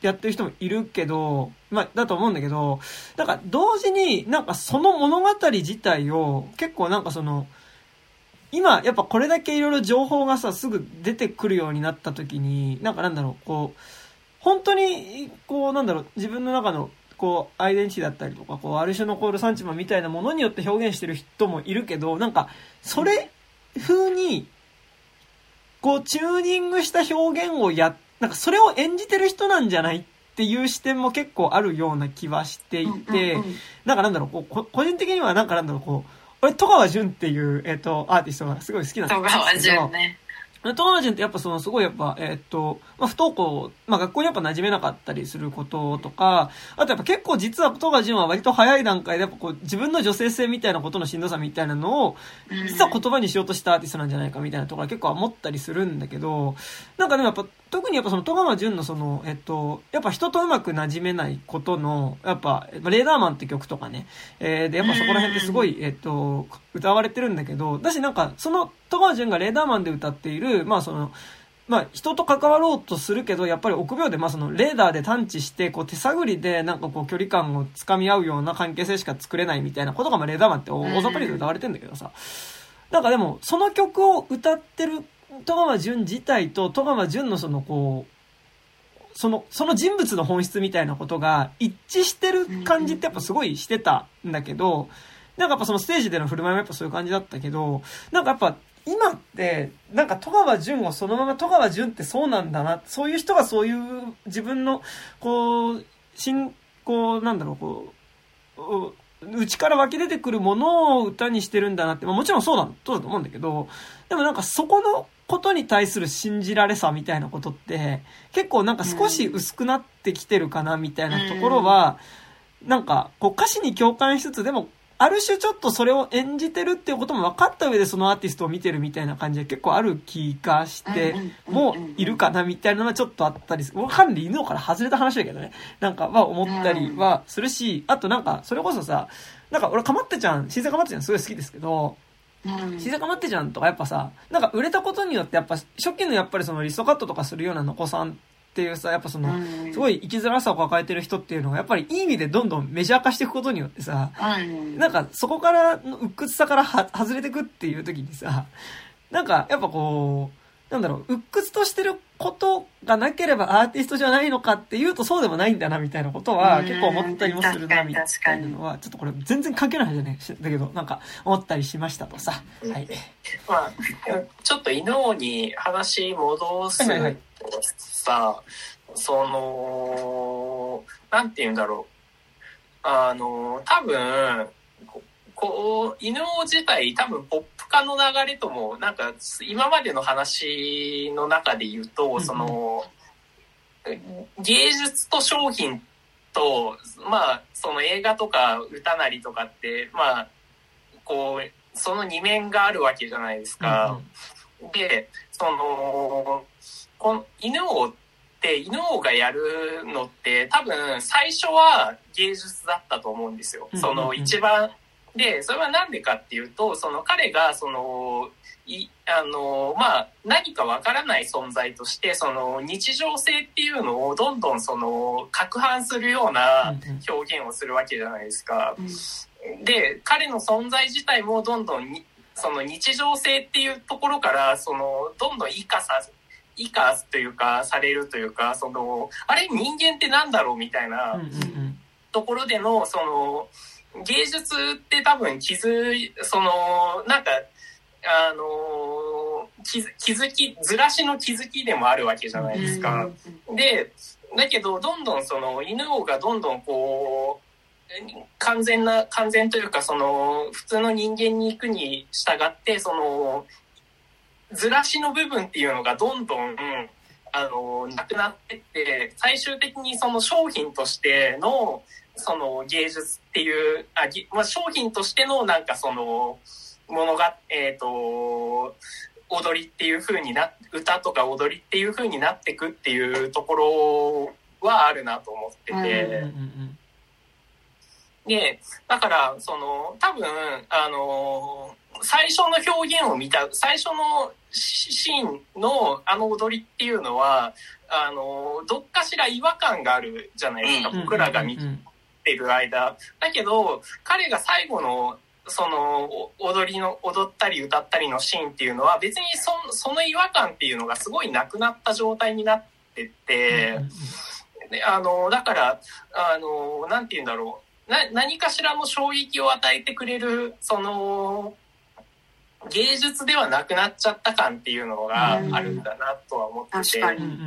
やってる人もいるけど、まあ、だと思うんだけど、なんか同時になんかその物語自体を結構なんかその、今やっぱこれだけいろいろ情報がさ、すぐ出てくるようになった時に、なんかなんだろう、こう、本当に、こうなんだろう、自分の中のこう、アイデンティティだったりとか、こう、ある種のこう、ルサンチマンみたいなものによって表現してる人もいるけど、なんか、それ風に、こう、チューニングした表現をや、なんかそれを演じてる人なんじゃないっていう視点も結構あるような気はしていて、なんかなんだろう、こう、個人的にはなんかなんだろう、こう、俺、戸川純っていう、えっと、アーティストがすごい好きなんですけど、 戸川純ね。 戸川純ってやっぱそのすごいやっぱ、えー、っと、まあ、不登校、まあ、学校にやっぱ馴染めなかったりすることとか、あとやっぱ結構実は戸川純は割と早い段階でやっぱこう自分の女性性みたいなことのしんどさみたいなのを、実は言葉にしようとしたアーティストなんじゃないかみたいなところは結構思ったりするんだけど、なんかでもやっぱ、特にやっぱその戸川純のその、えっと、やっぱ人とうまく馴染めないことの、やっぱ、レーダーマンって曲とかね、えー、で、やっぱそこら辺ってすごい、えっと、歌われてるんだけど、だしなんか、その戸川純がレーダーマンで歌っている、まあその、まあ人と関わろうとするけど、やっぱり臆病で、まあそのレーダーで探知して、こう手探りでなんかこう距離感をつかみ合うような関係性しか作れないみたいなことが、まあレーダーマンって大雑把に歌われてるんだけどさ。なんかでも、その曲を歌ってる戸川純自体と戸川純のそのこう、その、その人物の本質みたいなことが一致してる感じってやっぱすごいしてたんだけど、なんかやっぱそのステージでの振る舞いもやっぱそういう感じだったけど、なんかやっぱ今って、なんか戸川純をそのまま戸川純ってそうなんだな、そういう人がそういう自分の、こう、新、こう、なんだろう、こう、内から湧き出てくるものを歌にしてるんだなって、まあもちろんそうだ、そうだと思うんだけど、でもなんかそこの、ことに対する信じられさみたいなことって結構なんか少し薄くなってきてるかなみたいなところはなんかこう歌詞に共感しつつでもある種ちょっとそれを演じてるっていうことも分かった上でそのアーティストを見てるみたいな感じで結構ある気がしてもいるかなみたいなのはちょっとあったりする。わかんない犬のから外れた話だけどね。なんかは思ったりはするし、あとなんかそれこそさ、なんか俺かまってちゃん、新生かまってちゃんすごい好きですけど、新生かまってちゃんとかやっぱさ、なんか売れたことによってやっぱ初期のやっぱりそのリストカットとかするようなのこさんっていうさ、やっぱそのすごい生きづらさを抱えてる人っていうのがやっぱりいい意味でどんどんメジャー化していくことによってさ、なんかそこからの鬱屈さからは外れてくっていう時にさ、なんかやっぱこうなんだろう、鬱屈としてることがなければアーティストじゃないのかっていうとそうでもないんだなみたいなことは結構思ったりもするなみたいなのは、ちょっとこれ全然関係ないじゃないだけど、なんか思ったりしましたとさ。はい。 まあ、ちょっと犬王に話戻すとさ、はいはい、その、なんて言うんだろう。あの、多分、こう犬王自体多分ポップ化の流れともなんか今までの話の中で言うと、うん、その芸術と商品とまあその映画とか歌なりとかってまあこうその二面があるわけじゃないですか。うん、でそのこの犬王って犬王がやるのって多分最初は芸術だったと思うんですよ。うん、その一番で、それはなんでかっていうと、その彼が、その、い、あの、まあ、何かわからない存在として、その、日常性っていうのをどんどんその、攪拌するような表現をするわけじゃないですか。で、彼の存在自体もどんどんに、その日常性っていうところから、その、どんどん異化さ、異化というか、されるというか、その、あれ、人間ってなんだろうみたいなところでの、その、芸術って多分気づい、その、なんか、あの、気、気づき、ずらしの気づきでもあるわけじゃないですか。で、だけど、どんどんその、犬王がどんどんこう、完全な、完全というか、その、普通の人間に行くに従って、その、ずらしの部分っていうのがどんどん、あの、なくなってって、最終的にその商品としての、その芸術っていう、あ、まあ、商品としてのなんかそのものが、えっと、踊りっていう風にな、歌とか踊りっていう風になってくっていうところはあるなと思ってて、うんうんうん、で、だからその多分あの最初の表現を見た最初のシーンのあの踊りっていうのはあの、どっかしら違和感があるじゃないですか、僕らが見てる間。だけど、彼が最後の、その、踊りの、踊ったり歌ったりのシーンっていうのは、別にそ、その違和感っていうのがすごいなくなった状態になってて、であの、だから、あの、なんて言うんだろう。な、何かしらの衝撃を与えてくれる、その、芸術ではなくなっちゃった感っていうのがあるんだなとは思ってて。 確かに。うんうんうん。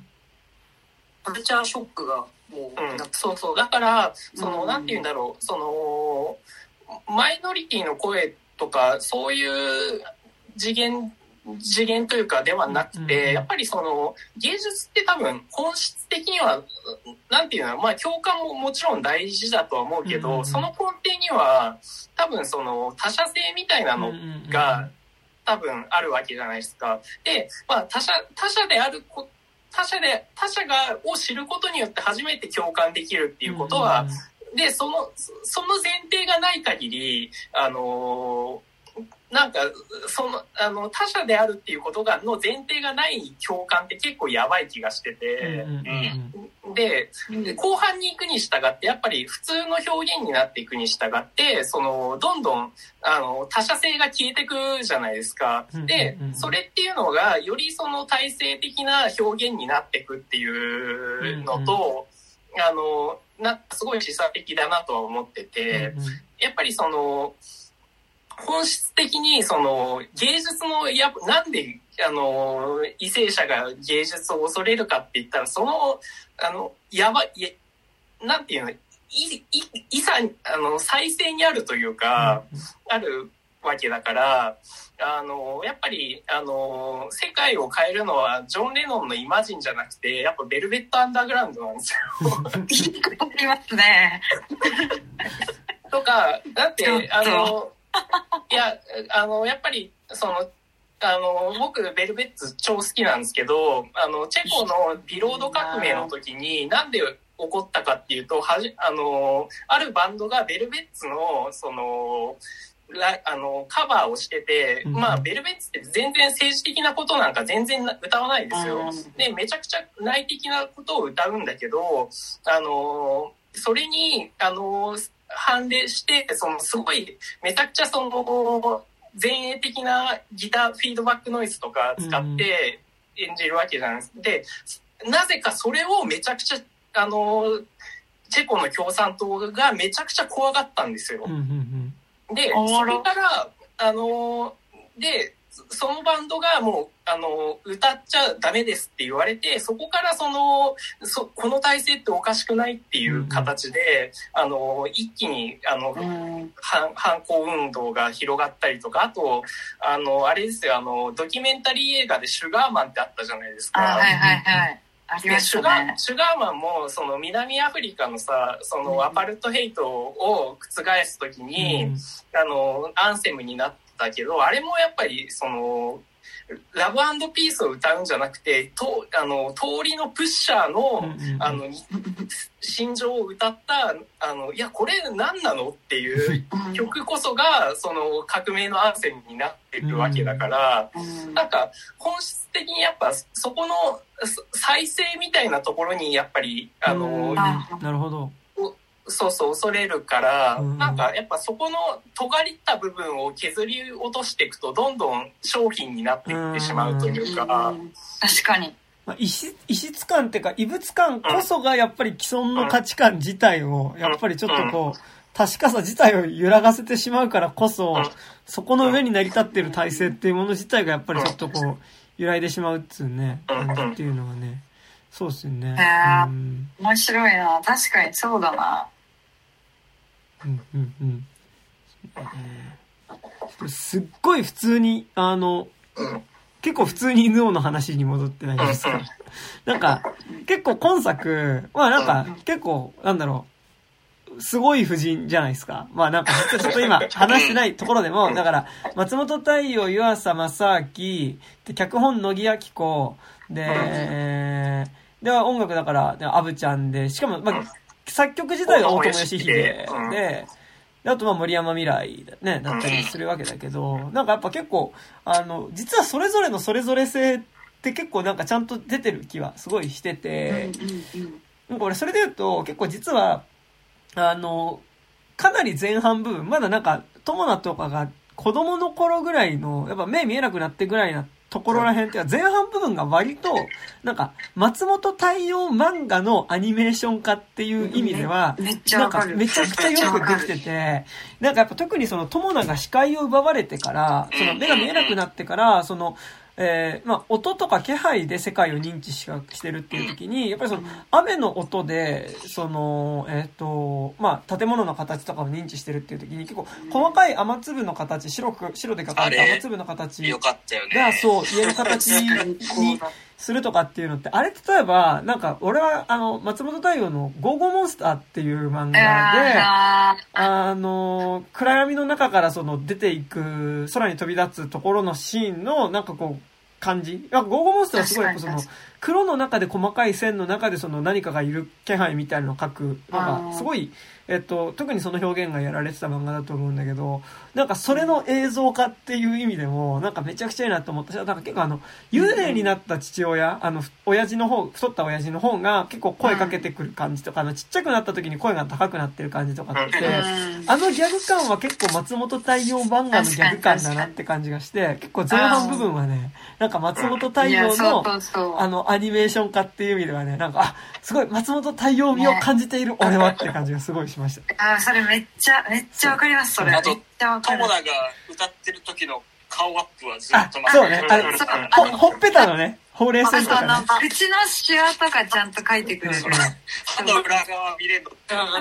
カルチャーショックがもう、 うん、そうそう。だから、その、なんて言うんだろう。その、マイノリティの声とか、そういう次元、次元というかではなくて、うん、やっぱりその芸術って多分本質的にはなんていうの、まあ共感ももちろん大事だとは思うけど、うん、その根底には多分その他者性みたいなのが多分あるわけじゃないですか。で、まあ他者他者である他者で他者がを知ることによって初めて共感できるっていうことは、うん、でそのその前提がない限りあのなんかそのあの他者であるっていうことがの前提がない共感って結構やばい気がしてて、うん、で, で後半に行くに従ってやっぱり普通の表現になっていくに従ってそのどんどんあの他者性が消えてくじゃないですか。でそれっていうのがよりその体制的な表現になっていくっていうのと、あのなすごい示唆的だなとは思ってて、やっぱりその本質的にその芸術のやなんであの為政者が芸術を恐れるかって言ったらそのあのやばいなんていうのいいいさあの再生にあるというか、うん、あるわけだからあのやっぱりあの世界を変えるのはジョン・レノンのイマジンじゃなくてやっぱベルベット・アンダーグラウンドなんですよ。 いいこと言いますね。 とかだってあのいやあのやっぱりそのあの僕ベルベッツ超好きなんですけどあのチェコのビロード革命の時になんで起こったかっていうとはじあのあるバンドがベルベッツのそのあのカバーをしてて、まあベルベッツって全然政治的なことなんか全然歌わないですよ。でめちゃくちゃ内的なことを歌うんだけどあのそれにあの反例してそのすごいめちゃくちゃその前衛的なギターフィードバックノイズとか使って演じるわけじゃないですか。でなぜかそれをめちゃくちゃあのチェコの共産党がめちゃくちゃ怖がったんですよ。でそれからあのでそのバンドがもうあの歌っちゃダメですって言われてそこからそのそこの体制っておかしくないっていう形で、うん、あの一気にあの、うん、反抗運動が広がったりとかあとあのあれですよあのドキュメンタリー映画でシュガーマンってあったじゃないですか。 あ、はいはいはい。 でシュガー、シュガーマンもその南アフリカのさそのアパルトヘイトを覆すときに、うん、あのアンセムになったけどあれもやっぱりそのラブ&ピースを歌うんじゃなくてとあの通りのプッシャーの、うん、あの心情を歌ったあのいやこれ何なのっていう曲こそがその革命のアンセムになっているわけだから、うん、なんか本質的にやっぱそこの再生みたいなところにやっぱりあのなるほどそうそう恐れるから、うん、なんかやっぱそこの尖りった部分を削り落としていくとどんどん商品になっていってしまうというか、 うん、確かに異質、異質感っていうか異物感こそがやっぱり既存の価値観自体をやっぱりちょっとこう確かさ自体を揺らがせてしまうからこそそこの上に成り立っている体制っていうもの自体がやっぱりちょっとこう揺らいでしまうっつうね感じっていうのがねそうですよね。 へー、うん、面白いな。確かにそうだな。 うんうんうん。えー、すっごい普通にあの結構普通に犬王の話に戻ってないですか。なんか結構今作まあなんか結構なんだろうすごい夫人じゃないですか。まあなんかちょっと今話してないところでもだから松本太陽、湯浅正明で脚本乃木明子ででは音楽だからアブちゃんでしかもまあ作曲自体が大友義秀で、で、あとまあ森山未來だね、だったりするわけだけど、なんかやっぱ結構、あの、実はそれぞれのそれぞれ性っって結構なんかちゃんと出てる気はすごいしてて、なんか俺それで言うと結構実はあのかなり前半部分まだなんか友名とかが子供の頃ぐらいのやっぱ目見えなくなってぐらいなところらへんっていうか前半部分が割となんか松本太陽漫画のアニメーション化っていう意味ではなんかめちゃくちゃよくできてて、なんかやっぱ特にその友名が視界を奪われてからその目が見えなくなってからそのえー、まあ、音とか気配で世界を認知ししてるっていう時に、やっぱりその、雨の音で、その、えっと、まあ、建物の形とかを認知してるっていう時に、結構、細かい雨粒の形、白く、白で描かれた雨粒の形が、そう、家の形にするとかっていうのって、あれ例えば、なんか、俺は、あの、松本太陽のゴーゴーモンスターっていう漫画で、あの、暗闇の中からその出ていく、空に飛び立つところのシーンの、なんかこう、感じ。ゴーゴーモンスターはすごいその黒の中で細かい線の中でその何かがいる気配みたいなのを描くなんかすごいえっと特にその表現がやられてた漫画だと思うんだけど、なんかそれの映像化っていう意味でもなんかめちゃくちゃいいなと思ったし、なんか結構あの幽霊になった父親、あの親父の方太った親父の方が結構声かけてくる感じとか、あのちっちゃくなった時に声が高くなってる感じとかって、あのギャグ感は結構松本太陽漫画のギャグ感だなって感じがして、結構前半部分はねなんか松本太陽のあのアニメーション化っていう意味ではね、なんかあすごい松本太陽味を感じている俺はって感じがすごいしました。 あそれめっちゃめっちゃわかります。それあと友田が歌ってる時の顔アップはずっと待ってる。そうね。あほほっぺたのねほうれい線とかね。 口のシワとかちゃんと書いてくる。 あの裏側見れるの。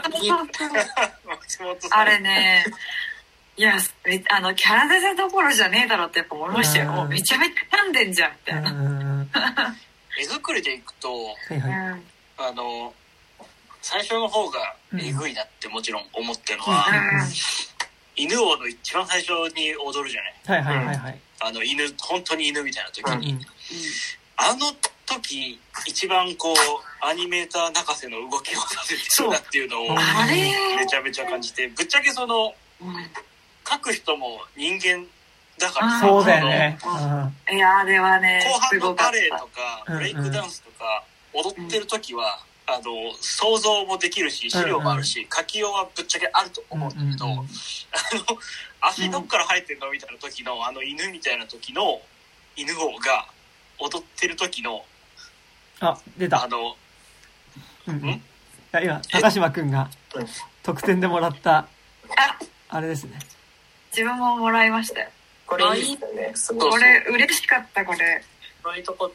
あれね。いや、あの、キャラデザどころじゃねえだろってやっぱ思いましたよ。もうめちゃめちゃ噛んでんじゃん、みたいな。 絵作りでいくと、 はいはい、 あの、最初の方がえぐいなってもちろん思ってるのは、うん、犬王の一番最初に踊るじゃない。 はいはいはいはい。 あの、犬、本当に犬みたいな時に、 うん、 あの時、一番こう、アニメーター泣かせの動きをさせてるなっていうのを、めちゃめちゃ感じて、ぶっちゃけその、うん書く人も人間だからさ、そうだよね。 いやあれはね、 後半のバレエとかブレイクダンスとか踊ってる時は、うん、あの想像もできるし資料もあるし、うんうん、書きようはぶっちゃけあると思うんだけど、うんうん、あの足どっから生えてるのみたいな時のあの犬みたいな時の犬王が踊ってる時のあ出たあの、 うんうん、いや今高島くんが得点でもらったあれですね。 自分ももらいましたよ。 これいいですね。すごい。 これ嬉しかったこれ。 こういうとこと。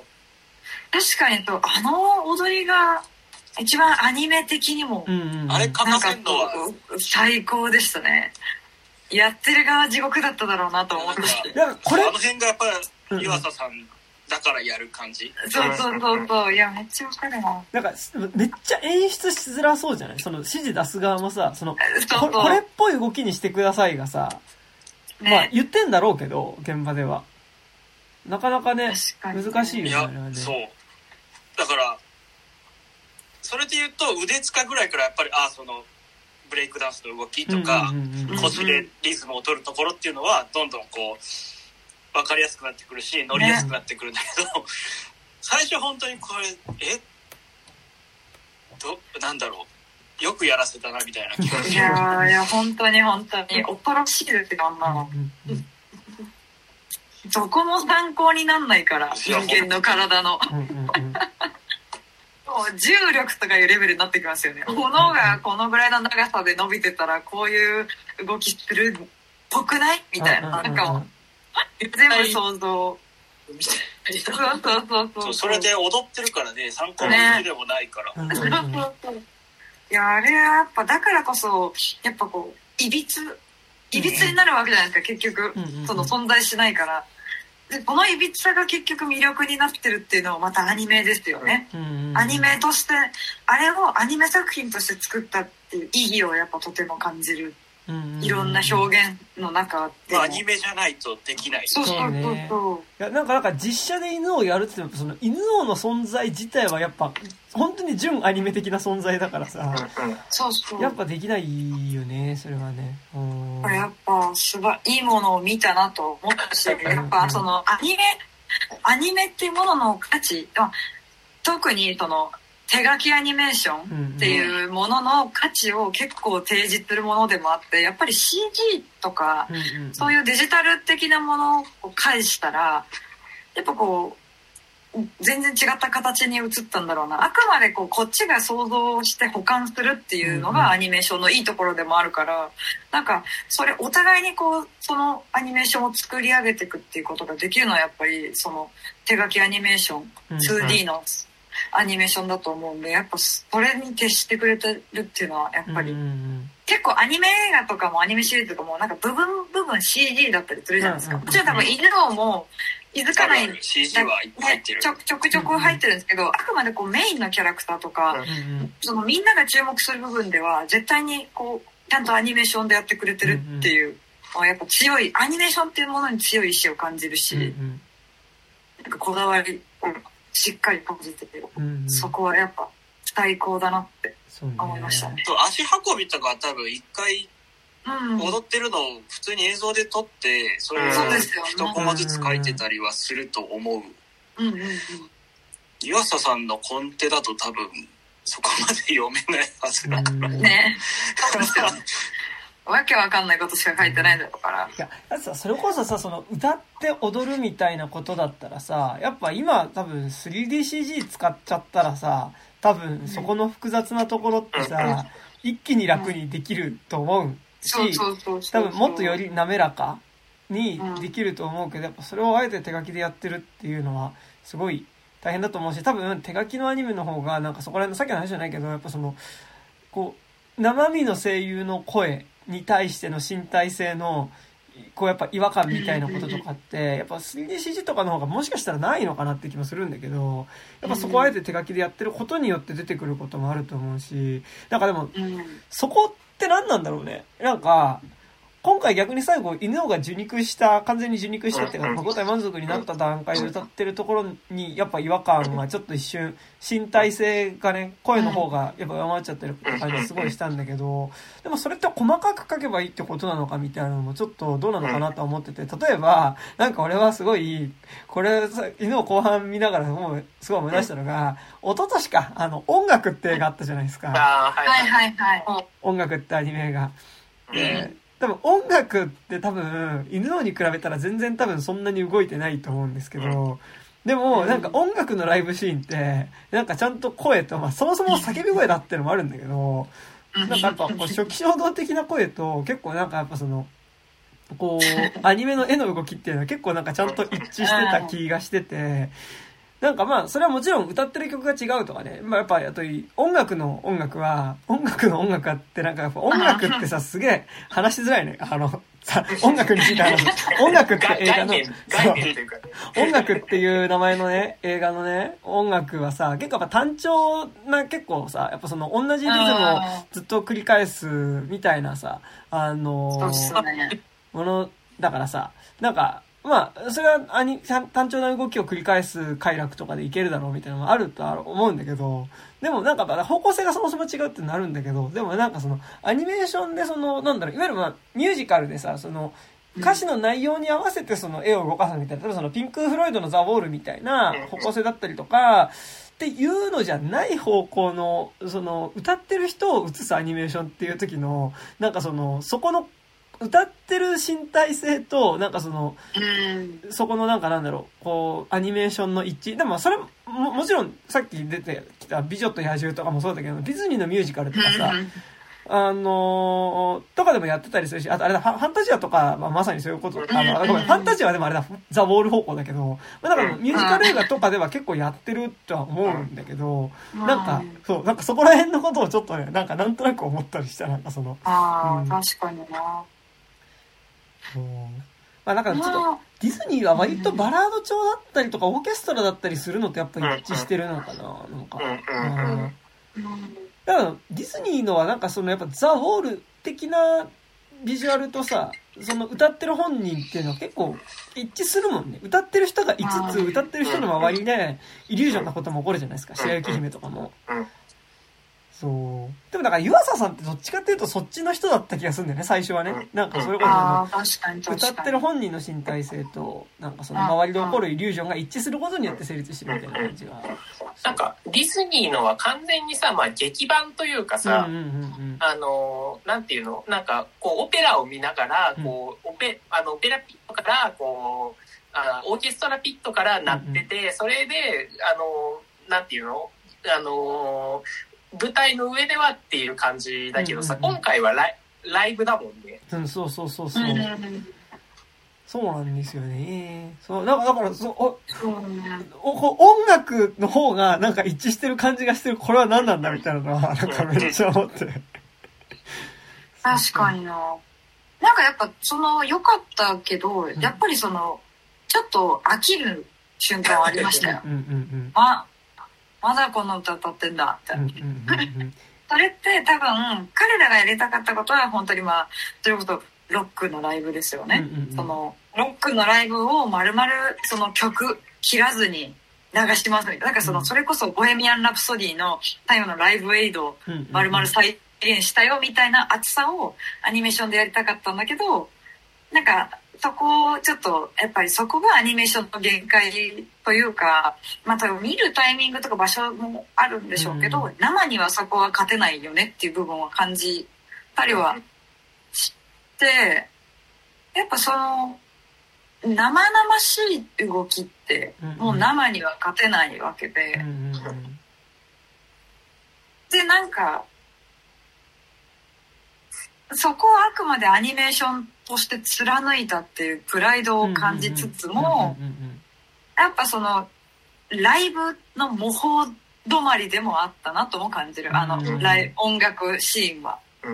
確かにとあの踊りが一番アニメ的にも、 うんうん、 あれ書かせんのは最高でしたね。やってる側地獄だっただろうなと思っていやこれあの辺がやっぱり岩佐さんだからやる感じ。 そうそうそうそう。いやめっちゃわかるな。 なんかめっちゃ演出しづらそうじゃない？その指示出す側もさ、そのそうそうこ, これっぽい動きにしてくださいがさ、ね、まあ言ってんだろうけど現場ではなかなかね難しいよね。 いやそうだからそれで言うと腕つかぐらいからやっぱりあそのブレイクダンスの動きとか、腰でリズムを取るところっていうのはどんどんこう分かりやすくなってくるし乗りやすくなってくるんだけど、ね、最初本当にこれえどなんだろうよくやらせたなみたいな気がする。 いやいや本当に本当に恐ろしいですよあんなの。どこも参考になんないから人間の体のもう重力とかいうレベルになってきますよね。炎がこのぐらいの長さで伸びてたらこういう動きするっぽくないみたいな、なんか全部想像みたいな。そうそうそうそう。 それで踊ってるからね、参考にするでもないから。 ね、そうそうそう。いやあれはやっぱだからこそやっぱこういびついびつになるわけじゃないですか、結局その存在しないから。でこのいびつさが結局魅力になってるっていうのはまたアニメですよね。アニメとしてあれをアニメ作品として作ったっていう意義をやっぱとても感じる。いろんな表現の中でも、まあ、アニメじゃないとできない。 そうそうそうそう。 いやなんかなんか実写で犬王やるって言ってもその犬王の存在自体はやっぱ本当に純アニメ的な存在だからさ、 そうそうやっぱできないよねそれはね。 これやっぱすばいいものを見たなと思ったし、やっぱそのアニメアニメっていうものの価値、特にその手書きアニメーションっていうものの価値を結構提示するものでもあって、やっぱり シージー とかそういうデジタル的なものを返したらやっぱこう全然違った形に映ったんだろうな。あくまでこうこっちが想像して保管するっていうのがアニメーションのいいところでもあるから、なんかそれお互いにこうそのアニメーションを作り上げていくっていうことができるのはやっぱりその手書きアニメーション ツーディー のアニメーションだと思うんで、やっぱそれに徹してくれてるっていうのはやっぱり結構アニメ映画とかもアニメシリーズとかもなんか部分部分 シージー だったりするじゃないですか。もちろん多分犬王も気づかない、 シージー はいっぱい入ってる、 ちょちょくちょく入ってるんですけど、あくまでこうメインのキャラクターとか、そのみんなが注目する部分では絶対にこうちゃんとアニメーションでやってくれてるっていう、やっぱ強いアニメーションっていうものに強い意志を感じるし、なんかこだわりをしっかり感じてて、そこはやっぱ最高だなって思いましたね。 足運びとか多分一回踊ってるのを普通に映像で撮ってそれを一コマずつ書いてたりはすると思う。湯浅さんのコンテだと多分そこまで読めないはずだからね。そうですよね。わけわかんないことしか書いてないだろうから。いや、 だってさ、それこそさ、その歌って踊るみたいなことだったらさ、やっぱ今多分 スリーディーシージー 使っちゃったらさ、多分そこの複雑なところってさ、一気に楽にできると思うし、多分もっとより滑らかにできると思うけど、やっぱそれをあえて手書きでやってるっていうのはすごい大変だと思うし、多分手書きのアニメの方がなんかそこら辺のさっきの話じゃないけど、やっぱそのこう生身の声優の声に対しての身体性のこうやっぱ違和感みたいなこととかってやっぱ スリーディーシージー とかの方がもしかしたらないのかなって気もするんだけど、やっぱそこをあえて手書きでやってることによって出てくることもあると思うし、なんかでもそこって何なんだろうね。なんか今回逆に最後犬王が受肉した完全に受肉したっていうかご体満足になった段階で歌ってるところにやっぱ違和感がちょっと一瞬身体性がね声の方がやっぱ上回っちゃってる感じすごいしたんだけど、でもそれって細かく書けばいいってことなのかみたいなのもちょっとどうなのかなと思ってて、例えばなんか俺はすごいこれ犬王後半見ながらもうすごい思い出したのが一昨年かあの音楽って映画あったじゃないですか。 はいはいはい。 音楽ってアニメがで多分音楽って多分犬王に比べたら全然多分そんなに動いてないと思うんですけど、でもなんか音楽のライブシーンってなんかちゃんと声と、まあそもそも叫び声だってのもあるんだけど、なんかやっぱこう初期衝動的な声と結構なんかやっぱそのこうアニメの絵の動きっていうのは結構なんかちゃんと一致してた気がしてて、なんかまあそれはもちろん歌ってる曲が違うとかね、まあやっぱあと音楽の音楽は音楽の音楽ってなんかやっぱ音楽ってさすげえ話しづらいね。あのさ音楽について話す音楽って映画の音楽っていう名前のね映画のね音楽はさ結構やっぱ単調な結構さやっぱその同じリズムをずっと繰り返すみたいなさあのものだからさなんかまあ、それはアニ単調な動きを繰り返す快楽とかでいけるだろうみたいなのがあるとは思うんだけど、でもなんか方向性がそもそも違うってなるんだけど、でもなんかそのアニメーションでそのなんだろういわゆるまあミュージカルでさその歌詞の内容に合わせてその絵を動かすみたいな、例えばそのピンク・フロイドのザ・ウォールみたいな方向性だったりとかっていうのじゃない方向のその歌ってる人を映すアニメーションっていう時のなんかそのそこの歌ってる身体性となんかその、うん、そこのなんかなんだろうこうアニメーションの一致でもそれ も, もちろんさっき出てきた美女と野獣とかもそうだけどディズニーのミュージカルとかさあのー、とかでもやってたりするし、あとあれだファンタジアとか、まあ、まさにそういうことあのごめんファンタジアはでもあれだザ・ウォール方向だけど、まあ、だからミュージカル映画とかでは結構やってるとは思うんだけど、なんかそうなんかそこら辺のことをちょっとねなんかなんとなく思ったりしたなんかそのあ、うん、確かにな。 まあなんかちょっとディズニーは割とバラード調だったりとかオーケストラだったりするのとやっぱり一致してるのかななんか、うん、だからディズニーのはなんかそのやっぱザ・ウォール的なビジュアルとさその歌ってる本人っていうのは結構一致するもんね。歌ってる人がいつつ歌ってる人の周りでイリュージョンなことも起こるじゃないですか。白雪姫とかもそう。でもだから湯浅さんってどっちかっていうとそっちの人だった気がするんだよね、最初はね。なんかそれこそ、 あー、確かに確かに。 歌ってる本人の身体性と、なんかその周りで起こるイリュージョンが一致することによって成立してるみたいな感じが。 なんかディズニーのは完全にさ、まあ劇版というかさ、 うんうんうんうん、 あの、なんていうのなんかこうオペラを見ながら、こう、オペ、あの、オペラピットから、こう、あオーケストラピットから鳴ってて、うんうん、それで、あの、なんていうのあの、舞台の上ではっていう感じだけどさ、うんうんうん、今回はライ、ライブだもんね。 うん、そうそうそうそう。そうなんですよね。そう、だから、だからそう、お、お、音楽の方がなんか一致してる感じがしてる、これは何なんだみたいなのは、なんかめっちゃ思って。 確かにな。なんかやっぱ、その、良かったけど、うん、やっぱりその、ちょっと飽きる瞬間はありましたよ。 うんうんうん、 ま、まだこの歌歌ってんだって。うんうんうんうん、それって多分、彼らがやりたかったことは本当にまあ、ということ、ロックのライブですよね、うんうんうん、そのロックのライブを丸々その曲切らずに流しますみたいな、なんかその、それこそボヘミアン・ラプソディのタイムのライブエイドを丸々再現したよみたいな熱さをアニメーションでやりたかったんだけど、なんかそこをちょっとやっぱりそこがアニメーションの限界というか、まあ多分見るタイミングとか場所もあるんでしょうけど、うん、生にはそこは勝てないよねっていう部分を感じたりはして、やっぱその生々しい動きってもう生には勝てないわけで、うんうん、でなんかそこをあくまでアニメーションとして貫いたっていうプライドを感じつつも、やっぱそのライブの模倣止まりでもあったなとも感じる、あのライ音楽シーンは。うん、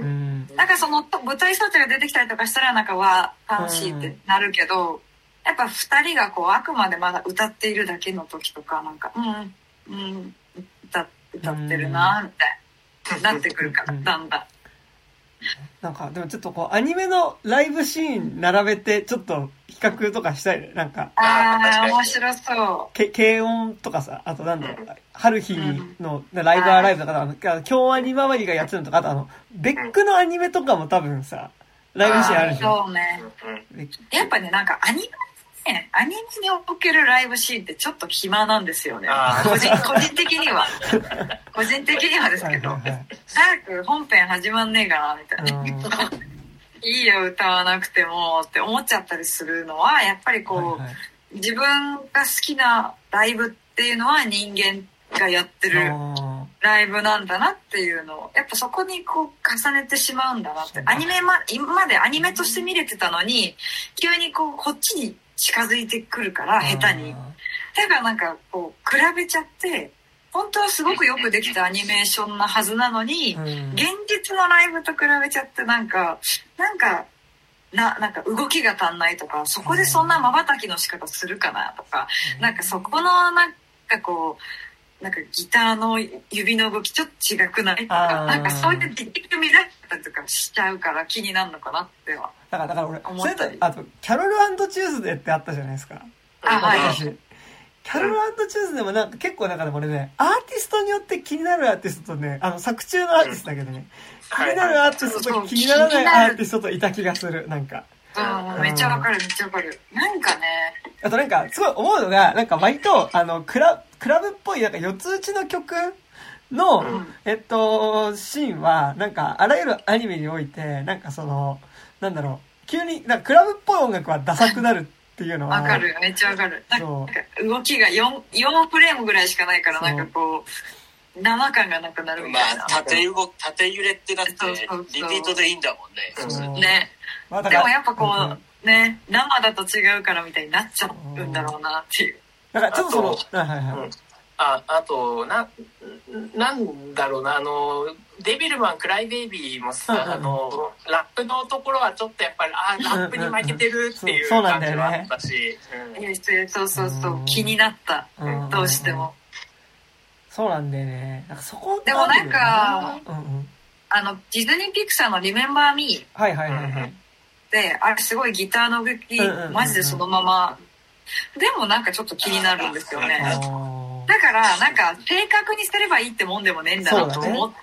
なんかその舞台装置が出てきたりとかしたらなんかは楽しいってなるけど、やっぱ二人がこうあくまでまだ歌っているだけの時とかなんかうんうん歌、歌ってるなみたいななってくるからだんだん。 なんかでもちょっとこうアニメのライブシーン並べてちょっと比較とかしたいね。なんかああ面白そう。 け軽音とかさ、あとなんだろう、春日のライブアライブとか、あの京アニ周りがやってるのとか、あとあのベックのアニメとかも多分さライブシーンあるじゃん。 そうね。やっぱねなんかアニメね、アニメにおけるライブシーンってちょっと暇なんですよね。個人個人的には個人的にはですけど、はいはいはい、早く本編始まんねえかなみたいな。いいよ歌わなくてもって思っちゃったりするのはやっぱりこう、はいはい、自分が好きなライブっていうのは人間がやってるライブなんだなっていうのをやっぱそこにこう重ねてしまうんだなって。アニメま今までアニメとして見れてたのに急にこうこっちに近づいてくるから下手にだからなんかこう比べちゃって本当はすごくよくできたアニメーションなはずなのに、うん、現実のライブと比べちゃってなんかなんかななんか動きが足んないとかそこでそんな瞬きの仕方するかなとか、うん、なんかそこのなんかこうなんかギターの指の動きちょっと違くないとかなんかそういうディティール見られたりとかしちゃうから気になるのかなってはだからだから俺それとあとキャロル&チューズデーってあったじゃないですか。 あはい。 キャロル&チューズデーもなんか結構なんかでも俺ねアーティストによって気になるアーティストとねあの作中のアーティストだけどね、うん、気になるアーティストと気にならないアーティストといた気がするなんか。 うん、めっちゃわかるめっちゃわかる。なんかね。 あとなんかすごい思うのがなんか割とあのクラクラブっぽいなんか四つ打ちの曲の、うん、えっとシーンはなんかあらゆるアニメにおいてなんかそのなんだろう急になんかクラブっぽい音楽はダサくなるっていうのはわかるめっちゃわかる。なんか動きが 4, 4フレームぐらいしかないからなんかこう生感がなくなるみたいな。 まあ縦動縦揺れってだってリピートでいいんだもんね。 そうね。まあ、でもやっぱこう、うん、ね生だと違うからみたいになっちゃうんだろうなっていう。 だからちょっとそのはいはいはい。 うんあ, あとな、なんだろうなあのデビルマンクライベイビーもさ、うんうん、あのラップのところはちょっとやっぱりあラップに負けてるっていう感じはあったし、 そうそうそう気になった、うん、どうしてもそうなんだよね。なんかそこでもなんか、うんうん、あのディズニーピクサーのリメンバーミーはいはいはいはいであれすごいギターの動き、うんうんうんうん、マジでそのままでもなんかちょっと気になるんですよね。だからなんか正確にすればいいってもんでもねえんだなと思った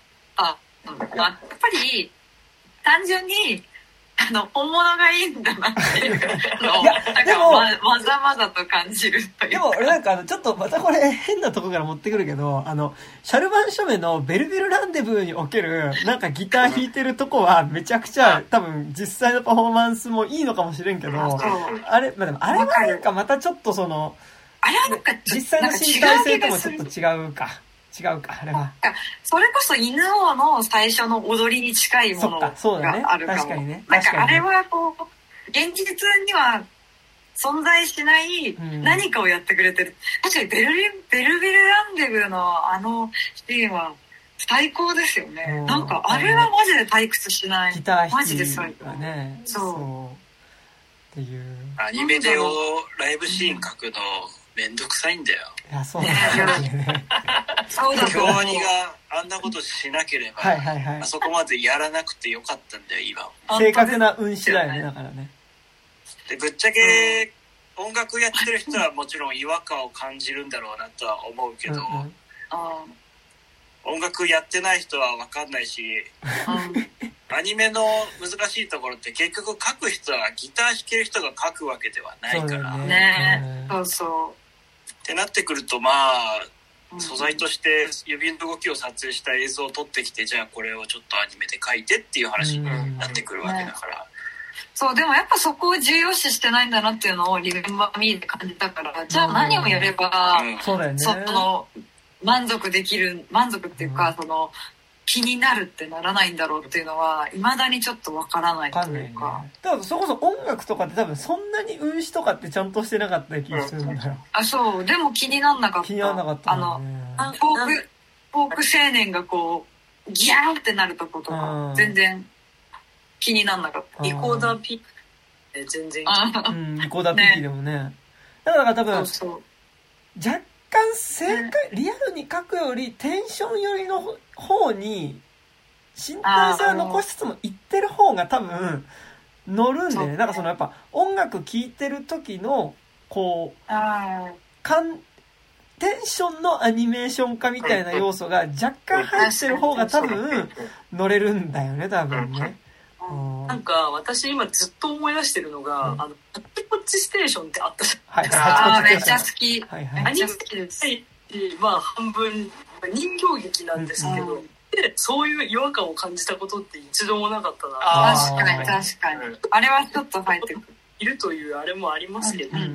あ、やっぱり単純にあの本物がいいんだなっていうのをなんかまざまざと感じるという。 でも俺なんかあのちょっとまたこれ変なとこから持ってくるけど、あのシャルバンショメのベルヴィルランデブーにおけるなんかギター弾いてるとこはめちゃくちゃ多分実際のパフォーマンスもいいのかもしれんけど、あれ、まあ、でもあれはなんかまたちょっとそのあれはなんか実際の身体性ともちょっと違うか。違うか、あれは。 それこそ犬王の最初の踊りに近いものがあるかも。 確かにね。 なんかあれはこう、現実には存在しない何かをやってくれてる。うん、確かにベルリン、ベルヴィルランデブーのあのシーンは最高ですよね。うん、なんかあれはマジで退屈しない。 ギター弾きマジで最高。 ね。そう。そうっていう。 アニメでをライブシーン書くの、めんどくさいんだよ。 いや、そうなんだよね。 そうだと思う。 京アニがあんなことしなければ、はいはいはい、あそこまでやらなくてよかったんだよ、今。 正確な運指だよね、だからね。 で、ぶっちゃけ、うん、音楽やってる人はもちろん違和感を感じるんだろうなとは思うけど、うんうん、音楽やってない人は分かんないし、アニメの難しいところって結局書く人はギター弾ける人が書くわけではないから。 そうね。そうそう。 ってなってくると、まあ素材として指の動きを撮影した映像を撮ってきて、じゃあこれをちょっとアニメで書いてっていう話になってくるわけだから、うんね、 そうでもやっぱそこを重要視してないんだなっていうのをリメンバーミーで感じたから、じゃあ何をやれば、うん、 そうだよね、 その満足できる満足っていうか、うん、その気になるってならないんだろうっていうのは未だにちょっとわからないというか、 だからそこそ音楽とかって多分そんなに運指とかってちゃんとしてなかった気がするんだよ。 あ、そうでも気になんなかった。 気になんなかった、ね、 あのフォークフォーク青年がこうギャーってなるとことか全然気になんなかった。 リコーダーピーク全然うん、リコーダーピークでもね、ね、だから多分そうそう若干正解、リアルに書くよりテンション寄りの方に身体性を残しつつも言ってる方が多分乗るんでね。なんかそのやっぱ音楽聴いてる時のこうかんテンションのアニメーション化みたいな要素が若干入ってる方が多分乗れるんだよね、多分ね。 なんか私今ずっと思い出してるのが、うん、あのハッチポッチステーションってあったじゃないですか。あめっちゃ好き。 はいはい、アニメ好きです。まあ半分人形劇なんですけど、うん、でそういう違和感を感じたことって一度もなかったな。 確かに確かに。あれはちょっと入ってくる。 いるというあれもありますけど、 うんうん、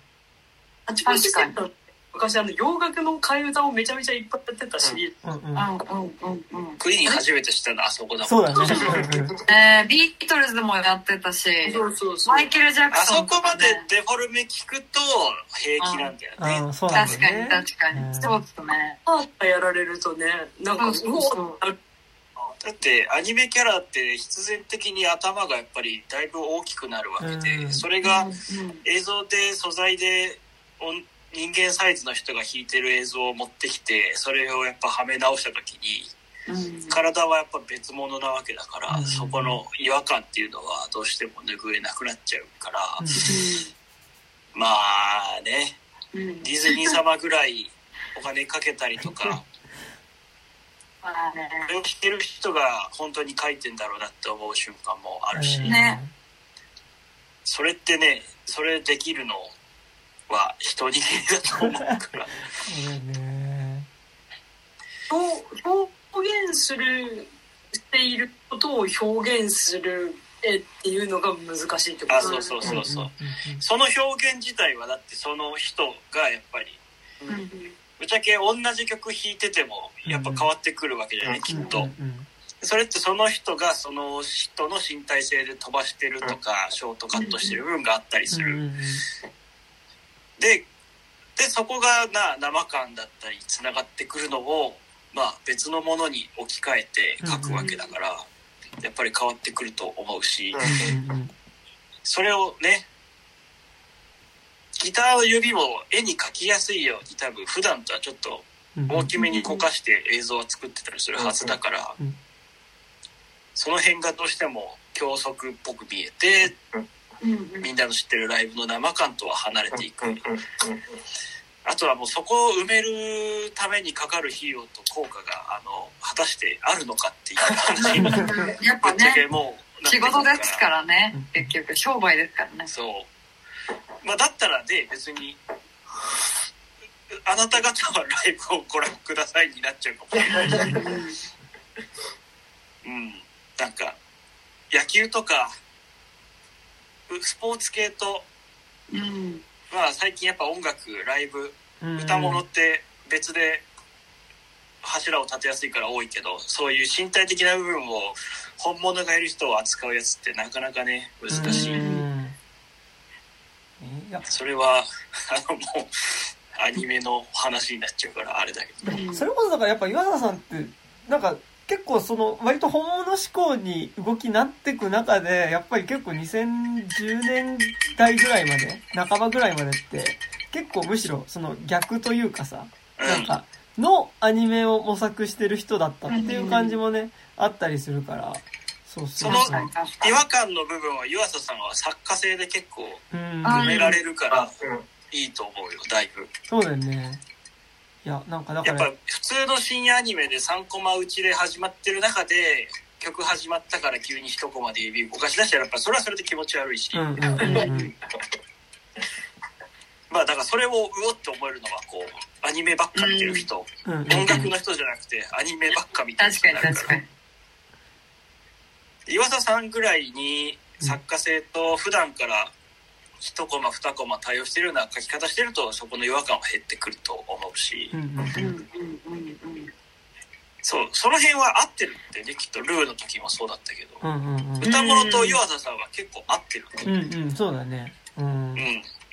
ハッチポッチステーション昔あの洋楽の替え歌をめちゃめちゃいっぱいやってたシリーズ、 うんうんうんうん、 クイーン初めて知ったのあそこだもん。 そうだねえー、ビートルズもやってたし、 そうそうそう、 マイケル・ジャクソン、 ね、あそこまでデフォルメ聞くと平気なんだよね。 うん、そうなんだね、確かに確かに、うん、そうですね。 やられるとね、なんかすごい。 だってアニメキャラって必然的に頭がやっぱりだいぶ大きくなるわけで、うん、それが映像で素材で人間サイズの人が弾いてる映像を持ってきてそれをやっぱはめ直した時に、うん、体はやっぱ別物なわけだから、うん、そこの違和感っていうのはどうしても拭えなくなっちゃうから、うん、まあね、うん、ディズニー様ぐらいお金かけたりとかこれを弾ける人が本当に書いてんだろうなって思う瞬間もあるし、 ね、 それってねそれできるのは一握りだと思うからね、 表現するしていることを表現する絵っていうのが難しいってことですね。あ、そうそうそうそう、うんうん、その表現自体はだってその人がやっぱり、うん、ぶっちゃけ同じ曲弾いててもやっぱ変わってくるわけじゃない、うん、きっと、うんうん、それってその人がその人の身体性で飛ばしてるとか、うん、ショートカットしてる部分があったりする、うんうん、で, でそこがな生感だったりつながってくるのを、まあ、別のものに置き換えて書くわけだから、うんうん、やっぱり変わってくると思うし、うんうん、それをねギターの指も絵に描きやすいように多分普段とはちょっと大きめにこかして映像を作ってたりするはずだから、うんうん、その辺がどうしても教則っぽく見えて、うんうん、みんなの知ってるライブの生感とは離れていくあとはもうそこを埋めるためにかかる費用と効果があの果たしてあるのかっていう話にやっぱねもう仕事ですからね、結局商売ですからね。 そう、まあ、だったらね別にあなた方はライブをご覧くださいになっちゃうかもしれないしうん、なんか野球とかスポーツ系と、うん、まあ最近やっぱ音楽ライブ、うん、歌物って別で柱を立てやすいから多いけど、そういう身体的な部分を本物がいる人を扱うやつってなかなかね難しい。うん、それはあのもうアニメの話になっちゃうからあれだけど、 それこそだからやっぱ岩田さんってなんか結構その割と本物志向に動きになっていく中でやっぱり結構にせんじゅうねんだいぐらいまで半ばぐらいまでって結構むしろその逆というかさ、なんかのアニメを模索してる人だったっていう感じもねあったりするから、 そうそうそう、その違和感の部分は湯浅さんは作家性で結構埋められるからいいと思うよ、だいぶ。 そうだよね。いやなんかだからやっぱ普通の深夜アニメでさんコマ打ちで始まってる中で曲始まったから急にいちコマで指動かし出したらやっぱそれはそれで気持ち悪いし、うんうんうんうん、まあだからそれをうおって思えるのはこうアニメばっか見てる人、うんうん、音楽の人じゃなくてアニメばっか見てる人。 確かに確かに。 岩佐さんぐらいに作家性と普段からいちコマにコマ対応してるような書き方してるとそこの違和感は減ってくると思うし、うんうんうんうん、そうその辺は合ってるってね、きっとルーの時もそうだったけど、うんうんうん、歌物と岩佐さんは結構合ってる、 うんうん、そうだね、うん、うん、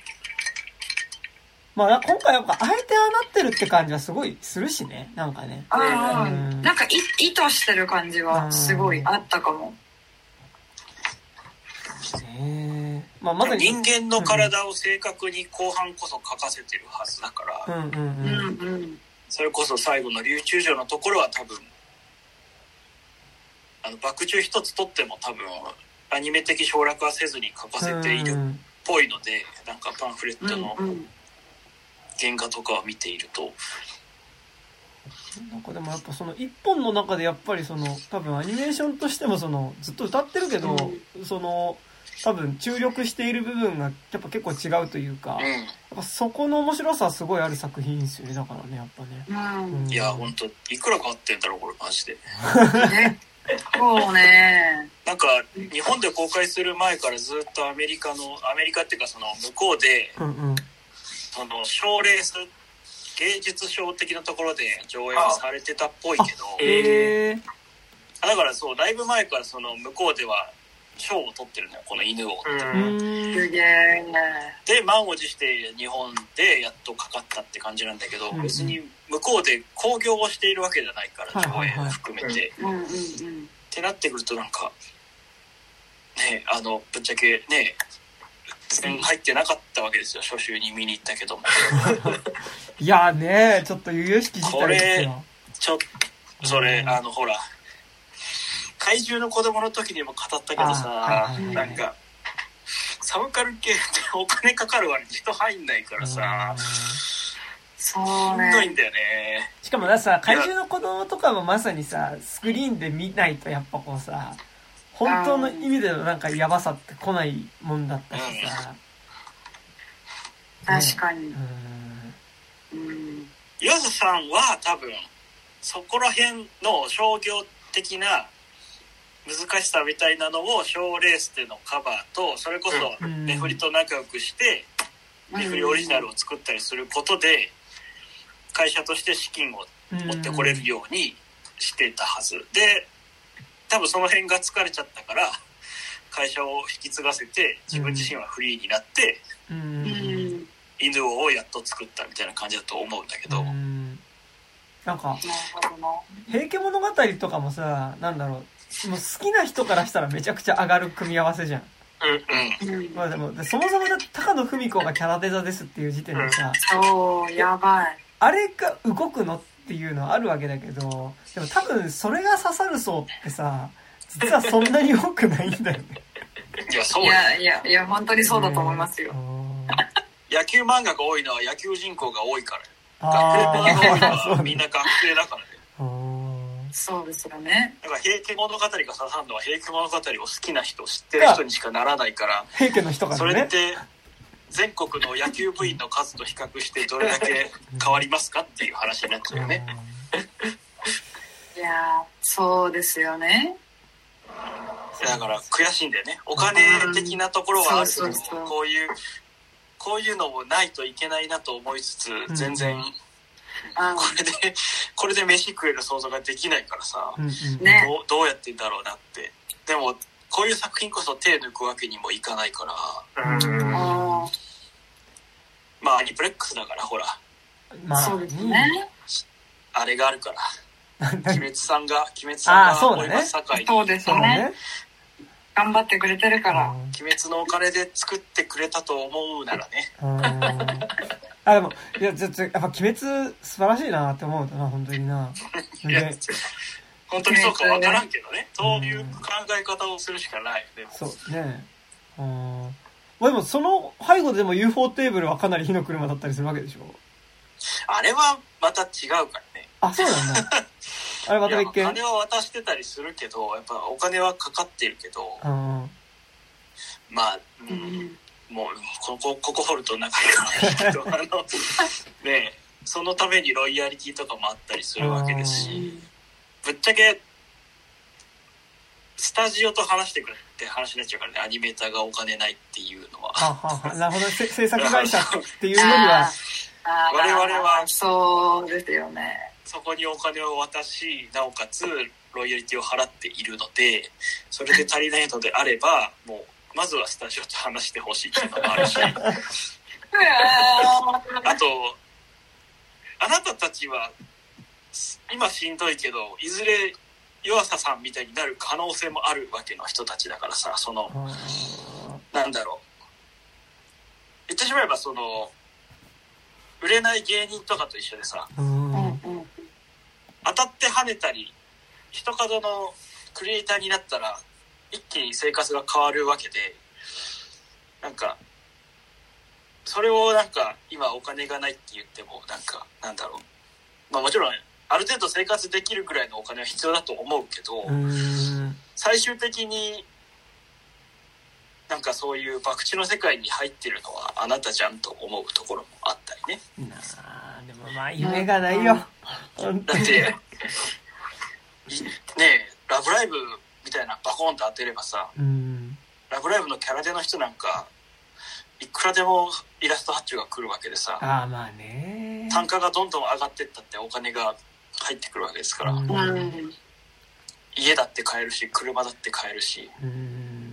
まあ今回やっぱあえてああなってるって感じはすごいするしね、なんかね、 あ、うん、なんか意図してる感じはすごいあったかも。 へまあ、まだ人間の体を正確に後半こそ書かせてるはずだから、うんうんうん、それこそ最後の竜中将のところは多分あの爆中一つ取っても多分アニメ的省略はせずに書かせているっぽいので、うんうん、なんかパンフレットの原画とかを見ていると、 なんかでもやっぱその一本の中でやっぱりその多分アニメーションとしてもそのずっと歌ってるけど、うん、その多分注力している部分がやっぱ結構違うというか、うん、やっぱそこの面白さはすごいある作品ですよね、だからねやっぱね、 うん、いや本当いくら買ってんだろうこれマジでそうね、 なんか日本で公開する前からずっとアメリカのアメリカっていうかその向こうで、うんうん、その賞レース芸術賞的なところで上映はされてたっぽいけど、えー、だからそうだいぶ前からその向こうでは賞を取ってるのよこの犬王って、うん、すげえで満を持して日本でやっとかかったって感じなんだけど、うん、別に向こうで興行をしているわけじゃないから上映を含めて、はいはいはい、ってなってくるとなんかねあのぶっちゃけね入ってなかったわけですよ、初週に見に行ったけどもいやねちょっと由々しき事態ですよ。 これちょっとそれ、うん、あのほら怪獣の子供の時にも語ったけどさ、はいはい、なんかサブカル系ってお金かかる割に人入んないからさ、 そうね、しんどいんだよね。 しかもださ怪獣の子供とかもまさにさスクリーンで見ないとやっぱこうさ本当の意味でのなんかヤバさって来ないもんだったしさ、 うん、確かに、ね、 うん、ヨズさんは多分そこら辺の商業的な難しさみたいなのを賞レースでのカバーとそれこそネフリと仲良くしてネフリオリジナルを作ったりすることで会社として資金を持ってこれるようにしてたはずで、多分その辺が疲れちゃったから会社を引き継がせて自分自身はフリーになって犬王をやっと作ったみたいな感じだと思うんだけど、 なんか平家物語とかもさなんだろうもう好きな人からしたらめちゃくちゃ上がる組み合わせじゃん。うんうん。まあでもそもそもだって高野文子がキャラデザですっていう時点でさ、 おーやばい。 あれが動くのっていうのはあるわけだけど、でも多分それが刺さる層ってさ、実はそんなに多くないんだよね。 いやそういやいやいや本当にそうだと思いますよ。 野球漫画が多いのは野球人口が多いから。学校が多いのはみんな学生だからね。 そうですよね。 だから平家物語が刺さるのは平家物語を好きな人、知ってる人にしかならないから。 平家の人がね。 それって全国の野球部員の数と比較してどれだけ変わりますかっていう話になっちゃうよね。 いやそうですよね。 だから悔しいんだよね。お金的なところはあるけど、こういうこういうのもないといけないなと思いつつ、全然これでこれで飯食える想像ができないからさ、どう、どうやってんだろうなって。でもこういう作品こそ手抜くわけにもいかないから、うん、まあアニプレックスだからほら、 まあ、そうですね。 あれがあるから。鬼滅さんが鬼滅さんが追いますさかいに、 そうですね。頑張ってくれてるから。 鬼滅のお金で作ってくれたと思うならね。 あでもいやちょっとやっぱ鬼滅素晴らしいなって思うな本当にな。 いや本当にそうか分からんけどね。そういう考え方をするしかない。でもそうね。うん。まあでもその背後でも ユーフォー テーブルはかなり火の車だったりするわけでしょ。 あれはまた違うからね。 あ、そうなんだ。あれまた別件。 金は渡してたりするけど、やっぱお金はかかってるけど、うん、まあ、うん、もうここここ掘ると仲良くないけど、あのねそのためにロイヤリティとかもあったりするわけですし、ぶっちゃけスタジオと話してくれって話になっちゃうからね、アニメーターがお金ないっていうのは。 はははなるほど、制作会社っていうよりは。 我々はそうですよね。 そこにお金を渡し、なおかつロイヤリティを払っているので、それで足りないのであれば、もうまずはスタジオと話してほしいっていうのもあるし、あとあなたたちは今しんどいけど、いずれ湯浅さんみたいになる可能性もあるわけの人たちだからさ、そのなんだろう、言ってしまえばその売れない芸人とかと一緒でさ、当たって跳ねたり一角のクリエイターになったら一気に生活が変わるわけで、なんかそれをなんか今お金がないって言ってもなんかなんだろう、まあもちろんある程度生活できるくらいのお金は必要だと思うけど、最終的になんかそういう博打の世界に入ってるのはあなたじゃんと思うところもあったりね。 なあ、でもまあ夢がないよ。 だってねえ、ラブライブみたいなバコンと当てればさ、うん、ラブライブのキャラでの人なんかいくらでもイラスト発注が来るわけでさ、 あまあね、 単価がどんどん上がってったってお金が入ってくるわけですから、うん、家だって買えるし車だって買えるし、うん、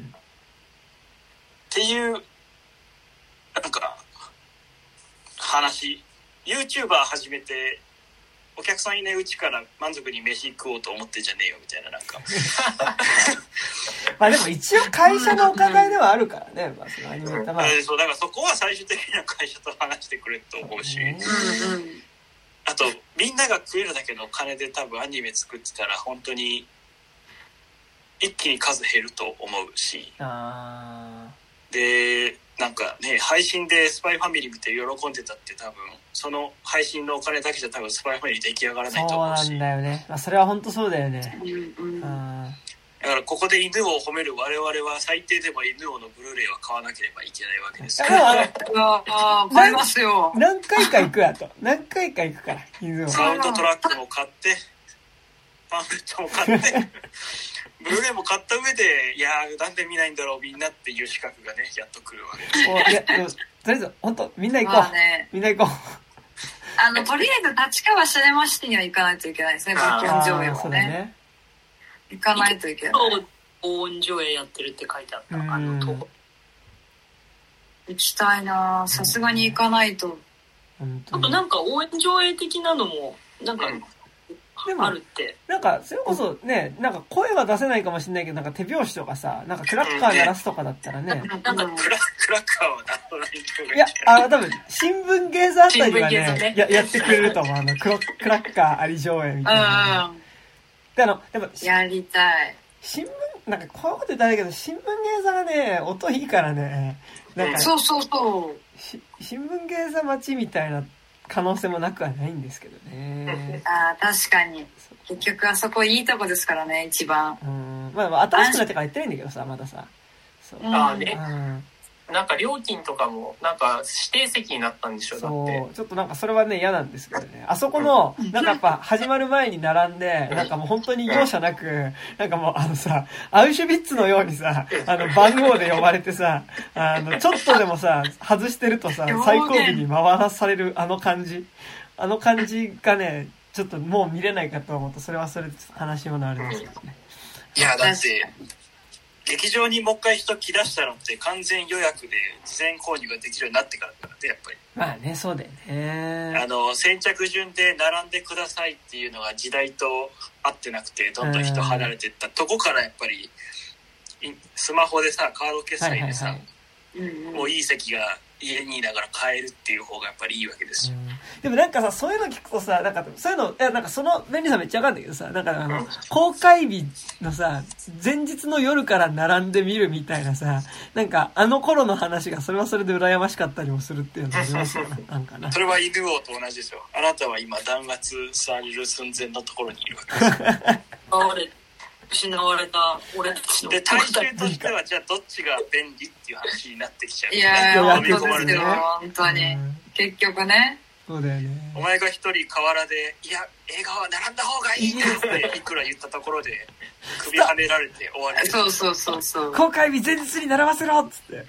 っていうなんか話、 YouTuber 始めてお客さんいないうちから満足に飯食おうと思ってんじゃねえよみたいな、なんかまあでも一応会社のお考えではあるからね、まあ、そのアニメーター、まあ、 そうだからそこは最終的には会社と話してくれと思うし、あとみんなが食えるだけの金で多分アニメ作ってたら本当に一気に数減ると思うし、あでなんかね、配信でスパイファミリー見て喜んでたって多分その配信のお金だけじゃ多分スパイファミリー出来上がらないと思うし、 そうなんだよね、まあ、それは本当そうだよね、 うん、あだからここで犬を褒める我々は最低でも犬王のブルーレイは買わなければいけないわけですから。 あ買いますよ。 何回か行くやと。何回か行くから犬王。 サウンドトラックも買って、パンフレットも買って、ブルーレイも買った上で、いやーなんで見ないんだろうみんなっていう資格がねやっと来るわけです。 いやでもとりあえず本当みんな行こう。まあね、みんな行こう。 あのとりあえず立川シネマシティには行かないといけないですね。バッキョン上映もね。行かないといけない。 高音上映やってるって書いてあった。あのと行きたいな、さすがに行かないと。 あとなんか応援上映的なのもなんか、うん、あるって。 なんかそれこそね、なんか声は出せないかもしれないけど、なんか手拍子とかさ、なんかクラッカー鳴らすとかだったらね。 なんかクラクラッカーは鳴らないといや、あの多分新聞芸座あたりはね、ねややってくれると思う。あのクロクラッカーあり上映みたいな、ね。であのやっぱやりたい。 新聞なんかこういうこと言ったらいいけど、新聞芸座がね音いいからね、 なんかそうそうそう新聞芸座町みたいな可能性もなくはないんですけどね。 ああ確かに結局あそこいいとこですからね一番。 うん、まあ、まあ新しくなってから言ってないんだけどさまださ。 そうああね、うんなんか料金とかもなんか指定席になったんでしょ。 そうだってちょっとなんかそれはね嫌なんですけどね。あそこのなんかやっぱ始まる前に並んでなんかもう本当に容赦なくなんかもうあのさアウシュビッツのようにさあの番号で呼ばれてさあのちょっとでもさ外してるとさ最後尾に回らされるあの感じあの感じがねちょっともう見れないかと思うとそれはそれで悲しいものあるんですけどね。 いやだって劇場にもう一回人来だしたのって完全予約で事前購入ができるようになってからだってやっぱりまあねそうだよね。 あの先着順で並んでくださいっていうのが時代と合ってなくてどんどん人離れていったとこからやっぱりスマホでさカード決済でさ、はいはいはい、もういい席が家にいながら買えるっていう方がやっぱりいいわけですよ、 うん、でもなんかさそういうの聞くとさなんかそういうのいやなんかその便利さめっちゃわかるんだけどさなんかあの、うん、公開日のさ前日の夜から並んで見るみたいなさなんかあの頃の話がそれはそれで羨ましかったりもするっていうのがありますよね。なんかなそれは犬王と同じですよ。あなたは今弾圧される寸前のところにいるわけです失われた俺たちので大衆としてはじゃあどっちが便利っていう話になってきちゃう、ね、 いやいや本当ですよ本当に、うん、結局ねそうだよね。 お前が一人河原でいや映画は並んだ方がいいっていくら言ったところで首跳ねられて終わりそうそうそうそう公開日前日に並ばせろっつって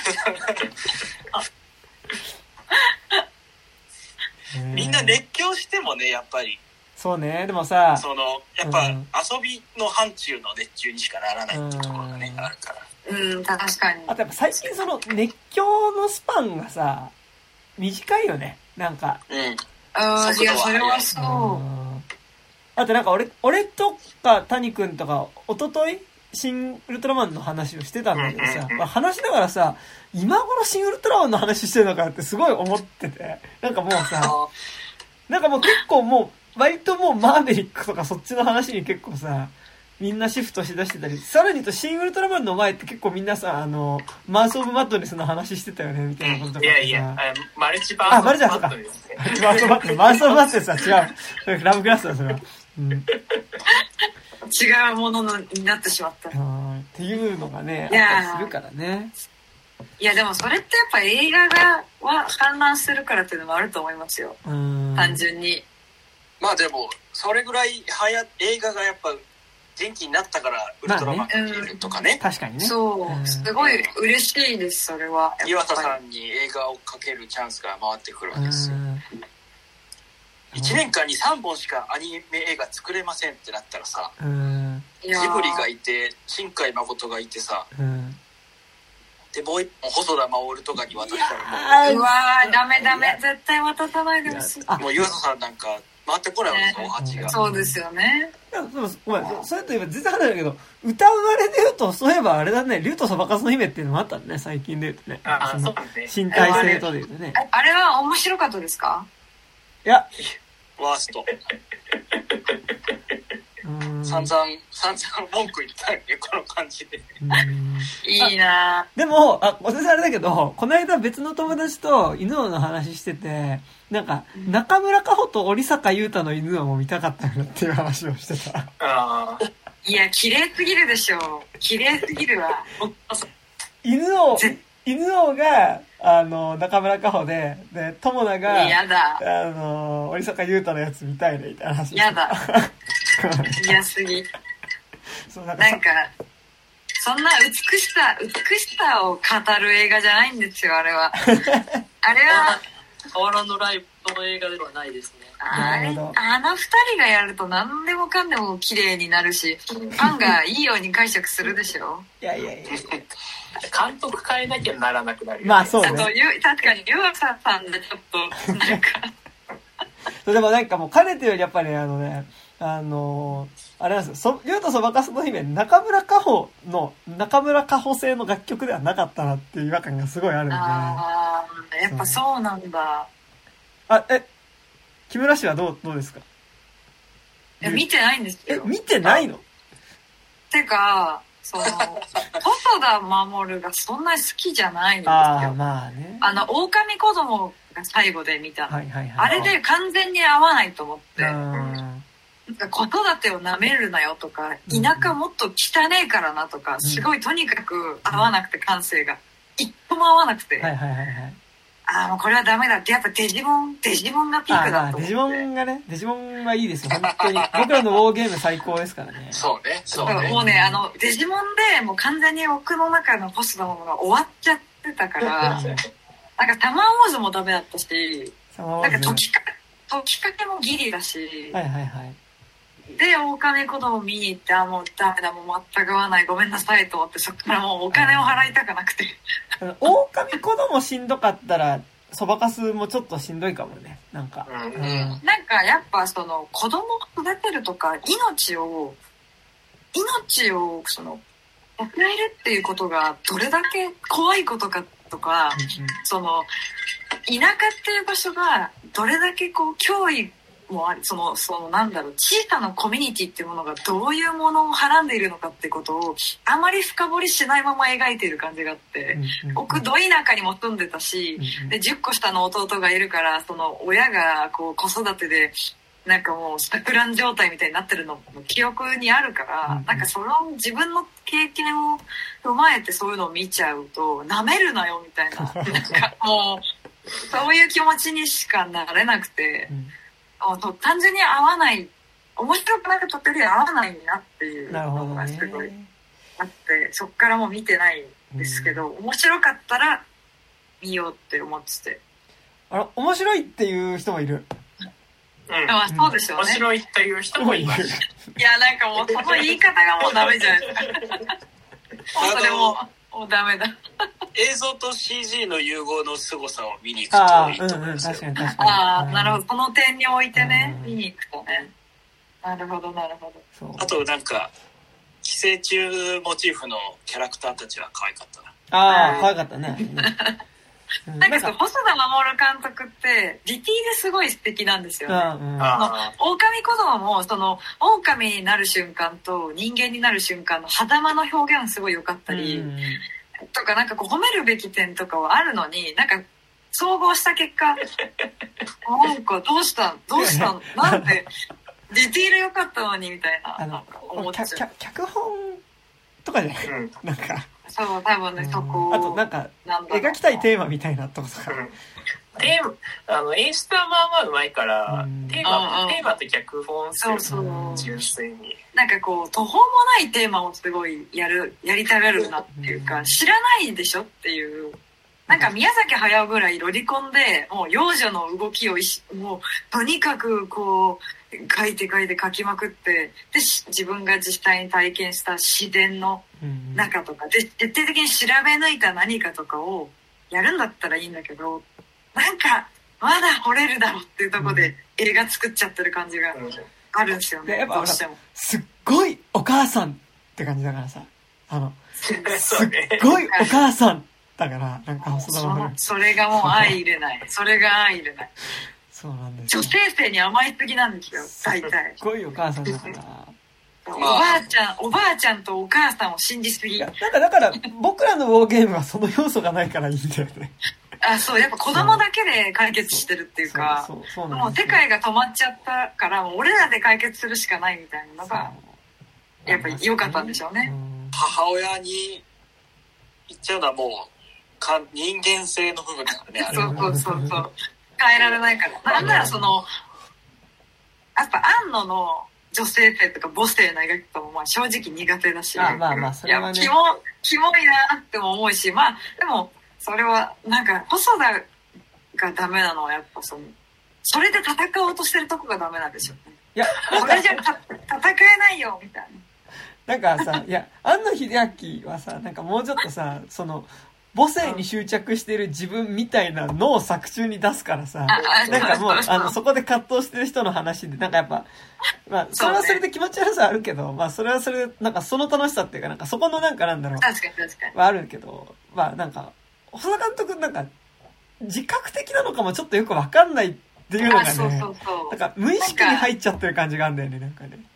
みんな熱狂してもねやっぱりそうね。でもさそのやっぱ、うん、遊びの範疇の熱中にしかならないっていうところがね、うん、あるからうん確かに。 あとやっぱ最近その熱狂のスパンがさ短いよねなんかうんあいやそれはそう、うん、 あとなんか俺俺とか谷くんとか一昨日新ウルトラマンの話をしてたんだけどさ、まあ、話しながらさ今頃新ウルトラマンの話してるのかってすごい思っててなんかもうさなんかもう結構もう割ともうマーベリックとかそっちの話に結構さみんなシフトしだしてたりさらに言うと新ウルトラマンの前って結構みんなさあのマウスオブマットネスの話してたよねみたいなこととかさ、 いやいやマルチバースオブマットネスマルチバースオブマットネスマウスオブマットネスは違うラブクラスだそれは、うん、違うもののになってしまったっていうのがねあったりするからね。 いやでもそれってやっぱ映画がは氾濫するからっていうのもあると思いますよ単純に。 まあでもそれぐらいはや映画がやっぱ元気になったからウルトラマンが見えるとかね、 まあね、うん、確かにねそうすごい嬉しいですそれは。 岩田さんに映画をかけるチャンスが回ってくるわけですよ。いちねんかんにさんぼんしかアニメ映画作れませんってなったらさジブリがいて新海誠がいてさでもう一本細田守とかに渡したらもううわーダメダメ絶対渡さないでほしい。 もう岩田さんなんか回ってこないわけですよ、ね、がそうですよね。 いやでもごめんそれといえば全然話だけど歌うあれで言うとそういえばあれだね竜とそばかすの姫っていうのもあったんだね最近で言うとね。 ああそうですね身体性とで言うとねあ, あれは面白かったですか。 いやワースト散々散々文句言ったんでこの感じでいいな。 でもあ私あれだけどこの間別の友達と犬王の話しててなんか中村佳穂と織坂優太の犬王も見たかったなっていう話をしてた。 あいや綺麗すぎるでしょ綺麗すぎるわ犬王犬王があの中村佳穂でで友田がやだあの織坂優太のやつ見たいねみたいな話。 やだ嫌すぎそうなんかなんかそんな美しさ美しさを語る映画じゃないんですよあれはあれは河原のライブの映画ではないですね。 あれあの二人がやると何でもかんでも綺麗になるしファンがいいように解釈するでしょいやいやいや監督変えなきゃならなくなるよ、ね、 まあそうね。 あと確かに湯浅さんでちょっとなんかでもなんかもうかねてよりやっぱり、ね、あのねあのー、あれなんですよゆうとそばかすの姫中村佳穂の中村佳穂製の楽曲ではなかったなっていう違和感がすごいあるんで、ね、 ああやっぱそうなんだ。 あえ木村氏はどうどうですか。 いや見てないんですよ。 え見てないの。 てかその細田守がそんなに好きじゃないんですよ。 あ、まあね、 あの狼子供が最後で見た、はいはいはい、あれで完全に合わないと思って、なんか子育てをなめるなよとか、田舎もっと汚ねえからなとか、すごいとにかく合わなくて、感性が一個も合わなくて、はいはいはいはい、ああもうこれはダメだって、やっぱデジモンデジモンがピークだと思って。デジモンがね、デジモンはいいですよ本当に。僕らのウォーゲーム最高ですからね。 そうね、そうね。 もうね、あのデジモンでもう完全に僕の中のホストのものが終わっちゃってたから、なんかタマーウォーズもダメだったし、なんか時か時かけもギリだし、はいはいはい。で狼子供見に行って、あもうダメだ、もう全く合わない、ごめんなさいと思って、そっからもうお金を払いたくなくて。 狼子供しんどかったらそばかすもちょっとしんどいかもね、なんか、うん、 なんかやっぱその子供を育てるとか、命を命をその与えるっていうことがどれだけ怖いことかとか、うん、その田舎っていう場所がどれだけこう脅威もあり、そのそのなんだろう、小さなコミュニティっていうものがどういうものをはらんでいるのかってことをあまり深掘りしないまま描いている感じがあって、僕ど田舎にも住んでたし、でじゅっこ下の弟がいるから、その親がこう子育てでなんかもう錯乱状態みたいになってるのも記憶にあるから、なんかその自分の経験を踏まえてそういうのを見ちゃうと、なめるなよみたいな、なんかもうそういう気持ちにしかなれなくて、単純に合わない、面白くなるとってより合わないなっていうのがすごいあって、そっからもう見てないんですけど、うん、面白かったら見ようって思ってて。 あら、面白いっていう人もいる。 うん、まあそうでしょうね。 面白いっていう人もいます。いやなんかもうその言い方がもうダメじゃないですか。それももうダメだ。 映像と シージー の融合の凄さを見に行くといいと思いますよ。 確かに確かに。 ああ、なるほど。その点においてね、見に行くとね。なるほどなるほど。 あとなんか寄生虫モチーフのキャラクターたちは可愛かったな。 ああ、可愛かったね。 なんか細田守監督ってディティールすごい素敵なんですよね。うんうん、あの狼子供もその狼になる瞬間と人間になる瞬間の狭間の表現すごい良かったり、うん、とかなんかこう褒めるべき点とかはあるのに、なんか総合した結果なんかどうしたどうしたなんでディティール良かったのにみたいな、なんか思っちゃう。 脚本とかじゃない、うん、なんかそう多分ね、そこあとなんか描きたいテーマみたいなとことか、うん、 テーマあの演出はまあまあうまいから、うん、テーマテーマと脚本する、そうそう純粋になんかこう途方もないテーマをすごいやるやりたがるなっていうか、うん、知らないでしょっていう、なんか宮崎駿ぐらいロリコンでもう幼女の動きをもうとにかくこう書いて書いて書きまくって、で自分が実際に体験した自然の中とかで徹底的に調べ抜いた何かとかをやるんだったらいいんだけど、なんかまだ掘れるだろっていうところで映画作っちゃってる感じがあるんですよね。どうしてもすっごいお母さんって感じだからさ、あのすっごいお母さんだからなんか そ, のそれがもう相入れないそれが相入れないそうなんですよ。 女性性に甘いすぎなんですよ大体。 すごいお母さんだからおばあちゃんおばあちゃんとお母さんを信じすぎ。 なんかだから僕らのウォーゲームはその要素がないからいいんだよね。 あ、そうやっぱ子供だけで解決してるっていうか、そうそうそうそう、もう世界が止まっちゃったからもう俺らで解決するしかないみたいなのがやっぱり良かったんでしょうね。 母親に言っちゃうのはもうか人間性の部分だからね。 そうそうそうそう変えられないから。なんならそのやっぱ安野の女性性とか母性の描き方もまあ正直苦手だし、 あまあまあそれはね、 いやキモキモいなっても思うし、まあでもそれはなんか細田がダメなのはやっぱそのそれで戦おうとしてるとこがダメなんでしょうね。いやこれじゃた戦えないよみたいな。なんかさ、いや安野秀明はさ、なんかもうちょっとさ、その母性に執着してる自分みたいなのを作中に出すからさ、なんかもうあのそこで葛藤してる人の話で、なんかやっぱまあそれはそれで気持ち悪さあるけど、まあそれはそれでなんかその楽しさっていうか、なんかそこのなんかなんだろう、 確かに確かにはあるけど、まあなんか細田監督なんか自覚的なのかもちょっとよく分かんないっていうのがね、そうそうそう、なんか無意識に入っちゃってる感じがあるんだよね、なんかね。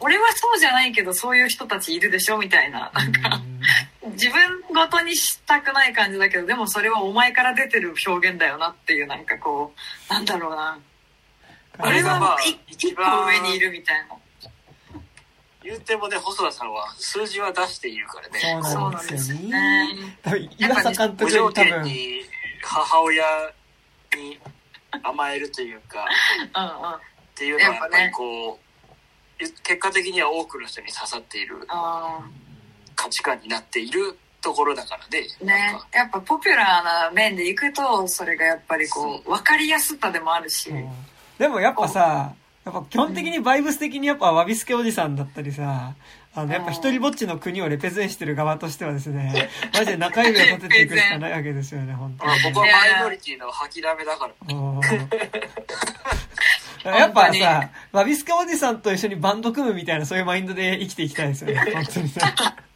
俺はそうじゃないけどそういう人たちいるでしょみたいな、なんか自分ごとにしたくない感じだけど、でもそれはお前から出てる表現だよなっていう、なんかこうなんだろうな、俺は一個上にいるみたいな。 言うてもね、細田さんは数字は出しているからね。 そうなんですよね。多分岩佐監督より多分に母親に甘えるというかうん、うん、っていうのはやっぱりこう、ね、結果的には多くの人に刺さっている価値観になっているところだからね。 ね、やっぱポピュラーな面でいくとそれがやっぱりこう分かりやすさでもあるし、うん、 でもやっぱさ、やっぱ基本的にバイブス的にやっぱわびすけおじさんだったりさ、あのやっぱ一人ぼっちの国をレペゼンしてる側としてはですね、マジで中指を立てていくしかないわけですよね、本当に。 僕はマイノリティの吐きだめだから。 やっぱさ、わびすけおじさんと一緒にバンド組むみたいなそういうマインドで生きていきたいですよね、本当にね。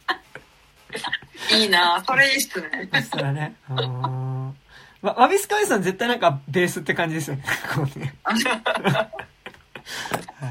いいな、それいいっすね。 いいっすね。わ, わびすけおじさん絶対なんかベースって感じですよね。こうねはい。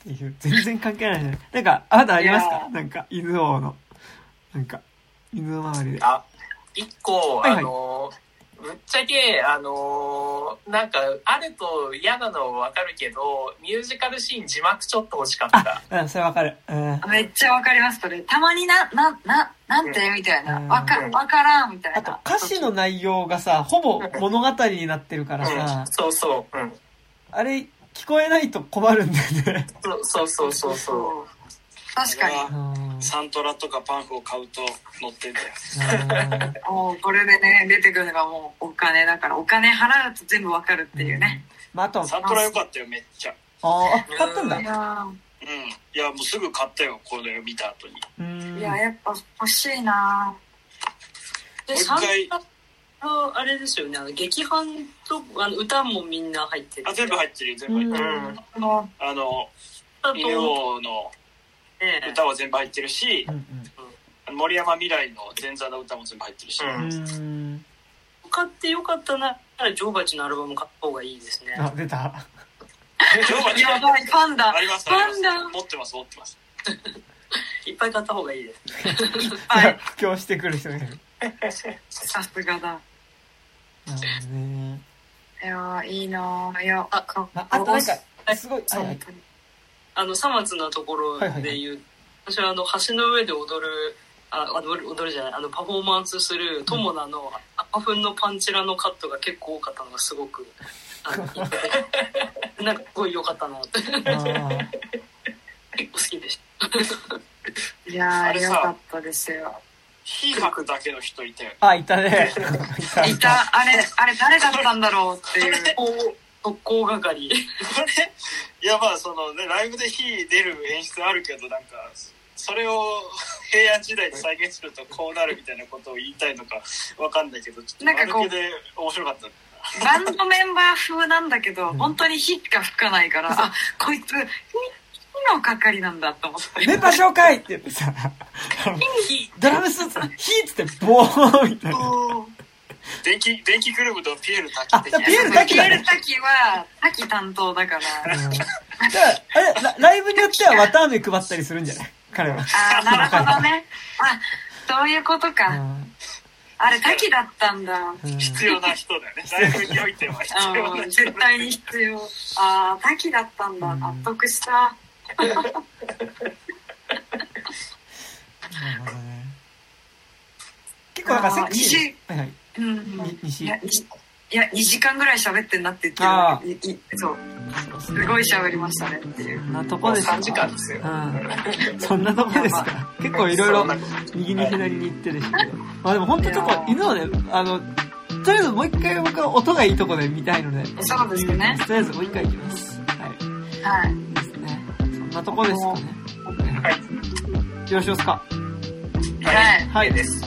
っていう、全然関係ないね。なんか、あなたありますか？なんか、犬王の、なんか、犬王周りで。 あ、一個、はいはい、あの、ぶっちゃけ、あの、なんか、あると嫌なのわかるけど、ミュージカルシーン字幕ちょっと欲しかった。 あ、うん、それわかる。うん。 めっちゃわかります、それ。たまにな、な、な、なんて、うん、みたいな。わか、わからん、みたいな。 あと、歌詞の内容がさ、ほぼ物語になってるからさ。 うん、そうそう。うん。 あれ、聞こえないと困るんだよね。 そうそうそうそう。 確かに。 サントラとかパンフを買うと載ってんだよ。 もうこれでね、出てくるのがもうお金だから、お金払うと全部わかるっていうね。 まあ、あとサントラ良かったよ、めっちゃ。 ああ、買ったんだ。 うん。いや、もうすぐ買ったよ、これを見た後に。いや、やっぱ欲しいなぁ。で、サントラあれですよね、あの劇伴とあの歌もみんな入ってる。 あ、全部入ってるよ、全部入ってる。うん、あの犬王の歌は全部入ってるし、うんうん、森山未来の前座の歌も全部入ってるし。うん、 買ってよかったならジョーバチのアルバム買った方がいいですね。 あ、出た。 ジョーバチやばい、パンダ。 あります、パンダ。持ってます、持ってます。 いっぱい買った方がいいです。 いっぱい布教してくる人がいる。 さすがだ。 なるほどね。 いやいいなぁ。いや、 あ、あ, あとなんかすごい、はいはい、 あのさまつなところで言う、はいはいはい、私はあの橋の上で踊るあ踊る踊るじゃないあのパフォーマンスする友名の赤粉のパンチラのカットが結構多かったのがすごくあのなんかすごい良かったなって結構好きでした。 いやー良かったですよ。 火吐くだけの人いたよ。 あ、いたね。 いた。あれ、あれ誰だったんだろうっていう。 特攻係。 いや、まあ、そのね、ライブで火出る演出あるけど、なんか、それを平安時代で再現するとこうなるみたいなことを言いたいのかわかんないけど、ちょっと丸気で面白かった。 バンドメンバー風なんだけど、うん、本当に火しか吹かないから、あ、こいつ、の係なんだと思って。 メンバー紹介って言ってさ、ドラムスーツ、ヒーってボーンみたいな。 電気、電気グループとピエール滝って。 ピエール滝だね。 ピエール滝は滝担当だから。うん、だからあれラ、ライブによっては綿あめ配ったりするんじゃない彼は。 ああ、なるほどね。あ、そういうことか。うん、あれ滝だったんだ。 うん、必要な人だよね。ライブにおいては必要な人。 絶対に必要。ああ、滝だったんだ。納得した。なるほどね。結構なんかセクシー。はいはい。 うん。西。いや、いやにじかんぐらい喋ってんなって言ってる。そう。すごい喋りましたねっていう。 そんなとこですか。 さんじかんですよ。 うん。そんなとこですか。結構いろいろ右に左に行ってるし。まあでも本当ちょっと犬をね、あの、とりあえずもう一回僕は音がいいとこで見たいので。 そうですね。 とりあえずもう一回行きます。はい。はい。ですね。そんなとこですかね。 はい。 よろしいですか。 はい。はいです。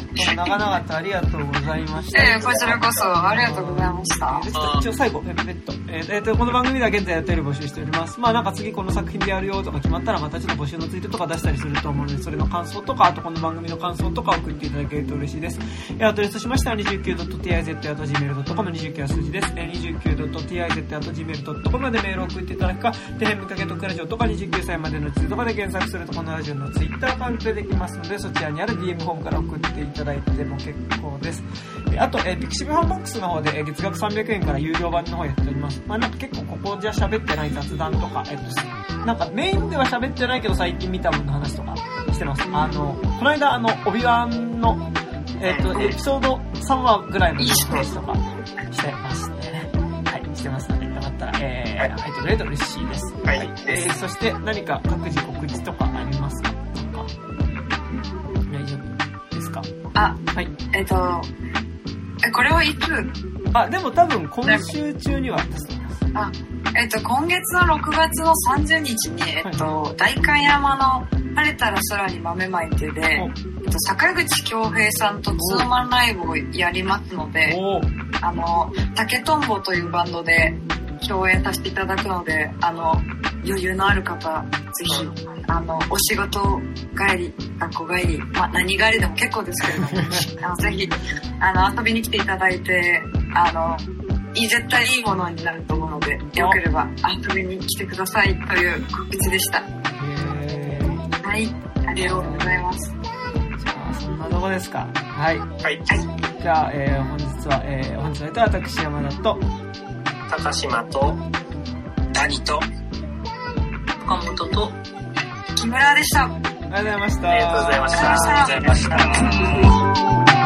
長々とありがとうございました。 えー、こちらこそありがとうございました。 えー、一応最後、ペッペッと。えー、えー、と、この番組では現在やっている募集しております。まあなんか次この作品でやるよとか決まったらまたちょっと募集のツイートとか出したりすると思うので、それの感想とか、あとこの番組の感想とか送っていただけると嬉しいです。えー、アドレスとしましては にじゅうきゅうドットティーアイゼットアットジーメールドットコム、にじゅうきゅうは数字です。えー、にじゅうきゅうドットティーアイゼットアットジーメールドットコム までメールを送っていただくか、てへんみかけとくラジオとかにじゅうきゅうさいまでの地図とかで検索するとこのラジオのツイッターアカウントでできますので、そちらにある ディーエム フォームから送っていただいても結構です。あと、えー、ピクシブファンボックスの方で、えー、月額さんびゃくえんから有料版の方やっております。まあなんか結構ここじゃ喋ってない雑談とか、えっと、なんかメインでは喋ってないけど最近見たものの話とかしてます。あの、この間あの、オビワンの、えっと、エピソードさんわぐらいの話とかしてますね。はい、してますので、よかったら、えー、はい、入ってくれると嬉しいです。はい。はい、えー、そして何か各自告知とかありますか？なんか、大丈夫ですか？ あ、はい。えっと、え、これはいつ？ あ、でも多分今週中には出すと思います。 あ、えっと、今月のろくがつのさんじゅうにちに、えっと、はい、代官山の晴れたら空に豆まいてで、えっと、坂口恭平さんとツーマンライブをやりますので、あの、竹とんぼというバンドで共演させていただくので、あの、余裕のある方、ぜひ、あの、お仕事帰り、学校帰り、まあ、何帰りでも結構ですけれども、あの、ぜひ、あの、遊びに来ていただいて、あの、絶対いいものになると思うので、よければ遊びに来てくださいという告知でした。はい、ありがとうございます。 じゃあ、そんなとこですか。はい。 はい。 じゃあ、えー、本日は、えー、本日の相手は私山田と、 高島と、 谷と、 岡本と、 木村でした。ありがとうございました。 ありがとうございました。ありがとうございました。